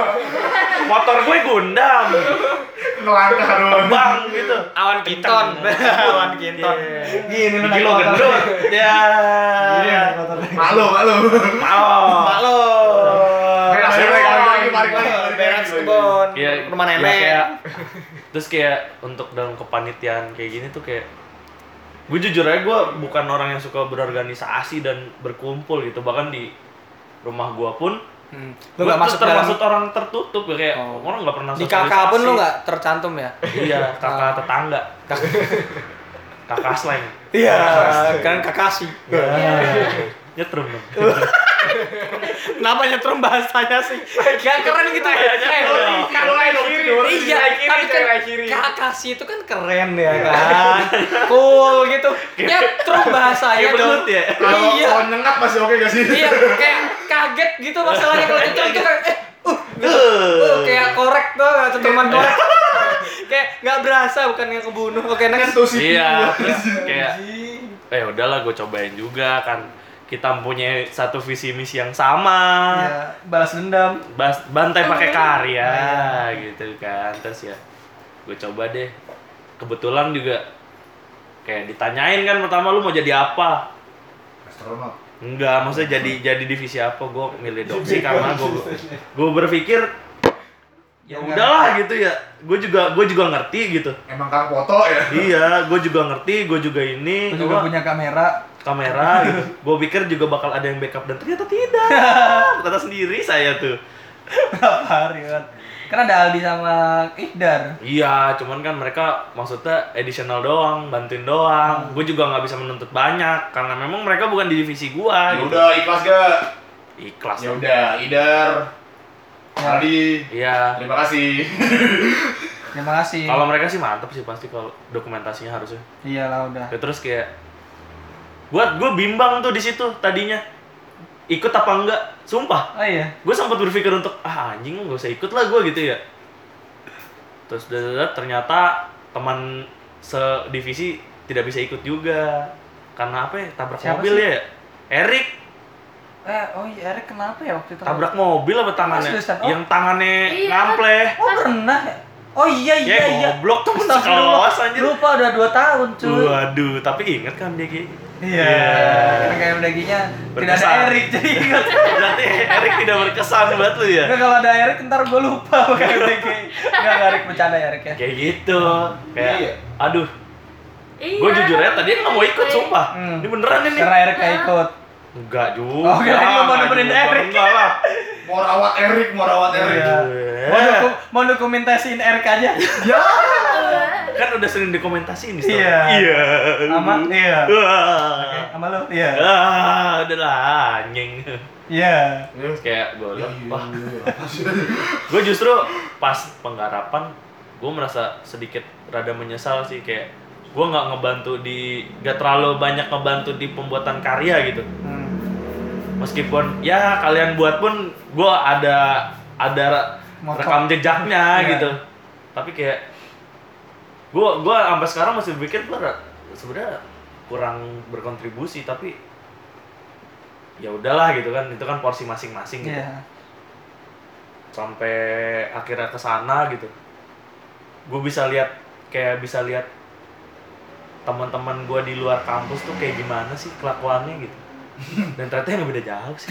Motor gue Gundam, Ngelangkah doang. terbang gitu. Awan Kinton. Awan Kinton. Yeah. Gini lu Gigi naik lo motor. gendut. Ya. Gini naik motor. Malu, malu. Mau. Mak lo. Beres, Beres, beres, kebon. balik, balik, balik, balik, Beres balik. kebon. Iya, Rumah ya nenek. kayak, terus kayak untuk dalam kepanitiaan kayak gini tuh kayak gue jujur aja gue bukan orang yang suka berorganisasi dan berkumpul gitu, bahkan di rumah gue pun Hmm. lu Lu nggak masuk dalam termasuk orang tertutup kayak Oh. orang nggak pernah di kakak pun sosialisasi. lu nggak tercantum ya? Iya, kakak Ah. tetangga, kakak slang. Iya, kan Kakashi. Nyetrum dong. Kenapa nyetrum bahasanya sih? Gak keren gitu ya? Eh, Kalau lain kiri, iya, tapi kan cewek kiri. Kakashi itu kan keren ya kan? Cool gitu. Nyetrum bahasanya Kayak belut dong. ya? Kalau Iya. kalau nyengat masih oke gak sih? Iya, kayak kaget gitu masalahnya kalau nyetrum tuh kayak eh uh, gitu. Uh, kayak korek tuh, cetruman korek. Kayak nggak berasa, bukan yang kebunuh. Oke, next. Itu sih. Iya, terus kayak eh udahlah gue cobain juga kan. Kita mempunyai satu visi misi yang sama. Iya, balas dendam. Bas, bantai pakai karya Iya. gitu kan. Terus ya gue coba deh. Kebetulan juga kayak ditanyain kan pertama lu mau jadi apa? Astronot. Enggak, maksudnya jadi jadi divisi apa? Gue milih doksi karena gue gue berpikir ya udahlah gitu ya. Gue juga gue juga ngerti gitu. Emang kang foto ya? Iya, gue juga ngerti, gue juga ini. Lu juga cuma punya kamera. kamera gitu. Gue pikir juga bakal ada yang backup dan ternyata tidak. Ternyata sendiri saya tuh. Berapa hari kan? Kan ada Aldi sama Ihdar. Iya, cuman kan mereka maksudnya additional doang, bantuin doang. Gue juga nggak bisa menuntut banyak karena memang mereka bukan di divisi gua. Ya gitu. udah ikhlas gak? Ikhlas. Ya dong. udah, Idar. Aldi. Iya. Terima kasih. Terima kasih. Kalau mereka sih mantep sih pasti kalau dokumentasinya harusnya. Iyalah udah. Ya, terus kayak buat gue bimbang tuh di situ tadinya ikut apa enggak, sumpah. Oh iya. Gue sempat berpikir untuk ah anjing gak usah ikut lah gue gitu ya. Terus dadat ternyata teman sedivisi tidak bisa ikut juga karena apa ya, tabrak Siapa mobil sih? ya Erik Eh, oh iya, Erik kenapa ya waktu itu? tabrak mobil apa tangannya seriusan? Oh. yang tangannya Iya. ngampleh Oh pernah ya? Oh iya iya ya iya. goblok temen Astagfirullah. sekelas anjir. Lupa udah dua tahun cuy. Waduh, tapi inget kan dia kayak Iya. Karena kayak daginya tidak ada Berkesan. Erik jadi ingat. berarti Erik tidak berkesan buat lu ya. Enggak kalau ada Erik ntar gue lupa pakai M D G. Enggak enggak Erik bercanda ya Erik ya. Kayak gitu. Kayak Iya. aduh, Iya. gue jujur aja tadi nggak mau ikut sumpah. Hmm. Ini beneran ini. Karena Erik gak ikut. Enggak juga. Oh, kirain lu mau nemenin Enggak, Erik. Enggak lah. Mau rawat Erik, mau rawat Erik. Iya. Mau, Eh. doku, mau dokumentasiin Erik aja. Ya. Kan udah sering dokumentasi ini. Iya. Iya. Sama iya. Wah. Oke, sama lu. Iya. Ah, udahlah anjing. Iya. Terus kayak gue liat, Iya, wah. iya. Gue justru pas penggarapan, gue merasa sedikit rada menyesal sih kayak gue nggak ngebantu di, nggak terlalu banyak ngebantu di pembuatan karya gitu. Hmm. Meskipun ya kalian buat pun gue ada ada Motor. rekam jejaknya Iya. gitu. Tapi kayak gue gue sampai sekarang masih berpikir gue sebenarnya kurang berkontribusi, tapi ya udahlah gitu kan, itu kan porsi masing-masing gitu. Iya. Sampai akhirnya ke sana gitu. Gue bisa lihat kayak bisa lihat teman-teman gue di luar kampus tuh kayak gimana sih kelakuannya gitu. Dan ternyata yang beda jauh sih.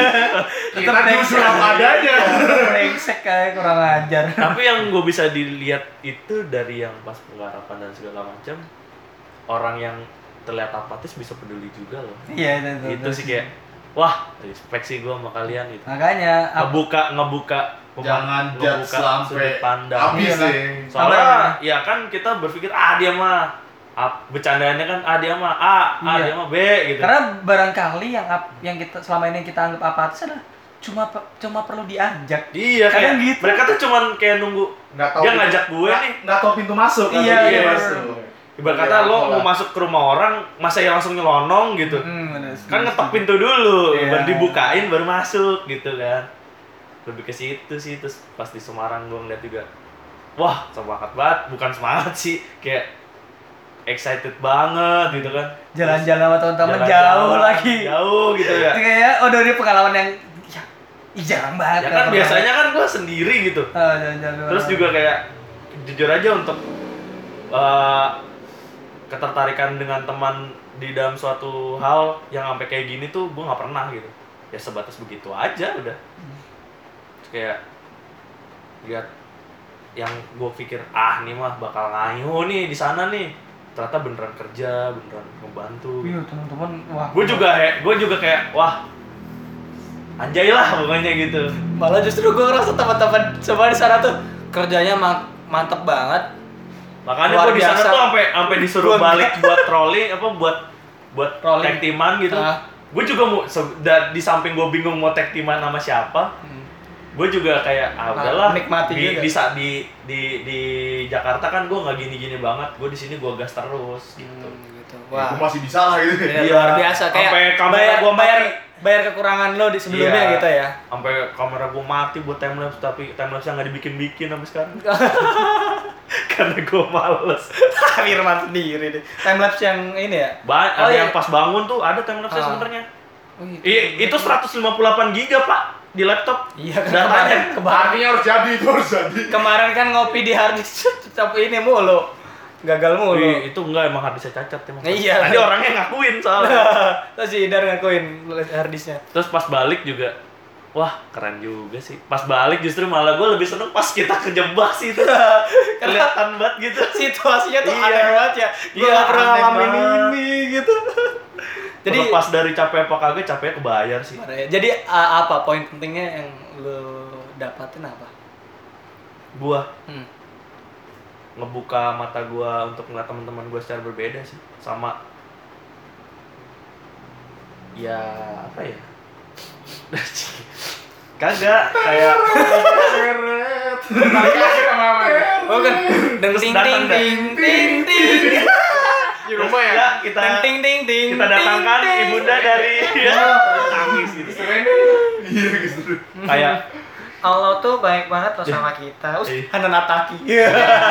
Kita justru apa adanya. Brengsek kayak kurang ajar. Tapi yang gue bisa dilihat itu dari yang pas penggarapan dan segala macam, orang yang terlihat apatis bisa peduli juga loh. Iya itu itu. Itu sih kayak wah, respect sih gue sama kalian gitu. Makanya ap- Ngebuka ngebuka Jangan judge ngebuka sampai sudut pandang. habis Iya, sih. Soalnya ya kan kita berpikir ah dia mah ah, bercandaannya kan ah dia mah A, ah Iya. dia mah B gitu. karena barangkali yang ap- yang kita selama ini kita anggap apatis adalah cuma pe- cuma perlu diajak. Iya Kadang kayak gitu. mereka tuh cuman kayak nunggu Nggak tahu dia pintu- ngajak gue nggak- nih. nggak tahu pintu masuk kan? Iya, iya. masuk. Ibarat kata Iya, lo pola. mau masuk ke rumah orang, masa ya langsung nyelonong gitu. Hmm, bener. Kan ngetok pintu dulu, Iya. baru dibukain baru masuk gitu kan. Lebih ke situ sih. Terus pas di Semarang gue ngeliat juga, wah semangat banget, bukan semangat sih, kayak excited banget gitu kan. Jalan-jalan sama teman-teman Jalan-jalan, jauh lagi. Jauh gitu ya. Itu kayak oh dari pengalaman yang ya, ih, jarang banget. Ya kan biasanya kan gue sendiri gitu. Oh, jalan-jalan. Terus juga kayak jujur aja untuk uh, ketertarikan dengan teman di dalam suatu hal yang sampai kayak gini tuh gue nggak pernah gitu. Ya sebatas begitu aja udah. Terus kayak lihat yang gue pikir ah nih mah bakal ngayu nih di sana nih, ternyata beneran kerja, beneran ngebantu. Iya, teman-teman wah. Gue juga gue juga kayak wah anjay lah pokoknya gitu. Malah justru gue ngerasa teman-teman semua di sana tuh kerjanya ma- mantep banget. Makanya Luar gue di sana biasa. tuh sampai sampai disuruh Gua balik buat trolling apa buat buat Rolling. tag teaman gitu. Ah. Gue juga mau se- da- di samping gue bingung mau tag teaman sama siapa. Hmm. Gue juga kayak ah Ah, udahlah menikmati di, juga. di sa- di di di Jakarta kan gue nggak gini-gini banget. Gue di sini gue gas terus gitu. Hmm, gitu. Wah. Wah. Gue masih bisa lah gitu. Iya, Iya. luar biasa kayak Sampai kamera bayar gua mati. bayar bayar kekurangan lo di sebelumnya Iya. gitu ya. Sampai kamera gue mati buat timelapse tapi timelapse-nya nggak dibikin-bikin sampai sekarang. Karena gue males. Firman sendiri deh. Time lapse yang ini ya. Ba- Oh, ada iya. yang pas bangun tuh ada timelapse-nya Ah. sebenarnya. Oh, I- itu seratus lima puluh delapan giga pak di laptop. Iya kan Datanya. kemarin, kemarin, Artinya harus jadi itu harus jadi. kemarin kan ngopi di harddisk tapi ini mulu. Gagal mulu. Wih, itu enggak emang harddisknya cacat emang. Iya. Tadi orangnya ngakuin soalnya. Terus si Idar ngakuin harddisknya. Terus pas balik juga, wah keren juga sih. Pas balik justru malah gue lebih seneng pas kita kejebak sih itu. Kelihatan banget gitu. Situasinya tuh Iya. aneh banget ya. Gue Iya, gak pernah aneh ngalamin banget. ini gitu. Jadi Jadi pas dari capek apa kagak, capeknya kebayar sih. jadi a- apa poin pentingnya yang lo dapatin apa? Gua Hmm. ngebuka mata gua untuk ngeliat teman-teman gua secara berbeda sih. Sama ya apa ya? Kagak kayak Oh kan, deng Terus ting datang ting dah. ting ting ting. Di rumah ya. Ya, kita Ting ting ting ting. kita datangkan ting, ting. ibunda dari ya, nangis gitu. Iya gitu. Kayak Allah tuh baik banget loh sama kita. Us, Iya. Hananataki. Iya.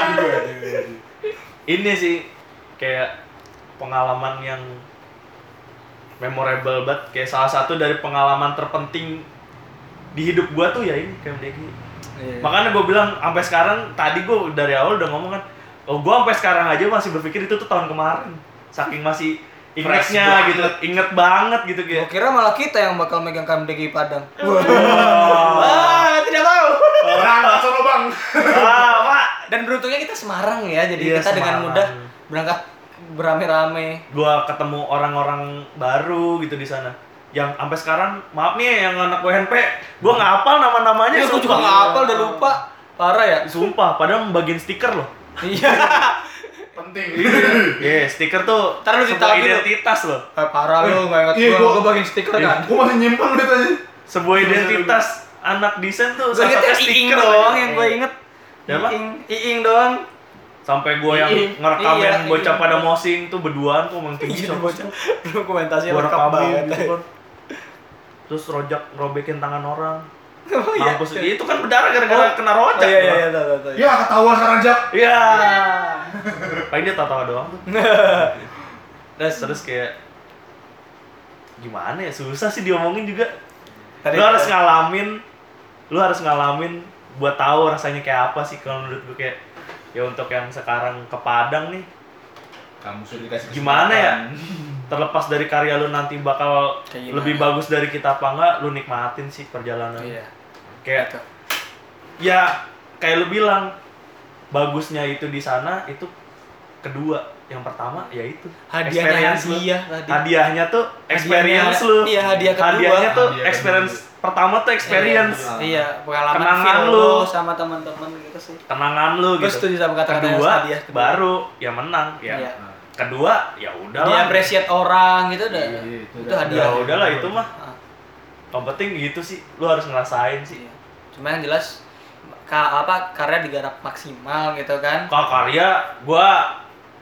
ini sih kayak pengalaman yang memorable banget, kayak salah satu dari pengalaman terpenting di hidup gua tuh ya ini kayak Degi. Iya. Makanya gua bilang sampai sekarang, tadi gua dari awal udah ngomong kan, oh gua sampai sekarang aja masih berpikir itu tuh tahun kemarin. Saking masih Fresh ingetnya banget. gitu, inget banget gitu Gua kayak. kira malah kita yang bakal megang K M D G Padang. Oh. Ah, tidak tahu. Berangkat sono bang. Ah, Pak. Dan beruntungnya kita Semarang ya, jadi Iya, kita dengan Semarang. mudah berangkat berame-rame. Gua ketemu orang-orang baru gitu di sana. Yang sampai sekarang, maaf nih yang anak W N P, gua nggak hafal nama-namanya. Ya, gua juga sumpah. nggak hafal, udah lupa. Parah ya. Sumpah, padahal bagian stiker loh. Iya. penting. Iya, stiker tuh Ntar lu sebuah ditagih lu. identitas loh. Eh, parah lu nggak ingat Iya, gua, gua- gua bagiin stiker kan. Gue masih nyimpan duit aja. Sebuah identitas anak desain tuh Gua inget satu yang Iing stiker doang aja. yang gua inget. Siapa? Iing, Iing doang. Sampai gua yang Iing. ngerekamin Iya, bocah Iing. pada mosing tuh berduaan tuh emang tinggi Iya, sama bocah. Dokumentasinya gua lengkap rekamin banget. gitu kan. Terus rojak robekin tangan orang. Oh iya. Mampus. Itu kan berdarah gara-gara kena rojak. Oh iya iya gua. iya tahu tahu, tahu. Ya ketahuan sekarang Jak. Iya. Paling dia tawa-tawa doang tuh. Terus terus kayak gimana ya, susah sih diomongin juga. Tadi- Lu harus ngalamin, lu harus ngalamin buat tahu rasanya kayak apa sih kalau menurut gue. Kayak ya untuk yang sekarang ke Padang nih, Kamu sudah dikasih gimana ya? kesempatan. Terlepas dari karya lu nanti bakal Kayak gimana? lebih bagus dari kita apa enggak, lu nikmatin sih perjalanan. Iya. Kayak Gitu. ya kayak lu bilang, bagusnya itu di sana itu kedua. Yang pertama yaitu Hadiahnya experience lu. hadiah tadi. Hadiahnya tuh experience Hadiahnya- lu. iya, hadiah kedua. Hadiahnya tuh Hadiah experience kedua. pertama tuh experience. Iya, Iya, pengalaman Kenangan feel lu. lu sama teman-teman gitu sih. Kenangan lu Gue gitu. setuju sama kata-kata Kedua, hadiah kedua. baru ya menang ya. Iya. Kedua ya udah Dia lah. appreciate orang gitu udah. Iya, itu itu udah- hadiah. Ya udahlah itu mah. Ah, Yang penting gitu sih, lu harus ngerasain sih. iya. Cuma yang jelas ka, apa karya digarap maksimal gitu kan. Kalau karya gua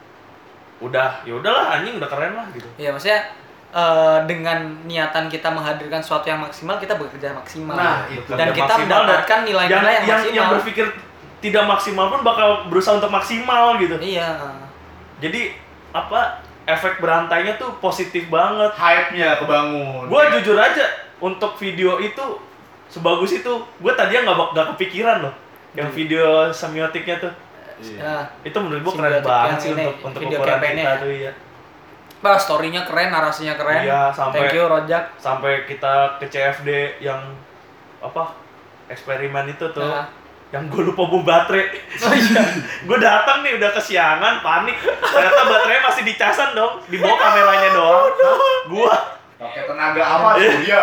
udah ya udahlah anjing udah keren lah gitu. Iya, maksudnya eh, dengan niatan kita menghadirkan sesuatu yang maksimal, kita bekerja maksimal. Nah, itu. dan Kerja kita maksimal dan mendapatkan nilai-nilai yang, yang, yang, maksimal. yang berpikir tidak maksimal pun bakal berusaha untuk maksimal gitu. Iya. Jadi apa efek berantainya tuh positif banget. Hype-nya kebangun. Gue jujur aja untuk video itu sebagus itu, gue tadinya nggak bak- nggak kepikiran loh. Yang Hmm. video semiotiknya tuh, Iya. Nah, itu menurut gue keren Semiotik banget yang sih ini, untuk untuk video ukuran campaign-nya kita ya. tuh ya. bah, story-nya keren, narasinya keren. Iya, sampai- Thank you Rojak. Sampai kita ke C F D yang apa eksperimen itu tuh, Nah. yang gue lupa bawa baterai. Oh iya. Gue datang nih udah kesiangan, panik. Ternyata baterainya masih dicasan dong, dibawa kameranya doang. Gua Pakai tenaga apa surya?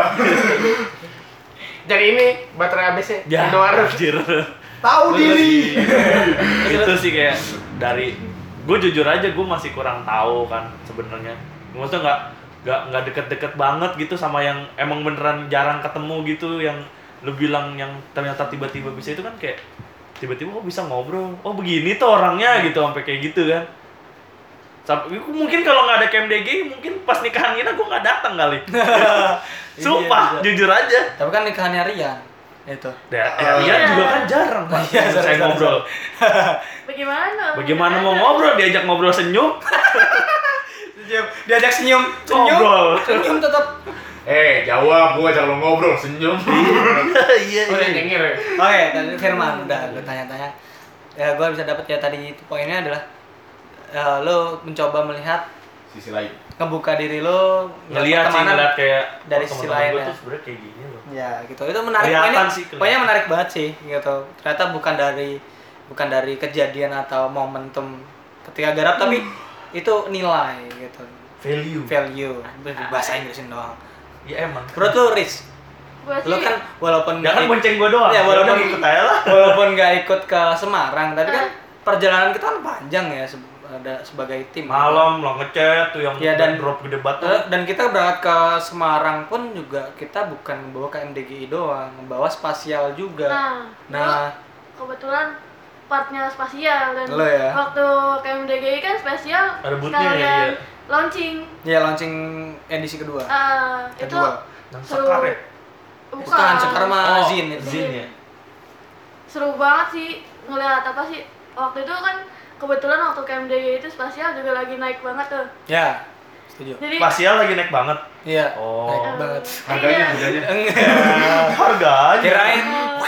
Jadi ini baterai A B C ya Indomaret. anjir. Tahu diri. Itu sih kayak dari gue jujur aja gue masih kurang tahu kan sebenarnya. Maksudnya nggak nggak nggak deket-deket banget gitu sama yang emang beneran jarang ketemu gitu, yang lu bilang yang ternyata tiba-tiba bisa itu kan kayak tiba-tiba kok bisa ngobrol, oh begini tuh orangnya gitu, sampai kayak gitu kan. Sampai mungkin kalau nggak ada K M D G mungkin pas nikahan kita gue nggak datang kali. Sumpah, Iya, jujur aja. Tapi kan nikahannya Rian. Itu. Ya, ya, Ian juga kan jarang Pak, Iya, saya sorry, sorry, ngobrol. Bagaimana? Bagaimana mau ngobrol, diajak ngobrol senyum, Diajak senyum, senyum. ngobrol. Senyum tetap. Eh, jawab, gua ajak lo ngobrol, senyum. Iya, Oh, yang nyengir ya? Oke, tadi Firman udah gue tanya-tanya. Ya, gue bisa dapat ya tadi itu poinnya adalah eh, lo mencoba melihat Sisi lain. ngebuka diri lo ngelihat sih, pertemanan ngeliat kayak dari oh, sisi teman-teman lain gua ya. tuh sebenarnya kayak gini loh. Ya gitu, itu menarik. Kelihatan Poinnya, sih, kelihatan. poinnya menarik banget sih gitu. Ternyata bukan dari bukan dari kejadian atau momentum ketika garap, tapi itu nilai gitu, Value. value, bahasa Inggrisin doang. Ya emang. Menurut lu, Riz, Gua sih lu kan walaupun Jangan nggak ik- bonceng gua doang. Ya, walaupun Udah ikut aja lah. walaupun nggak ikut ke Semarang, tapi kan perjalanan kita kan panjang ya se- ada sebagai tim. Malam lo ngechat tuh yang Ya, dan- drop gede banget. Eh, dan kita berangkat ke Semarang pun juga kita bukan membawa K M D G I doang, membawa spasial juga. Nah, Nah, kebetulan partnya spasial dan Lo ya? waktu K M D G I kan spasial Ada bootnya ya, sekalian iya. launching. ya launching edisi kedua. Ah, itu Kedua. Dan seru. sekar ya. Bukan. Bukan, Sekar mah Oh, Zin itu. Zin ya. Seru banget sih ngeliat apa sih waktu itu kan kebetulan waktu K M D G I itu spasial juga lagi naik banget tuh. Ya, setuju. Jadi Spasial lagi naik banget. Iya. Oh. Naik banget. Harganya, Iya. harganya. Enggak. Harga aja. Kirain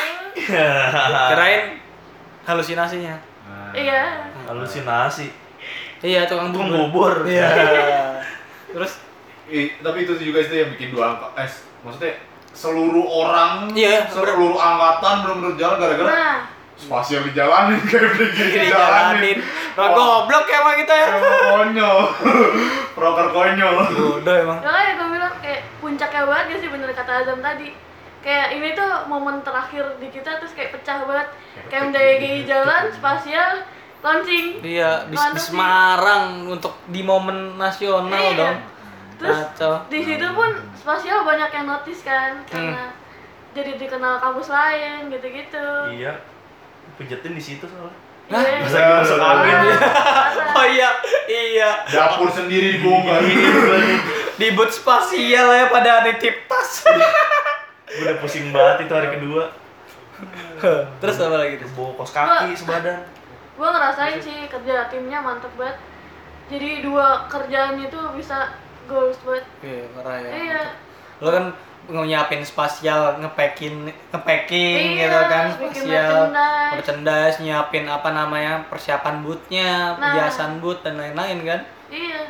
eh, kirain halusinasinya. Nah. iya. Halusinasi. Iya, tukang Tukang bubur. bubur. Iya. Terus Ih, tapi itu juga itu yang bikin dua angka. Eh, maksudnya seluruh orang, Iya, seluruh angkatan benar-benar jalan gara-gara Nah, spasial dijalanin kayak begini dijalanin. Nah, goblok ya emang kita ya. Emang konyol. Proker konyol. Bodoh emang. makanya gue bilang kayak puncaknya banget gak sih bener kata Azam tadi. Kayak ini tuh momen terakhir di kita terus kayak pecah banget. K M D G I jalan, spasial, launching. Iya, di, di Mantap sih. Semarang untuk di momen nasional Iya. dong. Terus Kacau. di situ pun spasial banyak yang notice kan karena jadi dikenal kampus lain gitu-gitu. Iya. Pijetin di situ soalnya. Hah? Iya. Pas lagi masuk angin. Oh iya, iya. Dapur sendiri dibongkar. Di booth spasial ya pada nitip tas. Gue udah pusing banget itu hari kedua. Terus apa lagi tuh? Bawa kos kaki sebadan. Gue ngerasain sih kerja timnya mantep banget. Jadi dua kerjaan itu bisa goals banget. Iya, parah ya. Iya. Lo kan nyiapin spasial, ngepacking, ngepacking Iya, gitu kan, bikin spasial, merchandise. merchandise, nyiapin apa namanya persiapan bootnya, Nah. hiasan boot dan lain-lain kan. Iya,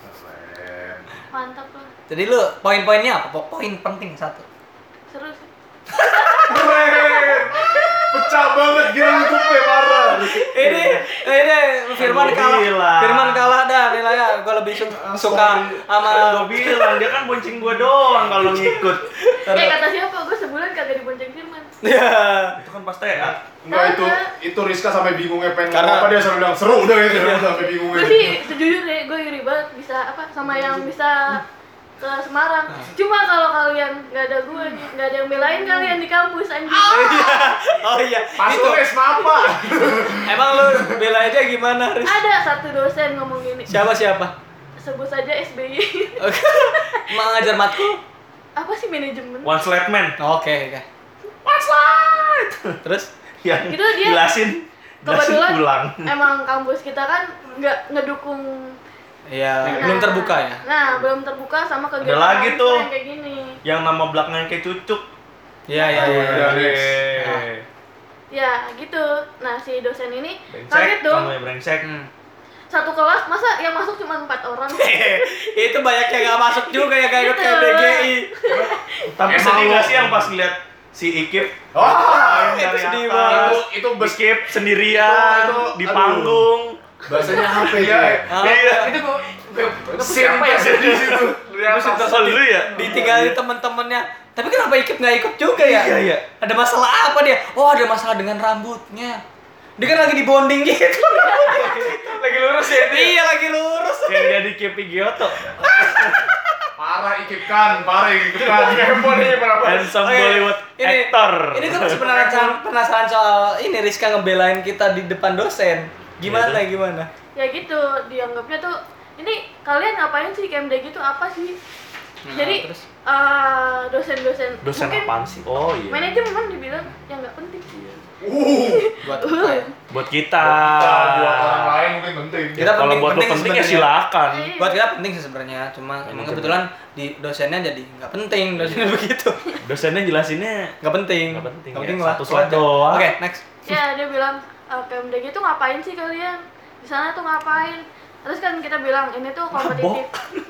mantap lah. Jadi lu poin-poinnya apa? Po- Poin penting satu. Seru sih. Keren. Pecah banget gila YouTube-nya parah. Ini, ini Firman Gua kalah, bilang. Firman kalah dah nilainya. Gue lebih su- suka sama. Gue bilang dia kan bonceng gue doang kalau ngikut. Eh kata siapa? Gue sebulan kagak dibonceng Firman. Ya. Itu kan pas T A. Enggak itu itu Rizka sampai bingungnya pengen Karena- ngomong apa dia selalu bilang seru udah gitu sampai bingungnya. Gue sih sejujurnya gue iri banget bisa apa sama yang bisa ke Semarang. Cuma kalau kalian nggak ada gue nih, nggak ada yang belain kalian di kampus anjing. Oh iya. Pas Itu. tulis apa? Emang lu belainnya gimana, Riz? Ada satu dosen ngomong gini. Siapa siapa? Sebut saja S B Y. Oke. Mau ngajar matkul? Apa sih manajemen? One slide man. Oke, oke. One slide. Terus? Yang Itu dia- jelasin. Jelasin Kebetulan pulang. emang kampus kita kan nggak ngedukung. Iya, Nah, belum terbuka ya? Nah, belum terbuka sama kegiatan Ada lagi mahasiswa tuh. yang kayak gini. Yang nama belakangnya kayak cucuk. Iya, iya, iya. Iya, iya. Eh. Ya, gitu. Nah, si dosen ini Brengsek, kaget dong. kamu ya brengsek. Hmm. Satu kelas masa yang masuk cuma empat orang. Itu banyak yang nggak masuk juga ya kayak ikut Gitu. K B G I. Tapi Emang sedih lu- gak sih yang pas ngeliat si Ikip Wah, main itu dari sedih atas, banget. Itu itu bes Ikip sendirian Itu- itu- di aduh. panggung. bahasanya apa ya? Ah. Iya. Itu kok itu Scene siapa ya tersedih. di situ? Lu kesel dulu ya? Ditinggalin teman-temannya. Tapi kenapa ikut nggak ikut juga ya? Iya, iya. Ada masalah apa dia? Oh, ada masalah dengan rambutnya. Dia kan lagi di bonding gitu. Lagi lurus ya itu. Iya, lagi lurus. Kayak jadi Kepi Giotto. Parah Ikip kan, parah Ikip kan. Handphone ini berapa? Handsome Oke, Bollywood ini, actor. Ini gue masih penasaran, penasaran soal ini Rizka ngebelain kita di depan dosen. Gimana, Iya, gimana? Ya gitu, dianggapnya tuh ini kalian ngapain sih K M D gitu apa sih? Nah, Jadi terus? eh, dosen-dosen Dosen mungkin apaan sih? Oh iya. manajemen dibilang yang nggak penting. Uh, Buat apa ya? Buat kita. buat orang lain mungkin penting. Kita Kalau penting- buat lu penting penting ya sebenarnya. silakan. Iya. Buat kita penting sih sebenarnya, cuma emang Manajemen. kebetulan di dosennya jadi nggak penting dosennya begitu. Dosennya jelasinnya Nggak penting. Nggak penting, Nggak ya. penting lah. Satu slide wajar. doang. Oke, next. Ya dia bilang e, K M D gitu ngapain sih kalian? Di sana tuh ngapain? Terus kan kita bilang ini tuh kompetitif.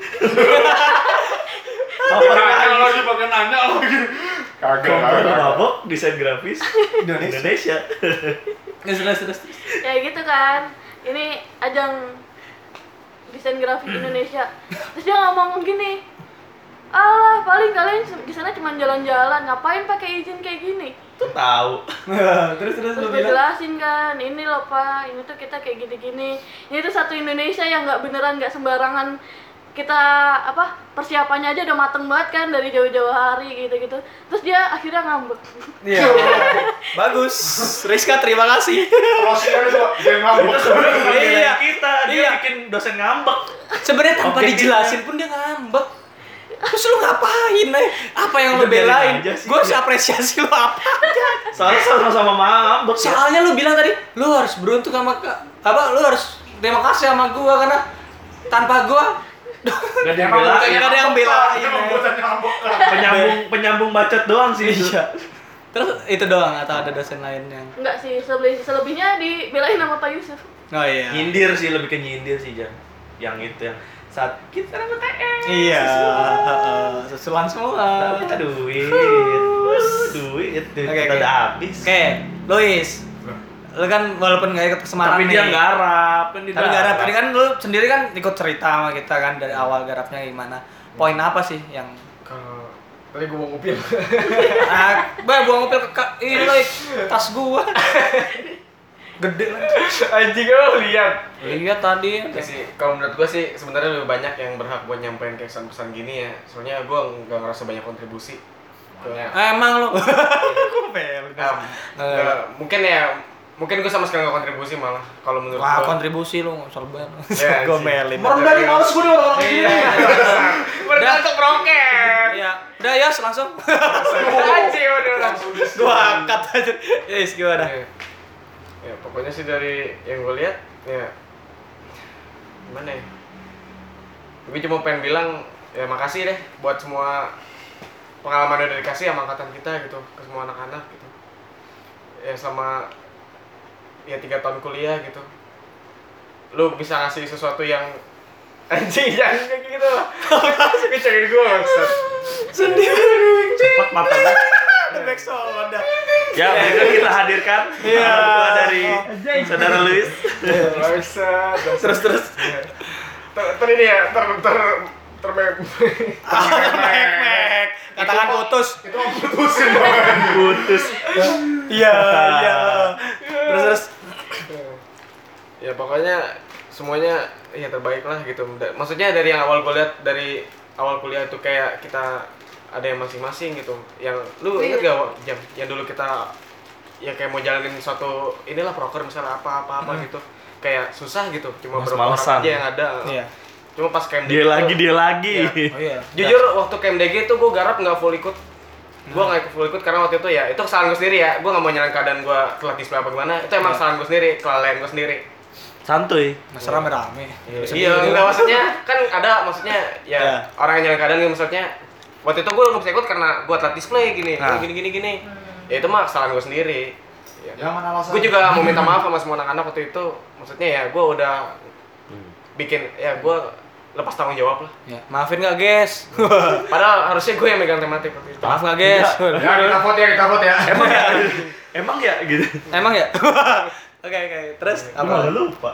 apa Nanya lagi? lagi pakai nanya lagi. Kagak. Kompor kagak. mabok desain grafis Indonesia. Terus, terus, terus. Ya gitu kan. Ini ajang desain grafik Indonesia. Terus dia ngomong gini. Alah, paling kalian di sana cuma jalan-jalan, ngapain pakai izin kayak gini? Tuh tahu. Terus, terus Terus lu gue bilang. jelasin kan, ini loh Pak, ini tuh kita kayak gini-gini. Ini tuh satu Indonesia yang nggak beneran, nggak sembarangan. Kita apa persiapannya aja udah mateng banget kan dari jauh-jauh hari gitu-gitu. Terus dia akhirnya ngambek. Iya. Bagus. Rizka, terima kasih. Closing-nya coba dia ngambek. Itu sebenarnya bukan Iya. belain kita, dia Iya. bikin dosen ngambek. Sebenarnya tanpa Oke, dijelasin pun dia ngambek. Terus lu ngapain, eh? Apa yang lu Udah biarin belain? aja sih. Gue harus apresiasi lu apa? Soalnya sama-sama ngambek ya. Soalnya lu bilang tadi, lu harus beruntung sama ka- apa? Lu harus terima kasih sama gua karena tanpa gua Gak ada yang Emang belain. bocahnya Nggak ada yang ngambek, belain. Emang bocahnya ngambek. Penyambung penyambung bacot doang sih itu. Iya. Terus itu doang atau ada dosen lain yang Enggak sih, selebih, selebihnya dibelain sama Pak Yusuf. oh iya. Nyindir sih, lebih ke nyindir sih Jan. Yang itu yang saat kita dapat T S. Iya, Susulan. heeh, susulan semua. Kita duit. Wuh, duit. Duit Oke, kita oke. udah habis. Oke, Lois. Lu kan walaupun gak ikut ke Semarang Tapi nih. dia garap, kan dia Tapi garap, tadi kan lu sendiri kan ikut cerita sama kita kan dari awal garapnya gimana. Poin apa sih yang Kalau tadi gue mau ngupil. ah, bah buang mobil ke ka- ini loh tas gua. Gede lah. Anjing lo lihat. Lihat tadi. Ya sih, kalau menurut gue sih sebenarnya lebih banyak yang berhak buat nyampein kayak pesan-pesan gini ya. Soalnya gue nggak ngerasa banyak kontribusi. Soalnya, Emang lu. um, nggak- mungkin ya, mungkin gue sama sekali nggak kontribusi malah. Kalau menurut Wah, gue. kontribusi lu enggak usah lebar. Ya, Gua sih. melin. Merendah nih males gue nih orang-orang Iya. gini. Udah untuk roket. Iya. Udah Yos langsung. Anjing udah langsung. Gua angkat aja. Yes, gimana? Ya, ya pokoknya sih dari yang gue lihat ya gimana ya, gue cuma pengen bilang ya makasih deh buat semua pengalaman yang udah dikasih sama angkatan kita gitu ke semua anak-anak gitu ya selama ya tiga tahun kuliah gitu lu bisa ngasih sesuatu yang anjing jangan kayak gitu lah kecengin gue maksud Sendiri. Cepat matanya. Back sound dah. Ya, itu kita hadirkan Iya. orang tua dari saudara Luis. maksud Terus terus. ter, ter ini ya ter ter ter Mek. Katakan putus. Itu mau putusin dong. Putus. Iya, iya. Terus terus. Ya pokoknya semuanya ya terbaik lah gitu. Da- Maksudnya dari yang awal gue lihat dari awal kuliah itu kayak kita ada yang masing-masing gitu. Yang lu inget gak Wak, jam yang dulu kita ya kayak mau jalanin suatu inilah proker misalnya apa-apa-apa gitu. Kayak susah gitu. Cuma beberapa orang Males-malesan. aja yang ada. Iya. Cuma pas K M D G Dia itu- lagi, dia lagi. Iya. Oh iya. Jujur waktu K M D G itu gue garap nggak full ikut. Gue nggak ikut full ikut karena waktu itu ya itu kesalahan gue sendiri ya. Gue nggak mau nyalain keadaan gue telat display apa gimana. Itu emang Iya. kesalahan gue sendiri, kelalaian gue sendiri. Santuy. Masa rame-rame. Iya, enggak maksudnya kan ada maksudnya ya Iya. orang yang nyalain keadaan gitu maksudnya. Waktu itu gue nggak bisa ikut karena gue telat display gini, Nah. gini gini gini. Ya itu mah kesalahan gue sendiri. Ya. Jangan alasan. Gue juga mau minta maaf sama semua anak-anak waktu itu. Maksudnya ya gue udah bikin ya gue lepas tanggung jawab lah. Ya, maafin nggak, guys? Padahal harusnya gue yang megang tematik waktu itu. Maaf nggak, guys? Ya kita vote ya, kita vote ya. Emang ya? Emang ya gitu. Emang ya? Oke, oke. Terus Apa apa? lupa?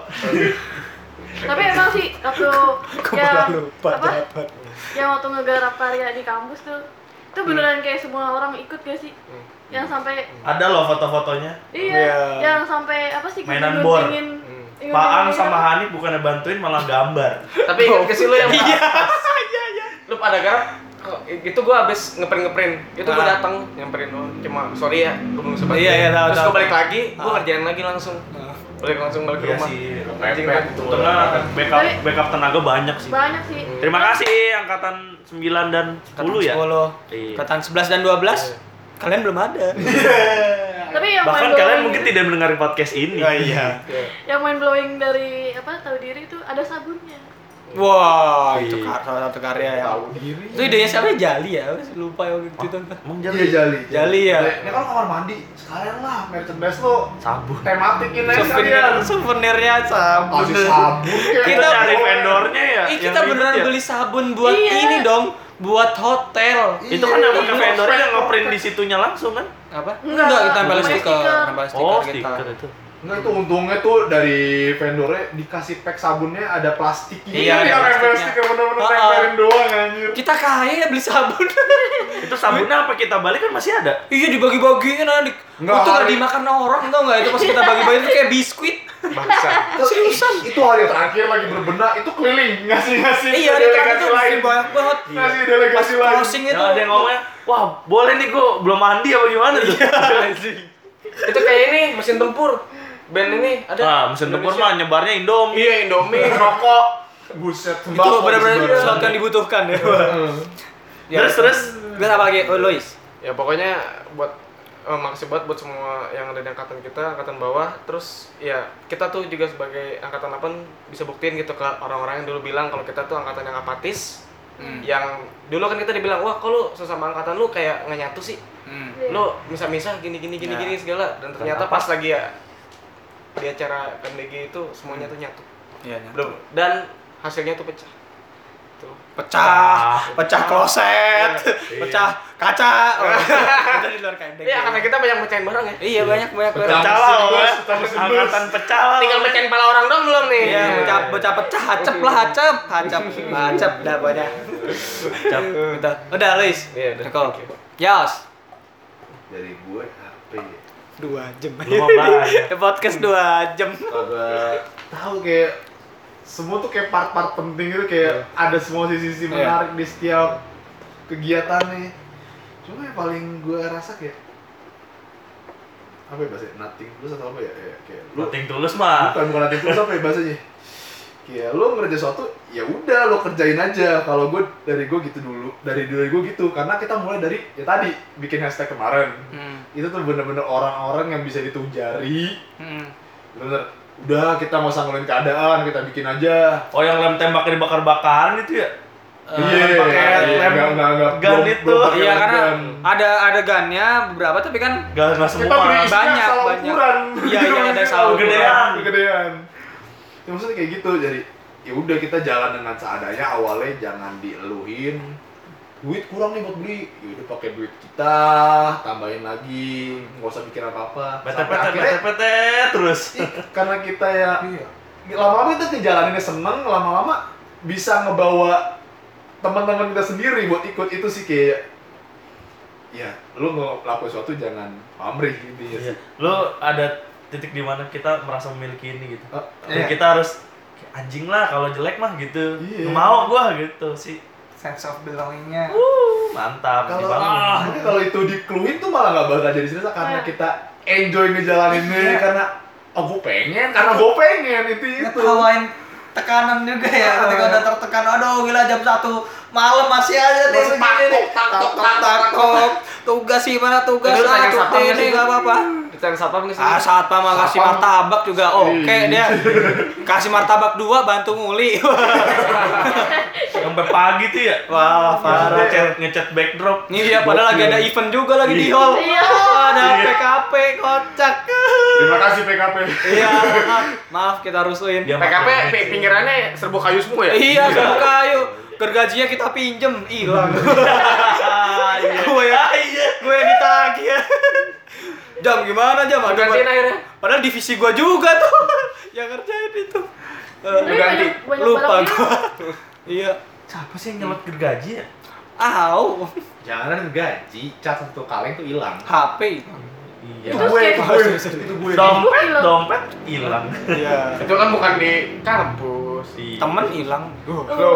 Tapi emang sih waktu Kok yang malah lupa apa? jawaban. Yang waktu ngegarap karya di kampus tuh, itu beneran kayak semua orang ikut gak sih? Hmm. Yang sampai Ada loh foto-fotonya. iya, Iya. yang sampai apa sih? Mainan gunting- bor. guntingin- Hmm. guntingin Paang gitu. sama Hanif bukannya bantuin malah gambar. Tapi ingat ke sih lu yang Iya, iya iya. Lu pada garap kok itu gua abis ngeprint ngeprint itu gua Ah. datang nyamperin oh cuma sorry ya gua belum sempat. Iya, iya, tahu, Terus tahu. gua balik lagi gua Ah. ngerjain lagi langsung Nah. balik langsung balik ke Iya rumah. sih. Anjing Mepet kan. tuh. Tengah backup Tapi- backup tenaga banyak sih. Banyak sih. Terima kasih angkatan sembilan dan sepuluh ya. sepuluh. Iya. Katan sebelas dan dua belas. Iya. Kalian belum ada. Tapi yang Bahkan mind kalian blowing- mungkin tidak mendengar podcast ini. iya. Iya. yang main blowing dari apa tahu diri itu ada sabunnya. Wah, itu Iya. kar- salah satu karya ya. Tahu diri. Itu idenya siapa? Jali ya? Lupa ya waktu itu. Emang Iya jadi Jali. Jali ya? Ini kan kamar mandi. Sekalian lah merchandise lo sabun. tematikin aja Souvenir, sekalian. souvenirnya sabun. Kasih sabun kayak. Kita Kita- cari vendornya ya. Ih, yang kita ribet beneran ya. beli sabun buat Iya. ini dong, buat hotel. Itu kan yang pakai Iya. vendornya yang ngeprint di situnya langsung kan? Apa? Enggak, Enggak, kita tempelin pakai stiker, stiker. tempelin stiker Oh, kita. stiker itu. Enggak, itu untungnya tuh dari vendornya dikasih pack sabunnya ada plastiknya. Iya, ada Yang nempel plastiknya. stiker bener-bener Ah, ah. tempelin doang anjir. Kita kaya ya beli sabun. Itu sabunnya apa kita balik kan masih ada. Iya dibagi-bagiin adik. Enggak, Itu nggak hari- dimakan orang tau nggak? Itu pas kita bagi-bagi itu kayak biskuit. Bangsa. Seriusan? Itu hari terakhir lagi berbenah, itu keliling ngasih-ngasih Iya, ke di terakhir delegasi tuh lain. banyak banget. Ngasih Pas delegasi lain. closing itu. Yang ada yang ngomongnya, wah boleh nih gua belum mandi apa gimana tuh. Itu kayak ini mesin tempur. Band ini ada. Ah, mesin tempur mah nyebarnya Indomie. Iya Indomie, rokok. Buset, Itu benar-benar sesuatu yang dibutuhkan ya. Ya, Terus terus Terus apa lagi? Oh, Lois. Ya pokoknya buat eh, makasih banget buat semua yang ada di angkatan kita, angkatan bawah. Terus ya kita tuh juga sebagai angkatan delapan bisa buktiin gitu ke orang-orang yang dulu bilang kalau kita tuh angkatan yang apatis. Hmm. Yang dulu kan kita dibilang, wah kok lu sesama angkatan lu kayak nggak nyatu sih. Hmm. Iya. Lu misah-misah gini gini gini Ya. gini segala. Dan ternyata Kenapa? pas lagi ya di acara K M D G itu semuanya tuh nyatu. Iya, nyatu. Belum. Dan hasilnya tuh pecah. Tuh. Pecah, pecah kloset, Iya. pecah kaca. Oh, itu di luar K M D G. Iya karena kita banyak mecahin barang ya. Iya, banyak banyak banyak. pecah lah, wes. Angkatan pecah lah. Tinggal mecahin pala orang dong belum nih. Iya, bocah bocah pecah, hacep lah, hacep, hacep, hacep dah pokoknya. Hacep. Udah, udah Luis. Iya, udah. Cukup. Oke. Yos. Dari gue apa ya? dua jam. Belum banyak. Podcast dua jam. Kagak tahu kayak semua tuh kayak part-part penting itu kayak ada semua sisi-sisi Iya. menarik di setiap kegiatannya. Cuma yang paling gue rasa kayak apa ya bahasanya? Nothing tulus atau apa ya? Kayak, kayak lu Nothing tulus mah. bukan bukan nothing tulus apa ya bahasanya? Kayak lu ngerjain sesuatu ya udah lo kerjain aja. Kalau gue dari gue gitu dulu, dari dari gue gitu karena kita mulai dari ya tadi bikin hashtag kemarin. Hmm. Itu tuh bener-bener orang-orang yang bisa dihitung jari. Hmm. Bener, udah kita nggak usah ngelain keadaan, kita bikin aja. Oh yang lem tembaknya dibakar-bakaran itu ya? Iya, pakai iya, lem nggak nggak nggak gun belum- itu. belum pakai Iya lem karena gun. ada adegannya beberapa tapi kan Gak, gak semua. Kita beli isinya Banyak, salah banyak. ukuran. Iya, iya, ada salah ukuran. ukuran. Kegedean. Ya maksudnya kayak gitu, jadi ya udah kita jalan dengan seadanya. Awalnya jangan dieluhin. Duit kurang nih buat beli, ya udah pakai duit kita, tambahin lagi, nggak usah mikir apa-apa. P T P Sampai T P T akhirnya, P T terus. ih, karena kita ya lama-lama kita ngejalaninnya seneng, lama-lama bisa ngebawa teman-teman kita sendiri buat ikut. Itu sih kayak ya lu ngelakuin sesuatu jangan pamrih intinya Iya. sih. Lo ada titik di mana kita merasa memiliki ini gitu. Oh, Dan iya. kita harus kayak, anjing lah kalau jelek mah gitu. Iya. Nggak mau gua gitu sih. sense of belongingnya. Uh, mantap kalau dibangun. ah, tapi kalau itu dikeluhin tuh malah nggak bakal jadi cerita karena Iya. kita enjoy ngejalaninnya Iya. karena oh gue pengen karena gue pengen itu itu Ngetawain tekanan juga ya ketika udah tertekan. Aduh gila jam satu malam masih aja nih Masih begini nih. takok, takok, Takok, takok. Tugas gimana tugas Itu tanya ah satpam cuti nggak ini sih? nggak apa-apa. Ditanya satpam nggak sih? Ah satpam mah kasih Satpam. martabak juga oke Iya. dia. Kasih martabak dua bantu nguli. Sampai pagi tuh ya. Wah Parah parah. ngecat ngecat backdrop. Ini ya padahal lagi ada event juga lagi di Iya. hall. Iya. Wah, ada Iya. P K P kocak. terima kasih P K P Iya, maaf kita rusuhin. Dia P K P makan pi- pinggirannya serbu kayu semua ya? Iya, sama kayu. Gergajinya kita pinjem, hilang. Ah, iya. Gue yang, Ah, iya. gue yang ditagih ya. Jam gimana jam? Aduh, Gantiin gua- akhirnya. Padahal divisi gua juga tuh yang ngerjain itu. Eh, Tapi ganti. banyak- banyak lupa balap gua. Iya. Siapa sih yang nyelot gergaji ya? Au, jangan gaji cat satu kaleng tuh hilang H P. Iya. Itu gue skate. itu gue itu gue Dompet, Hilang. dompet hilang. Iya. Itu kan bukan di kampus. Temen hilang. Oh, Loh.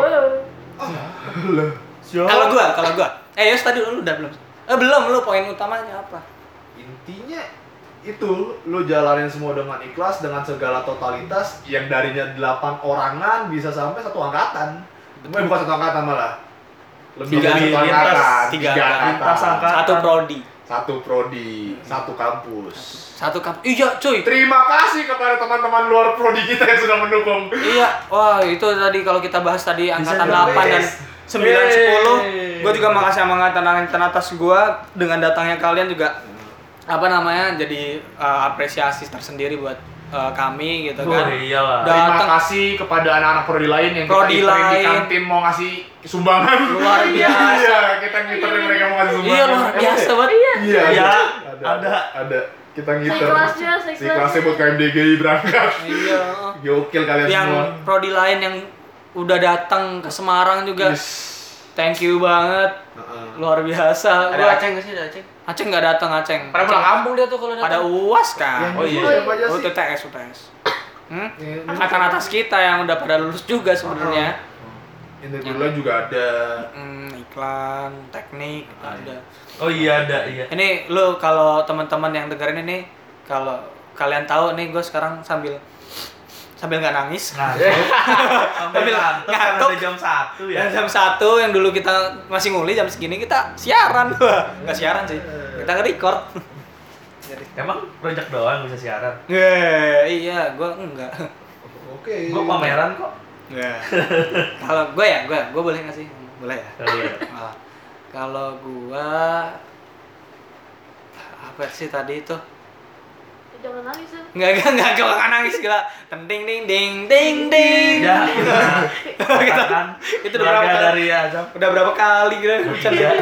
Lah. Kalau gua, kalau gua. Eh, Yos tadi lu udah belum? Eh, belum, lu poin utamanya apa? Intinya itu lu jalanin semua dengan ikhlas dengan segala totalitas yang darinya delapan orangan bisa sampai satu angkatan. Eh, bukan satu angkatan malah. Lebih Tiga dari satu lintas, angkatan, tiga tiga angkatan. Lintas angkatan. Satu prodi. Satu prodi, satu kampus. Satu kamp. Iya, cuy. Terima kasih kepada teman-teman luar prodi kita yang sudah mendukung. Iya, wah itu tadi kalau kita bahas tadi angkatan Bisa delapan dan beres. sembilan Yeay. sepuluh. Gue juga makasih sama angkatan-angkatan atas gue dengan datangnya kalian juga apa namanya jadi uh, apresiasi tersendiri buat uh, kami gitu kan. Oh iyalah. Da- Terima Datang. kasih kepada anak-anak prodi lain yang Prodi kita iterin di lain. kantin mau ngasih sumbangan. Luar biasa. Iya, kita ngiterin mereka mau ngasih sumbangan. Iya luar biasa banget. Iya. Iya, Iya, ada, ada. ada. Kita ngiter. Seikhlasnya, seikhlasnya. Seikhlasnya buat K M D G I berangkat. Iya. Gokil kalian Yang semua. prodi lain yang udah datang ke Semarang juga. Yes. Thank you banget. Heeh. Luar biasa. Ada Gua Aceh nggak sih? Ada Aceh? Aceh nggak datang Aceh. Pada pulang kampung dia tuh kalau Pada datang. U A S kan. Yang Oh iya. nyusul siapa aja Oh, sih? T T S, U T S. Hmm? Yang Angkatan atas kita yang udah pada lulus juga sebenarnya. Interview lain juga ada. Hmm, iklan, teknik, ada. Oh iya ada, iya. Ini lu kalau teman-teman yang dengerin ini, kalau kalian tahu nih gue sekarang sambil sambil nggak nangis. Nah, sampai Sambil ngantuk kan ngantuk. ada jam satu ya. Dan jam satu yang dulu kita masih nguli jam segini kita siaran. Nggak siaran sih, kita nge-record. Emang project doang bisa siaran. Nggak, iya, gue enggak. Oke. Gua pameran kok. Nggak. Kalau gue ya, gue, gue boleh nggak sih? Boleh ya. Oh, iya. Ah, kalau gua apa sih tadi itu? Jangan nangis ya. Enggak enggak enggak gua nggak nangis gila. Teng ding ding ding ding ding. Ya. Kita Kan itu udah berapa keluarga kali? dari Azam. Udah berapa kali gitu bercanda. Iya.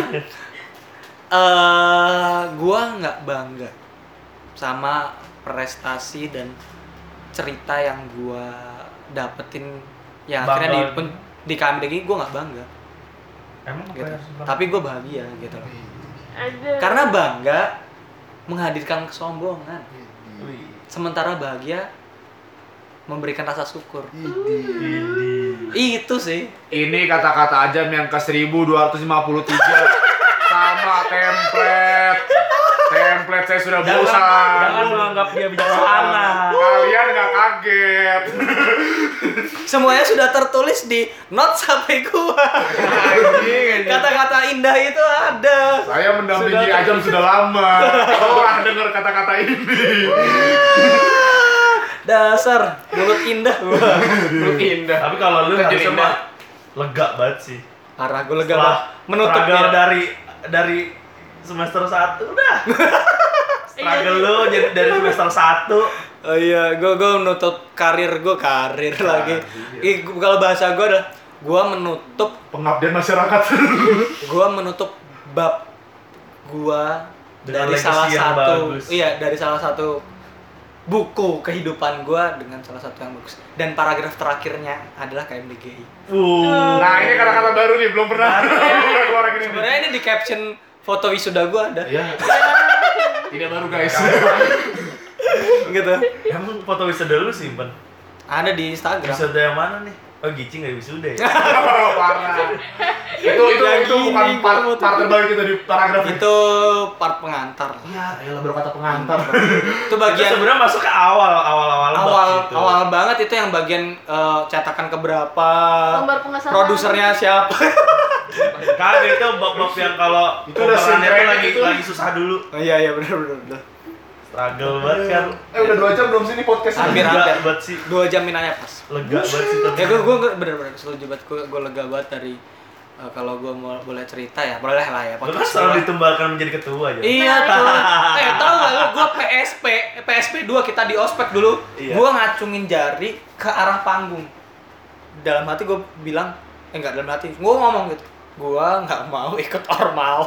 Eh, gua nggak bangga sama prestasi dan cerita yang gua dapetin yang akhirnya di Bangga. pen- di K M D G gua nggak bangga Emang apa gitu. ya? Tapi gua bahagia gitu loh. Ada. Karena bangga menghadirkan kesombongan. Wih. Sementara bahagia memberikan rasa syukur. Idih. Itu sih. Ini kata-kata Ajam yang ke seribu dua ratus lima puluh tiga sama template. Template saya sudah Jangan, bosan. jangan menganggap dia bijaksana. Kalian nggak kaget. Semuanya sudah tertulis di notes H P gua. Kata-kata indah itu ada. Saya mendampingi Sudah- Ajam sudah lama. Setelah dengar kata-kata ini. Dasar mulut indah. Mulut indah. Tapi kalau lu Kerja harusnya indah. mah lega banget sih. Parah, gue lega Setelah banget. Menutup struggle dia. dari dari semester satu udah. Struggle lu jadi dari semester satu. Oh iya, gue gue menutup karir gue karir lagi. Ih, gua- kalau bahasa gue adalah gue menutup Pengabdian masyarakat. gue menutup bab gue Dengan dari legacy salah yang satu bagus. iya dari salah satu buku kehidupan gue dengan salah satu yang bagus, dan paragraf terakhirnya adalah K M D G I. Uh. Nah, ini kata-kata baru nih, belum pernah. Belum keluar gini. Sebenarnya ini di caption foto wisuda gue ada. Iya. Tidak baru, guys. Gitu. Emang foto wisuda lu simpen? Ada di Instagram. Wisuda yang mana nih? Oh, Gici nggak wisuda ya? Oh, parah. Itu itu Yang itu bukan gini, part, kamu tuh. part terbaik kita di paragraf ini. Itu part pengantar. Iya, elah baru kata pengantar. Itu Itu bagian sebenarnya masuk ke awal awal awal awal gitu. awal banget, itu yang bagian eh, cetakan keberapa, Lembar pengesahan. produsernya siapa. Kan itu bab-bab yang kalau Itu udah pembahasannya scene tuh lagi itu. lagi susah dulu. Oh, iya iya benar benar benar. Struggle banget kan. Eh, udah dua jam belum sini podcast. Hampir Lega hampir. banget sih. Dua jam minanya pas. Lega banget sih tapi. Ya gue gue bener bener setuju banget, gue gue lega banget dari eh, kalau gue mau boleh cerita ya boleh lah ya. Lu kan podcast selalu gua. ditumbalkan menjadi ketua aja. Iya tuh. Eh tahu nggak lu, gue P S P P S P dua kita di ospek dulu. Iya. Gue ngacungin jari ke arah panggung. Dalam hati gue bilang, eh enggak dalam hati, gue ngomong gitu, gue nggak mau ikut ormawa.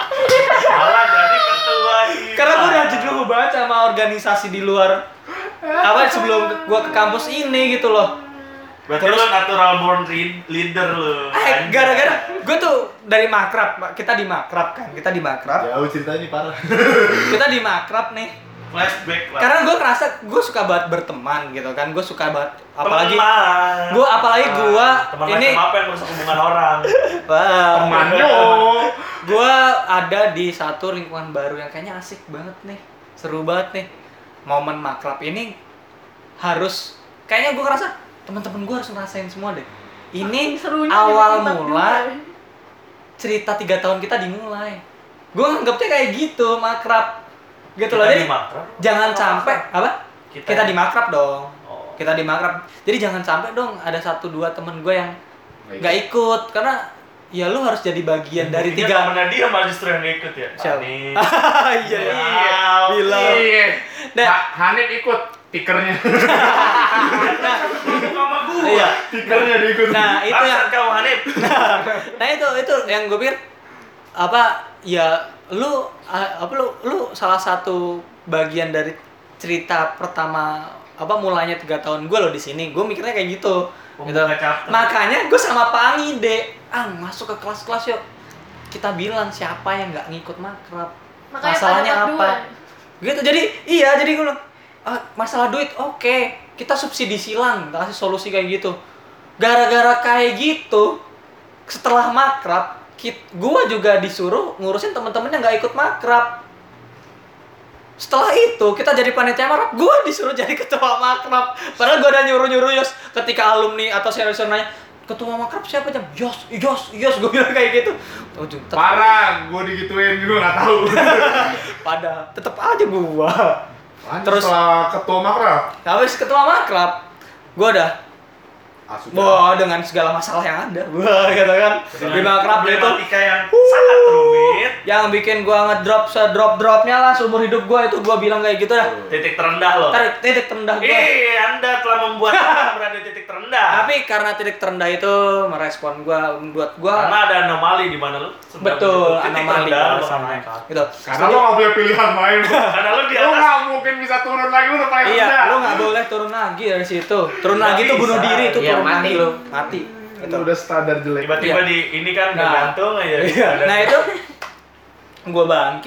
Malah jadi ketua ini. Karena gue udah jenuh banget sama organisasi di luar apa sebelum gue ke kampus ini gitu loh. Berarti Terus- lu natural born lead- leader lu. Eh, gara-gara gue tuh dari Makrab, Pak. Kita di Makrab kan, kita di Makrab, Jauh ceritanya parah. kita di Makrab nih. Flashback lah. Karena gue ngerasa gue suka banget berteman gitu kan, gue suka banget, apalagi Teman. gue apalagi gue Teman ini, macam apa yang merusak hubungan orang? wah, Temannya. gue ada di satu lingkungan baru yang kayaknya asik banget nih, seru banget nih. Momen Makrab ini harus, kayaknya gue ngerasa teman-teman gue harus ngerasain semua deh. Ini Serunya awal dibikin mula juga. cerita tiga tahun kita dimulai. Gue nganggapnya kayak gitu, Makrab gitu loh. Kita Jadi di Makrab? jangan Apa sampai Makrab? apa? Kita- Kita, di Makrab dong. Oh. Kita di Makrab. Jadi jangan sampai dong ada satu dua temen gue yang Nggak nggak ikut, karena ya lu harus jadi bagian dari Mungkin tiga. temennya dia malah justru yang nggak ikut ya. Siapa? Ani. Iya. Iya. Bilang. Iya. Nah, Ha- Hanif ikut tikernya. Sama gua. iya. Tikernya diikut. Nah, itu yang Bangsat kamu Hanif. nah itu itu yang gue pikir apa ya, lu ah, apa lu lu salah satu bagian dari cerita pertama apa mulanya tiga tahun gue lo di sini. Gue mikirnya kayak gitu. Gitu. Pembuka chapter. Makanya gue sama Pak Angide, ah masuk ke kelas-kelas yuk. Kita bilang siapa yang nggak ngikut Makrab. Makanya Masalahnya pada part apa? Gitu. Jadi iya, jadi gue bilang, ah, masalah duit oke, kita subsidi silang, kita kasih solusi kayak gitu. Gara-gara kayak gitu, setelah Makrab, gue juga disuruh ngurusin temen-temen yang nggak ikut Makrab. Setelah itu kita jadi panitia Makrab, gue disuruh jadi ketua Makrab. Padahal gue udah nyuruh-nyuruh Yos ketika alumni atau senior-senior nanya, ketua Makrab siapa jam? Yos, Yos, Yos, gue bilang kayak gitu. Oh, tetep- Parah, gue digituin juga nggak tahu. Pada tetep aja gue. Terus Terus- setelah ketua makrab. Habis ketua Makrab, gue udah Ah, sudah. wah dengan segala masalah yang ada, wah gitu kan. Di Makrab itu Problematika yang sangat rumit. yang bikin gue ngedrop sedrop dropnya lah seumur hidup gue, itu gue bilang kayak gitu dah. Titik terendah loh. Tarik titik terendah gue. Eh, Anda telah membuat orang berada di titik terendah. Tapi karena titik terendah itu merespon gue, membuat gue Karena ada anomali di mana lu sedang betul titik anomali terendah, pada lu sana. naik ke atas. Gitu. Karena lo nggak punya pilihan lain. Karena lu di Lo atas. nggak mungkin bisa turun lagi, lo udah paling Iya, rendah. lu nggak boleh turun lagi dari situ. Turun Nggak lagi tuh bunuh bisa. diri, itu Iya, turun mati. lagi lu, mati. Itu udah standar jelek. Tiba-tiba Iya. di ini kan Nah. gantung aja. Iya. Ada- Nah itu gue bangkit,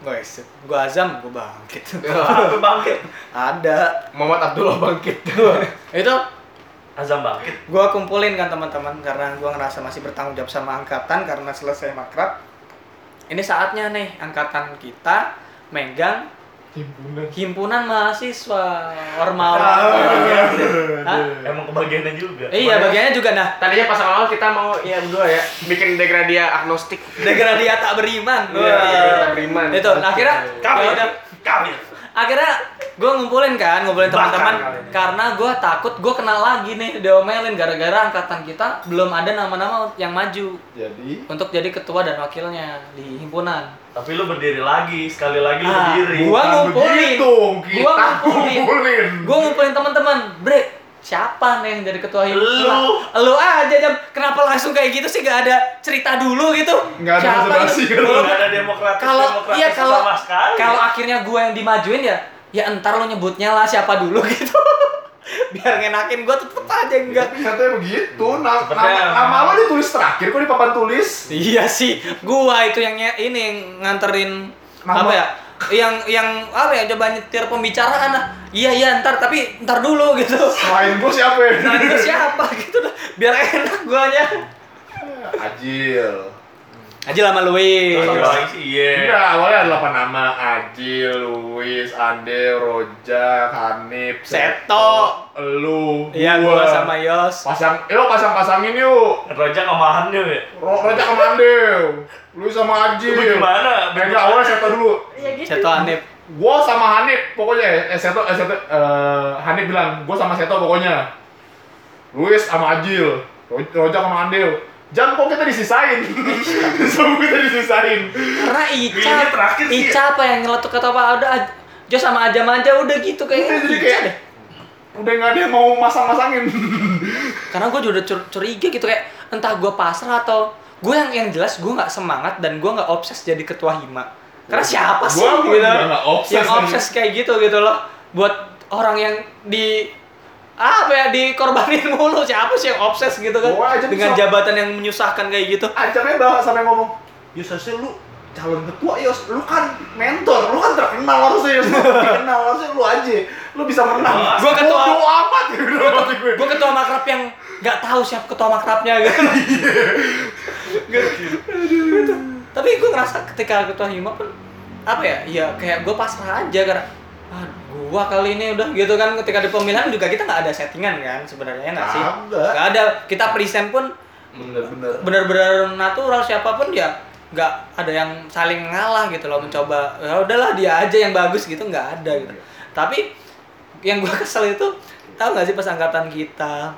Guys, gua Azam, gua bangkit. Aku bangkit. Ada. Muhammad Abdullah bangkit. Itu Azam bangkit. gua kumpulin kan teman-teman karena gua ngerasa masih bertanggung jawab sama angkatan karena selesai makrab. Ini saatnya nih angkatan kita megang Himpunan. himpunan mahasiswa ormawa. Hah? Emang kebagiannya juga. Iya, bagiannya juga nah. Tadinya pas awal kita mau ya berdua ya bikin degradia agnostik. Degradia tak beriman. Iya, Wah. degradia tak beriman. Itu, nah, akhirnya Kami ya udah. kami. Akhirnya gue ngumpulin kan, ngumpulin Bakar teman-teman kali ini. karena gue takut gue kenal lagi nih diomelin gara-gara angkatan kita belum ada nama-nama yang maju Jadi untuk jadi ketua dan wakilnya di himpunan. Tapi lu berdiri lagi, sekali lagi lu Ah, berdiri. gua bukan ngumpulin. begitu, Gua kita ngumpulin. ngumpulin. Gue ngumpulin teman-teman, bre, siapa nih yang jadi ketua himpunan? Lu. Lu aja jam. Kenapa langsung kayak gitu sih? Gak ada cerita dulu gitu? Nggak ada Siapa basa-basi itu? kan? Kalau- Nggak ada demokratis kalau demokratis iya kalau sama sekali. kalau akhirnya gue yang dimajuin ya ya entar lo nyebutnya lah siapa dulu gitu biar ngenakin gue tetep aja enggak. Tapi katanya begitu, nama, Sepertinya- nama, nama lo ditulis terakhir kok di papan tulis. Iya sih, gua itu yang nye- ini yang nganterin Nama- apa ya? Yang yang apa ya? Coba nyetir pembicaraan lah. Iya iya ntar tapi ntar dulu gitu. Selain gue siapa ya? Nah itu siapa gitu dah. Biar enak guanya. Ajil. Aja lama Luis. Satu lagi sih iya. Enggak, awalnya ada delapan nama. Ajil, Luis, Ande, Roja, Hanif, Seto. Elu, Iya gua sama Yos. pasang, yuk pasang-pasangin yuk. Roja ngamahan dia ya. Ro Roja sama Ande, Luis sama Ajil. Lu gimana? Mereka awalnya Seto dulu. Ya gitu. Seto Hanif. Gua sama Hanif pokoknya. Eh Seto, eh Seto, eh Hanif bilang, gua sama Seto pokoknya. Luis sama Ajil, Ro- Roja sama Ande. Jangan kok kita disisain. Semua kita disisain. Karena Ica, Ini terakhir sih. Ica apa yang nyeletuk kata apa udah Aj- Jos sama Ajam aja udah gitu Udah, kayaknya jadi Ica kayak deh. udah nggak ada yang mau masang-masangin. Karena gue juga udah cur- curiga gitu kayak entah gue pasrah atau gue yang yang jelas gue nggak semangat dan gue nggak obses jadi ketua hima. Karena siapa sih Gua pun gitu juga nggak obses yang kan. obses kayak gitu gitu loh buat orang yang di apa ya dikorbanin mulu siapa sih yang obses gitu kan Gua aja dengan bisa- jabatan yang menyusahkan kayak gitu. Acaranya bahas sampai ngomong, Yus harusnya lu calon ketua Yos, lu kan mentor, lu kan terkenal harusnya Yos, lu terkenal harusnya lu aja, lu bisa menang. Gua ketua- Bodo amat gitu maksud gue. Gue ketua makrab yang nggak tahu siapa ketua makrabnya gitu. Gitu. Tapi gue ngerasa ketika ketua hima pun apa ya, ya kayak gue pasrah aja karena ah, gua kali ini udah gitu kan ketika di pemilihan juga kita nggak ada settingan kan sebenarnya nggak sih? Ada. Nggak ada. Kita present pun Bener-bener. benar-benar natural siapapun ya nggak ada yang saling ngalah gitu loh mencoba ya udahlah dia aja yang bagus gitu nggak ada gitu. Tapi yang gua kesel itu tahu nggak sih pas angkatan kita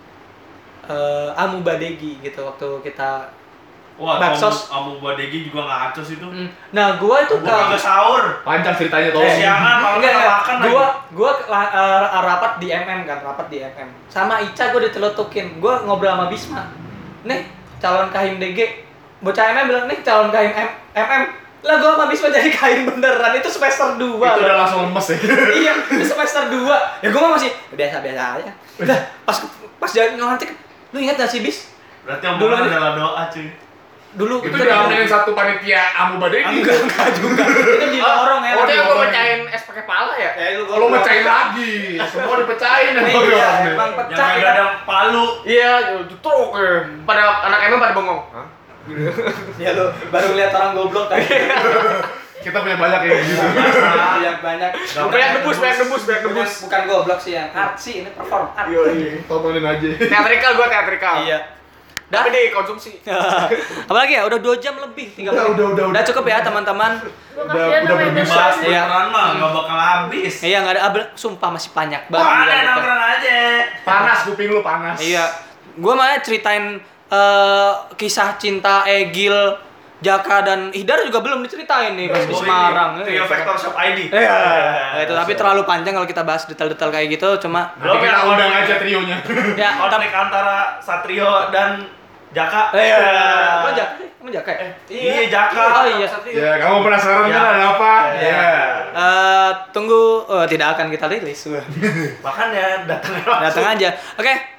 eh Amu Badegi gitu waktu kita Wah, Baksos. Amu Amu Badegi juga ngacos itu. Hmm. Nah, gua itu Gua kalau kagak sahur. Panjang ceritanya tuh. Eh, siangan malah enggak, enggak. makan lagi. Gua gua uh, rapat di M M kan, rapat di M M. Sama Ica gua ditelutukin. Gua ngobrol sama Bisma. Nih, calon Kahim D G. Bocah M M bilang, "Nih, calon Kahim M M." Lah gua sama Bisma jadi Kahim beneran. Itu semester dua. Itu udah langsung lemes ya. Iya, itu semester dua. Ya gua mah masih biasa-biasa aja. Udah, pas pas jalan ngelantik, lu ingat gak sih, Bis? Berarti Dulu omongan nih. adalah doa, cuy. Dulu Itu kita diambilin satu panitia Amu Badegi. enggak enggak juga. Itu di lorong ya. Oh, dia Orang. gua pecahin es pakai pala ya? Ya, lu Kalau mecahin lagi, semua dipecahin ya. Nih, iya, emang Yang pecah kagak kita. ada palu. Iya, truk ya. Pada anak emang pada bengong. Hah? Ya lu baru lihat orang goblok kan. Kita punya banyak yang gitu. Banyak banyak. Banyak debus, banyak debus, banyak Bukan, debus. bukan goblok sih ya. Art sih ini perform art. Iya, tontonin aja. Teatrikal gua teatrikal. Iya. Tapi dikonsumsi. Apalagi ya udah dua jam lebih tiga Udah, menit. udah, udah, udah. cukup ya teman-teman. Gua Udah- kasihan udah sama yang berbisa. Bahas dengerin. Iya. beneran mah nggak bakal habis. Iya nggak ada abel, sumpah masih banyak banget. Mana Iya, betul. nongkrong aja. Panas kuping lu panas. Iya. Gua malah ceritain eh, kisah cinta Egil, Jaka dan Ihdar juga belum diceritain nih pas di Oh, Semarang. ini Trio Vector Shop I D. Iya. Nah, itu tapi terlalu panjang kalau kita bahas detail-detail kayak gitu cuma Nanti kita undang aja trionya. ya Konflik antara Satrio dan Jaka. Eh, iya. Oh, Jaka. Emang Jaka ya? Iya, Jaka. Oh iya. Ya, kamu penasaran Ya. kan ada apa? Ya. Ya. Eh, tunggu oh, tidak akan kita rilis. Makanya datang Datang aja. Oke.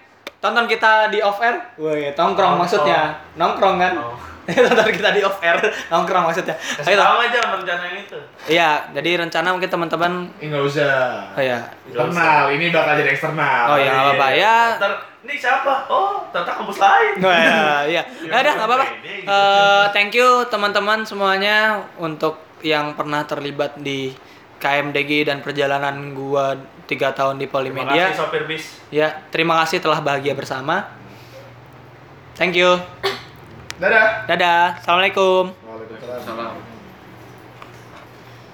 tonton kita di off air. Woi, nongkrong maksudnya. Nongkrong kan? Oh. Tonton kita di off air, nongkrong maksudnya. Kasih tahu aja rencana yang itu. Iya, jadi rencana mungkin teman-teman Ini nggak usah. oh ya. Internal, ini bakal jadi eksternal. Oh ya, nggak apa-apa. Ya. Ntar, ini siapa? Oh, ternyata kampus lain. Oh ya, iya. Ya udah nggak apa-apa. Eh, thank you teman-teman semuanya untuk yang pernah terlibat di K M D G dan perjalanan gua tiga tahun di Terima Polimedia. kasih sopir bis. Ya, terima kasih telah bahagia bersama. Thank you. Dadah. Dadah. Assalamualaikum. Waalaikumsalam.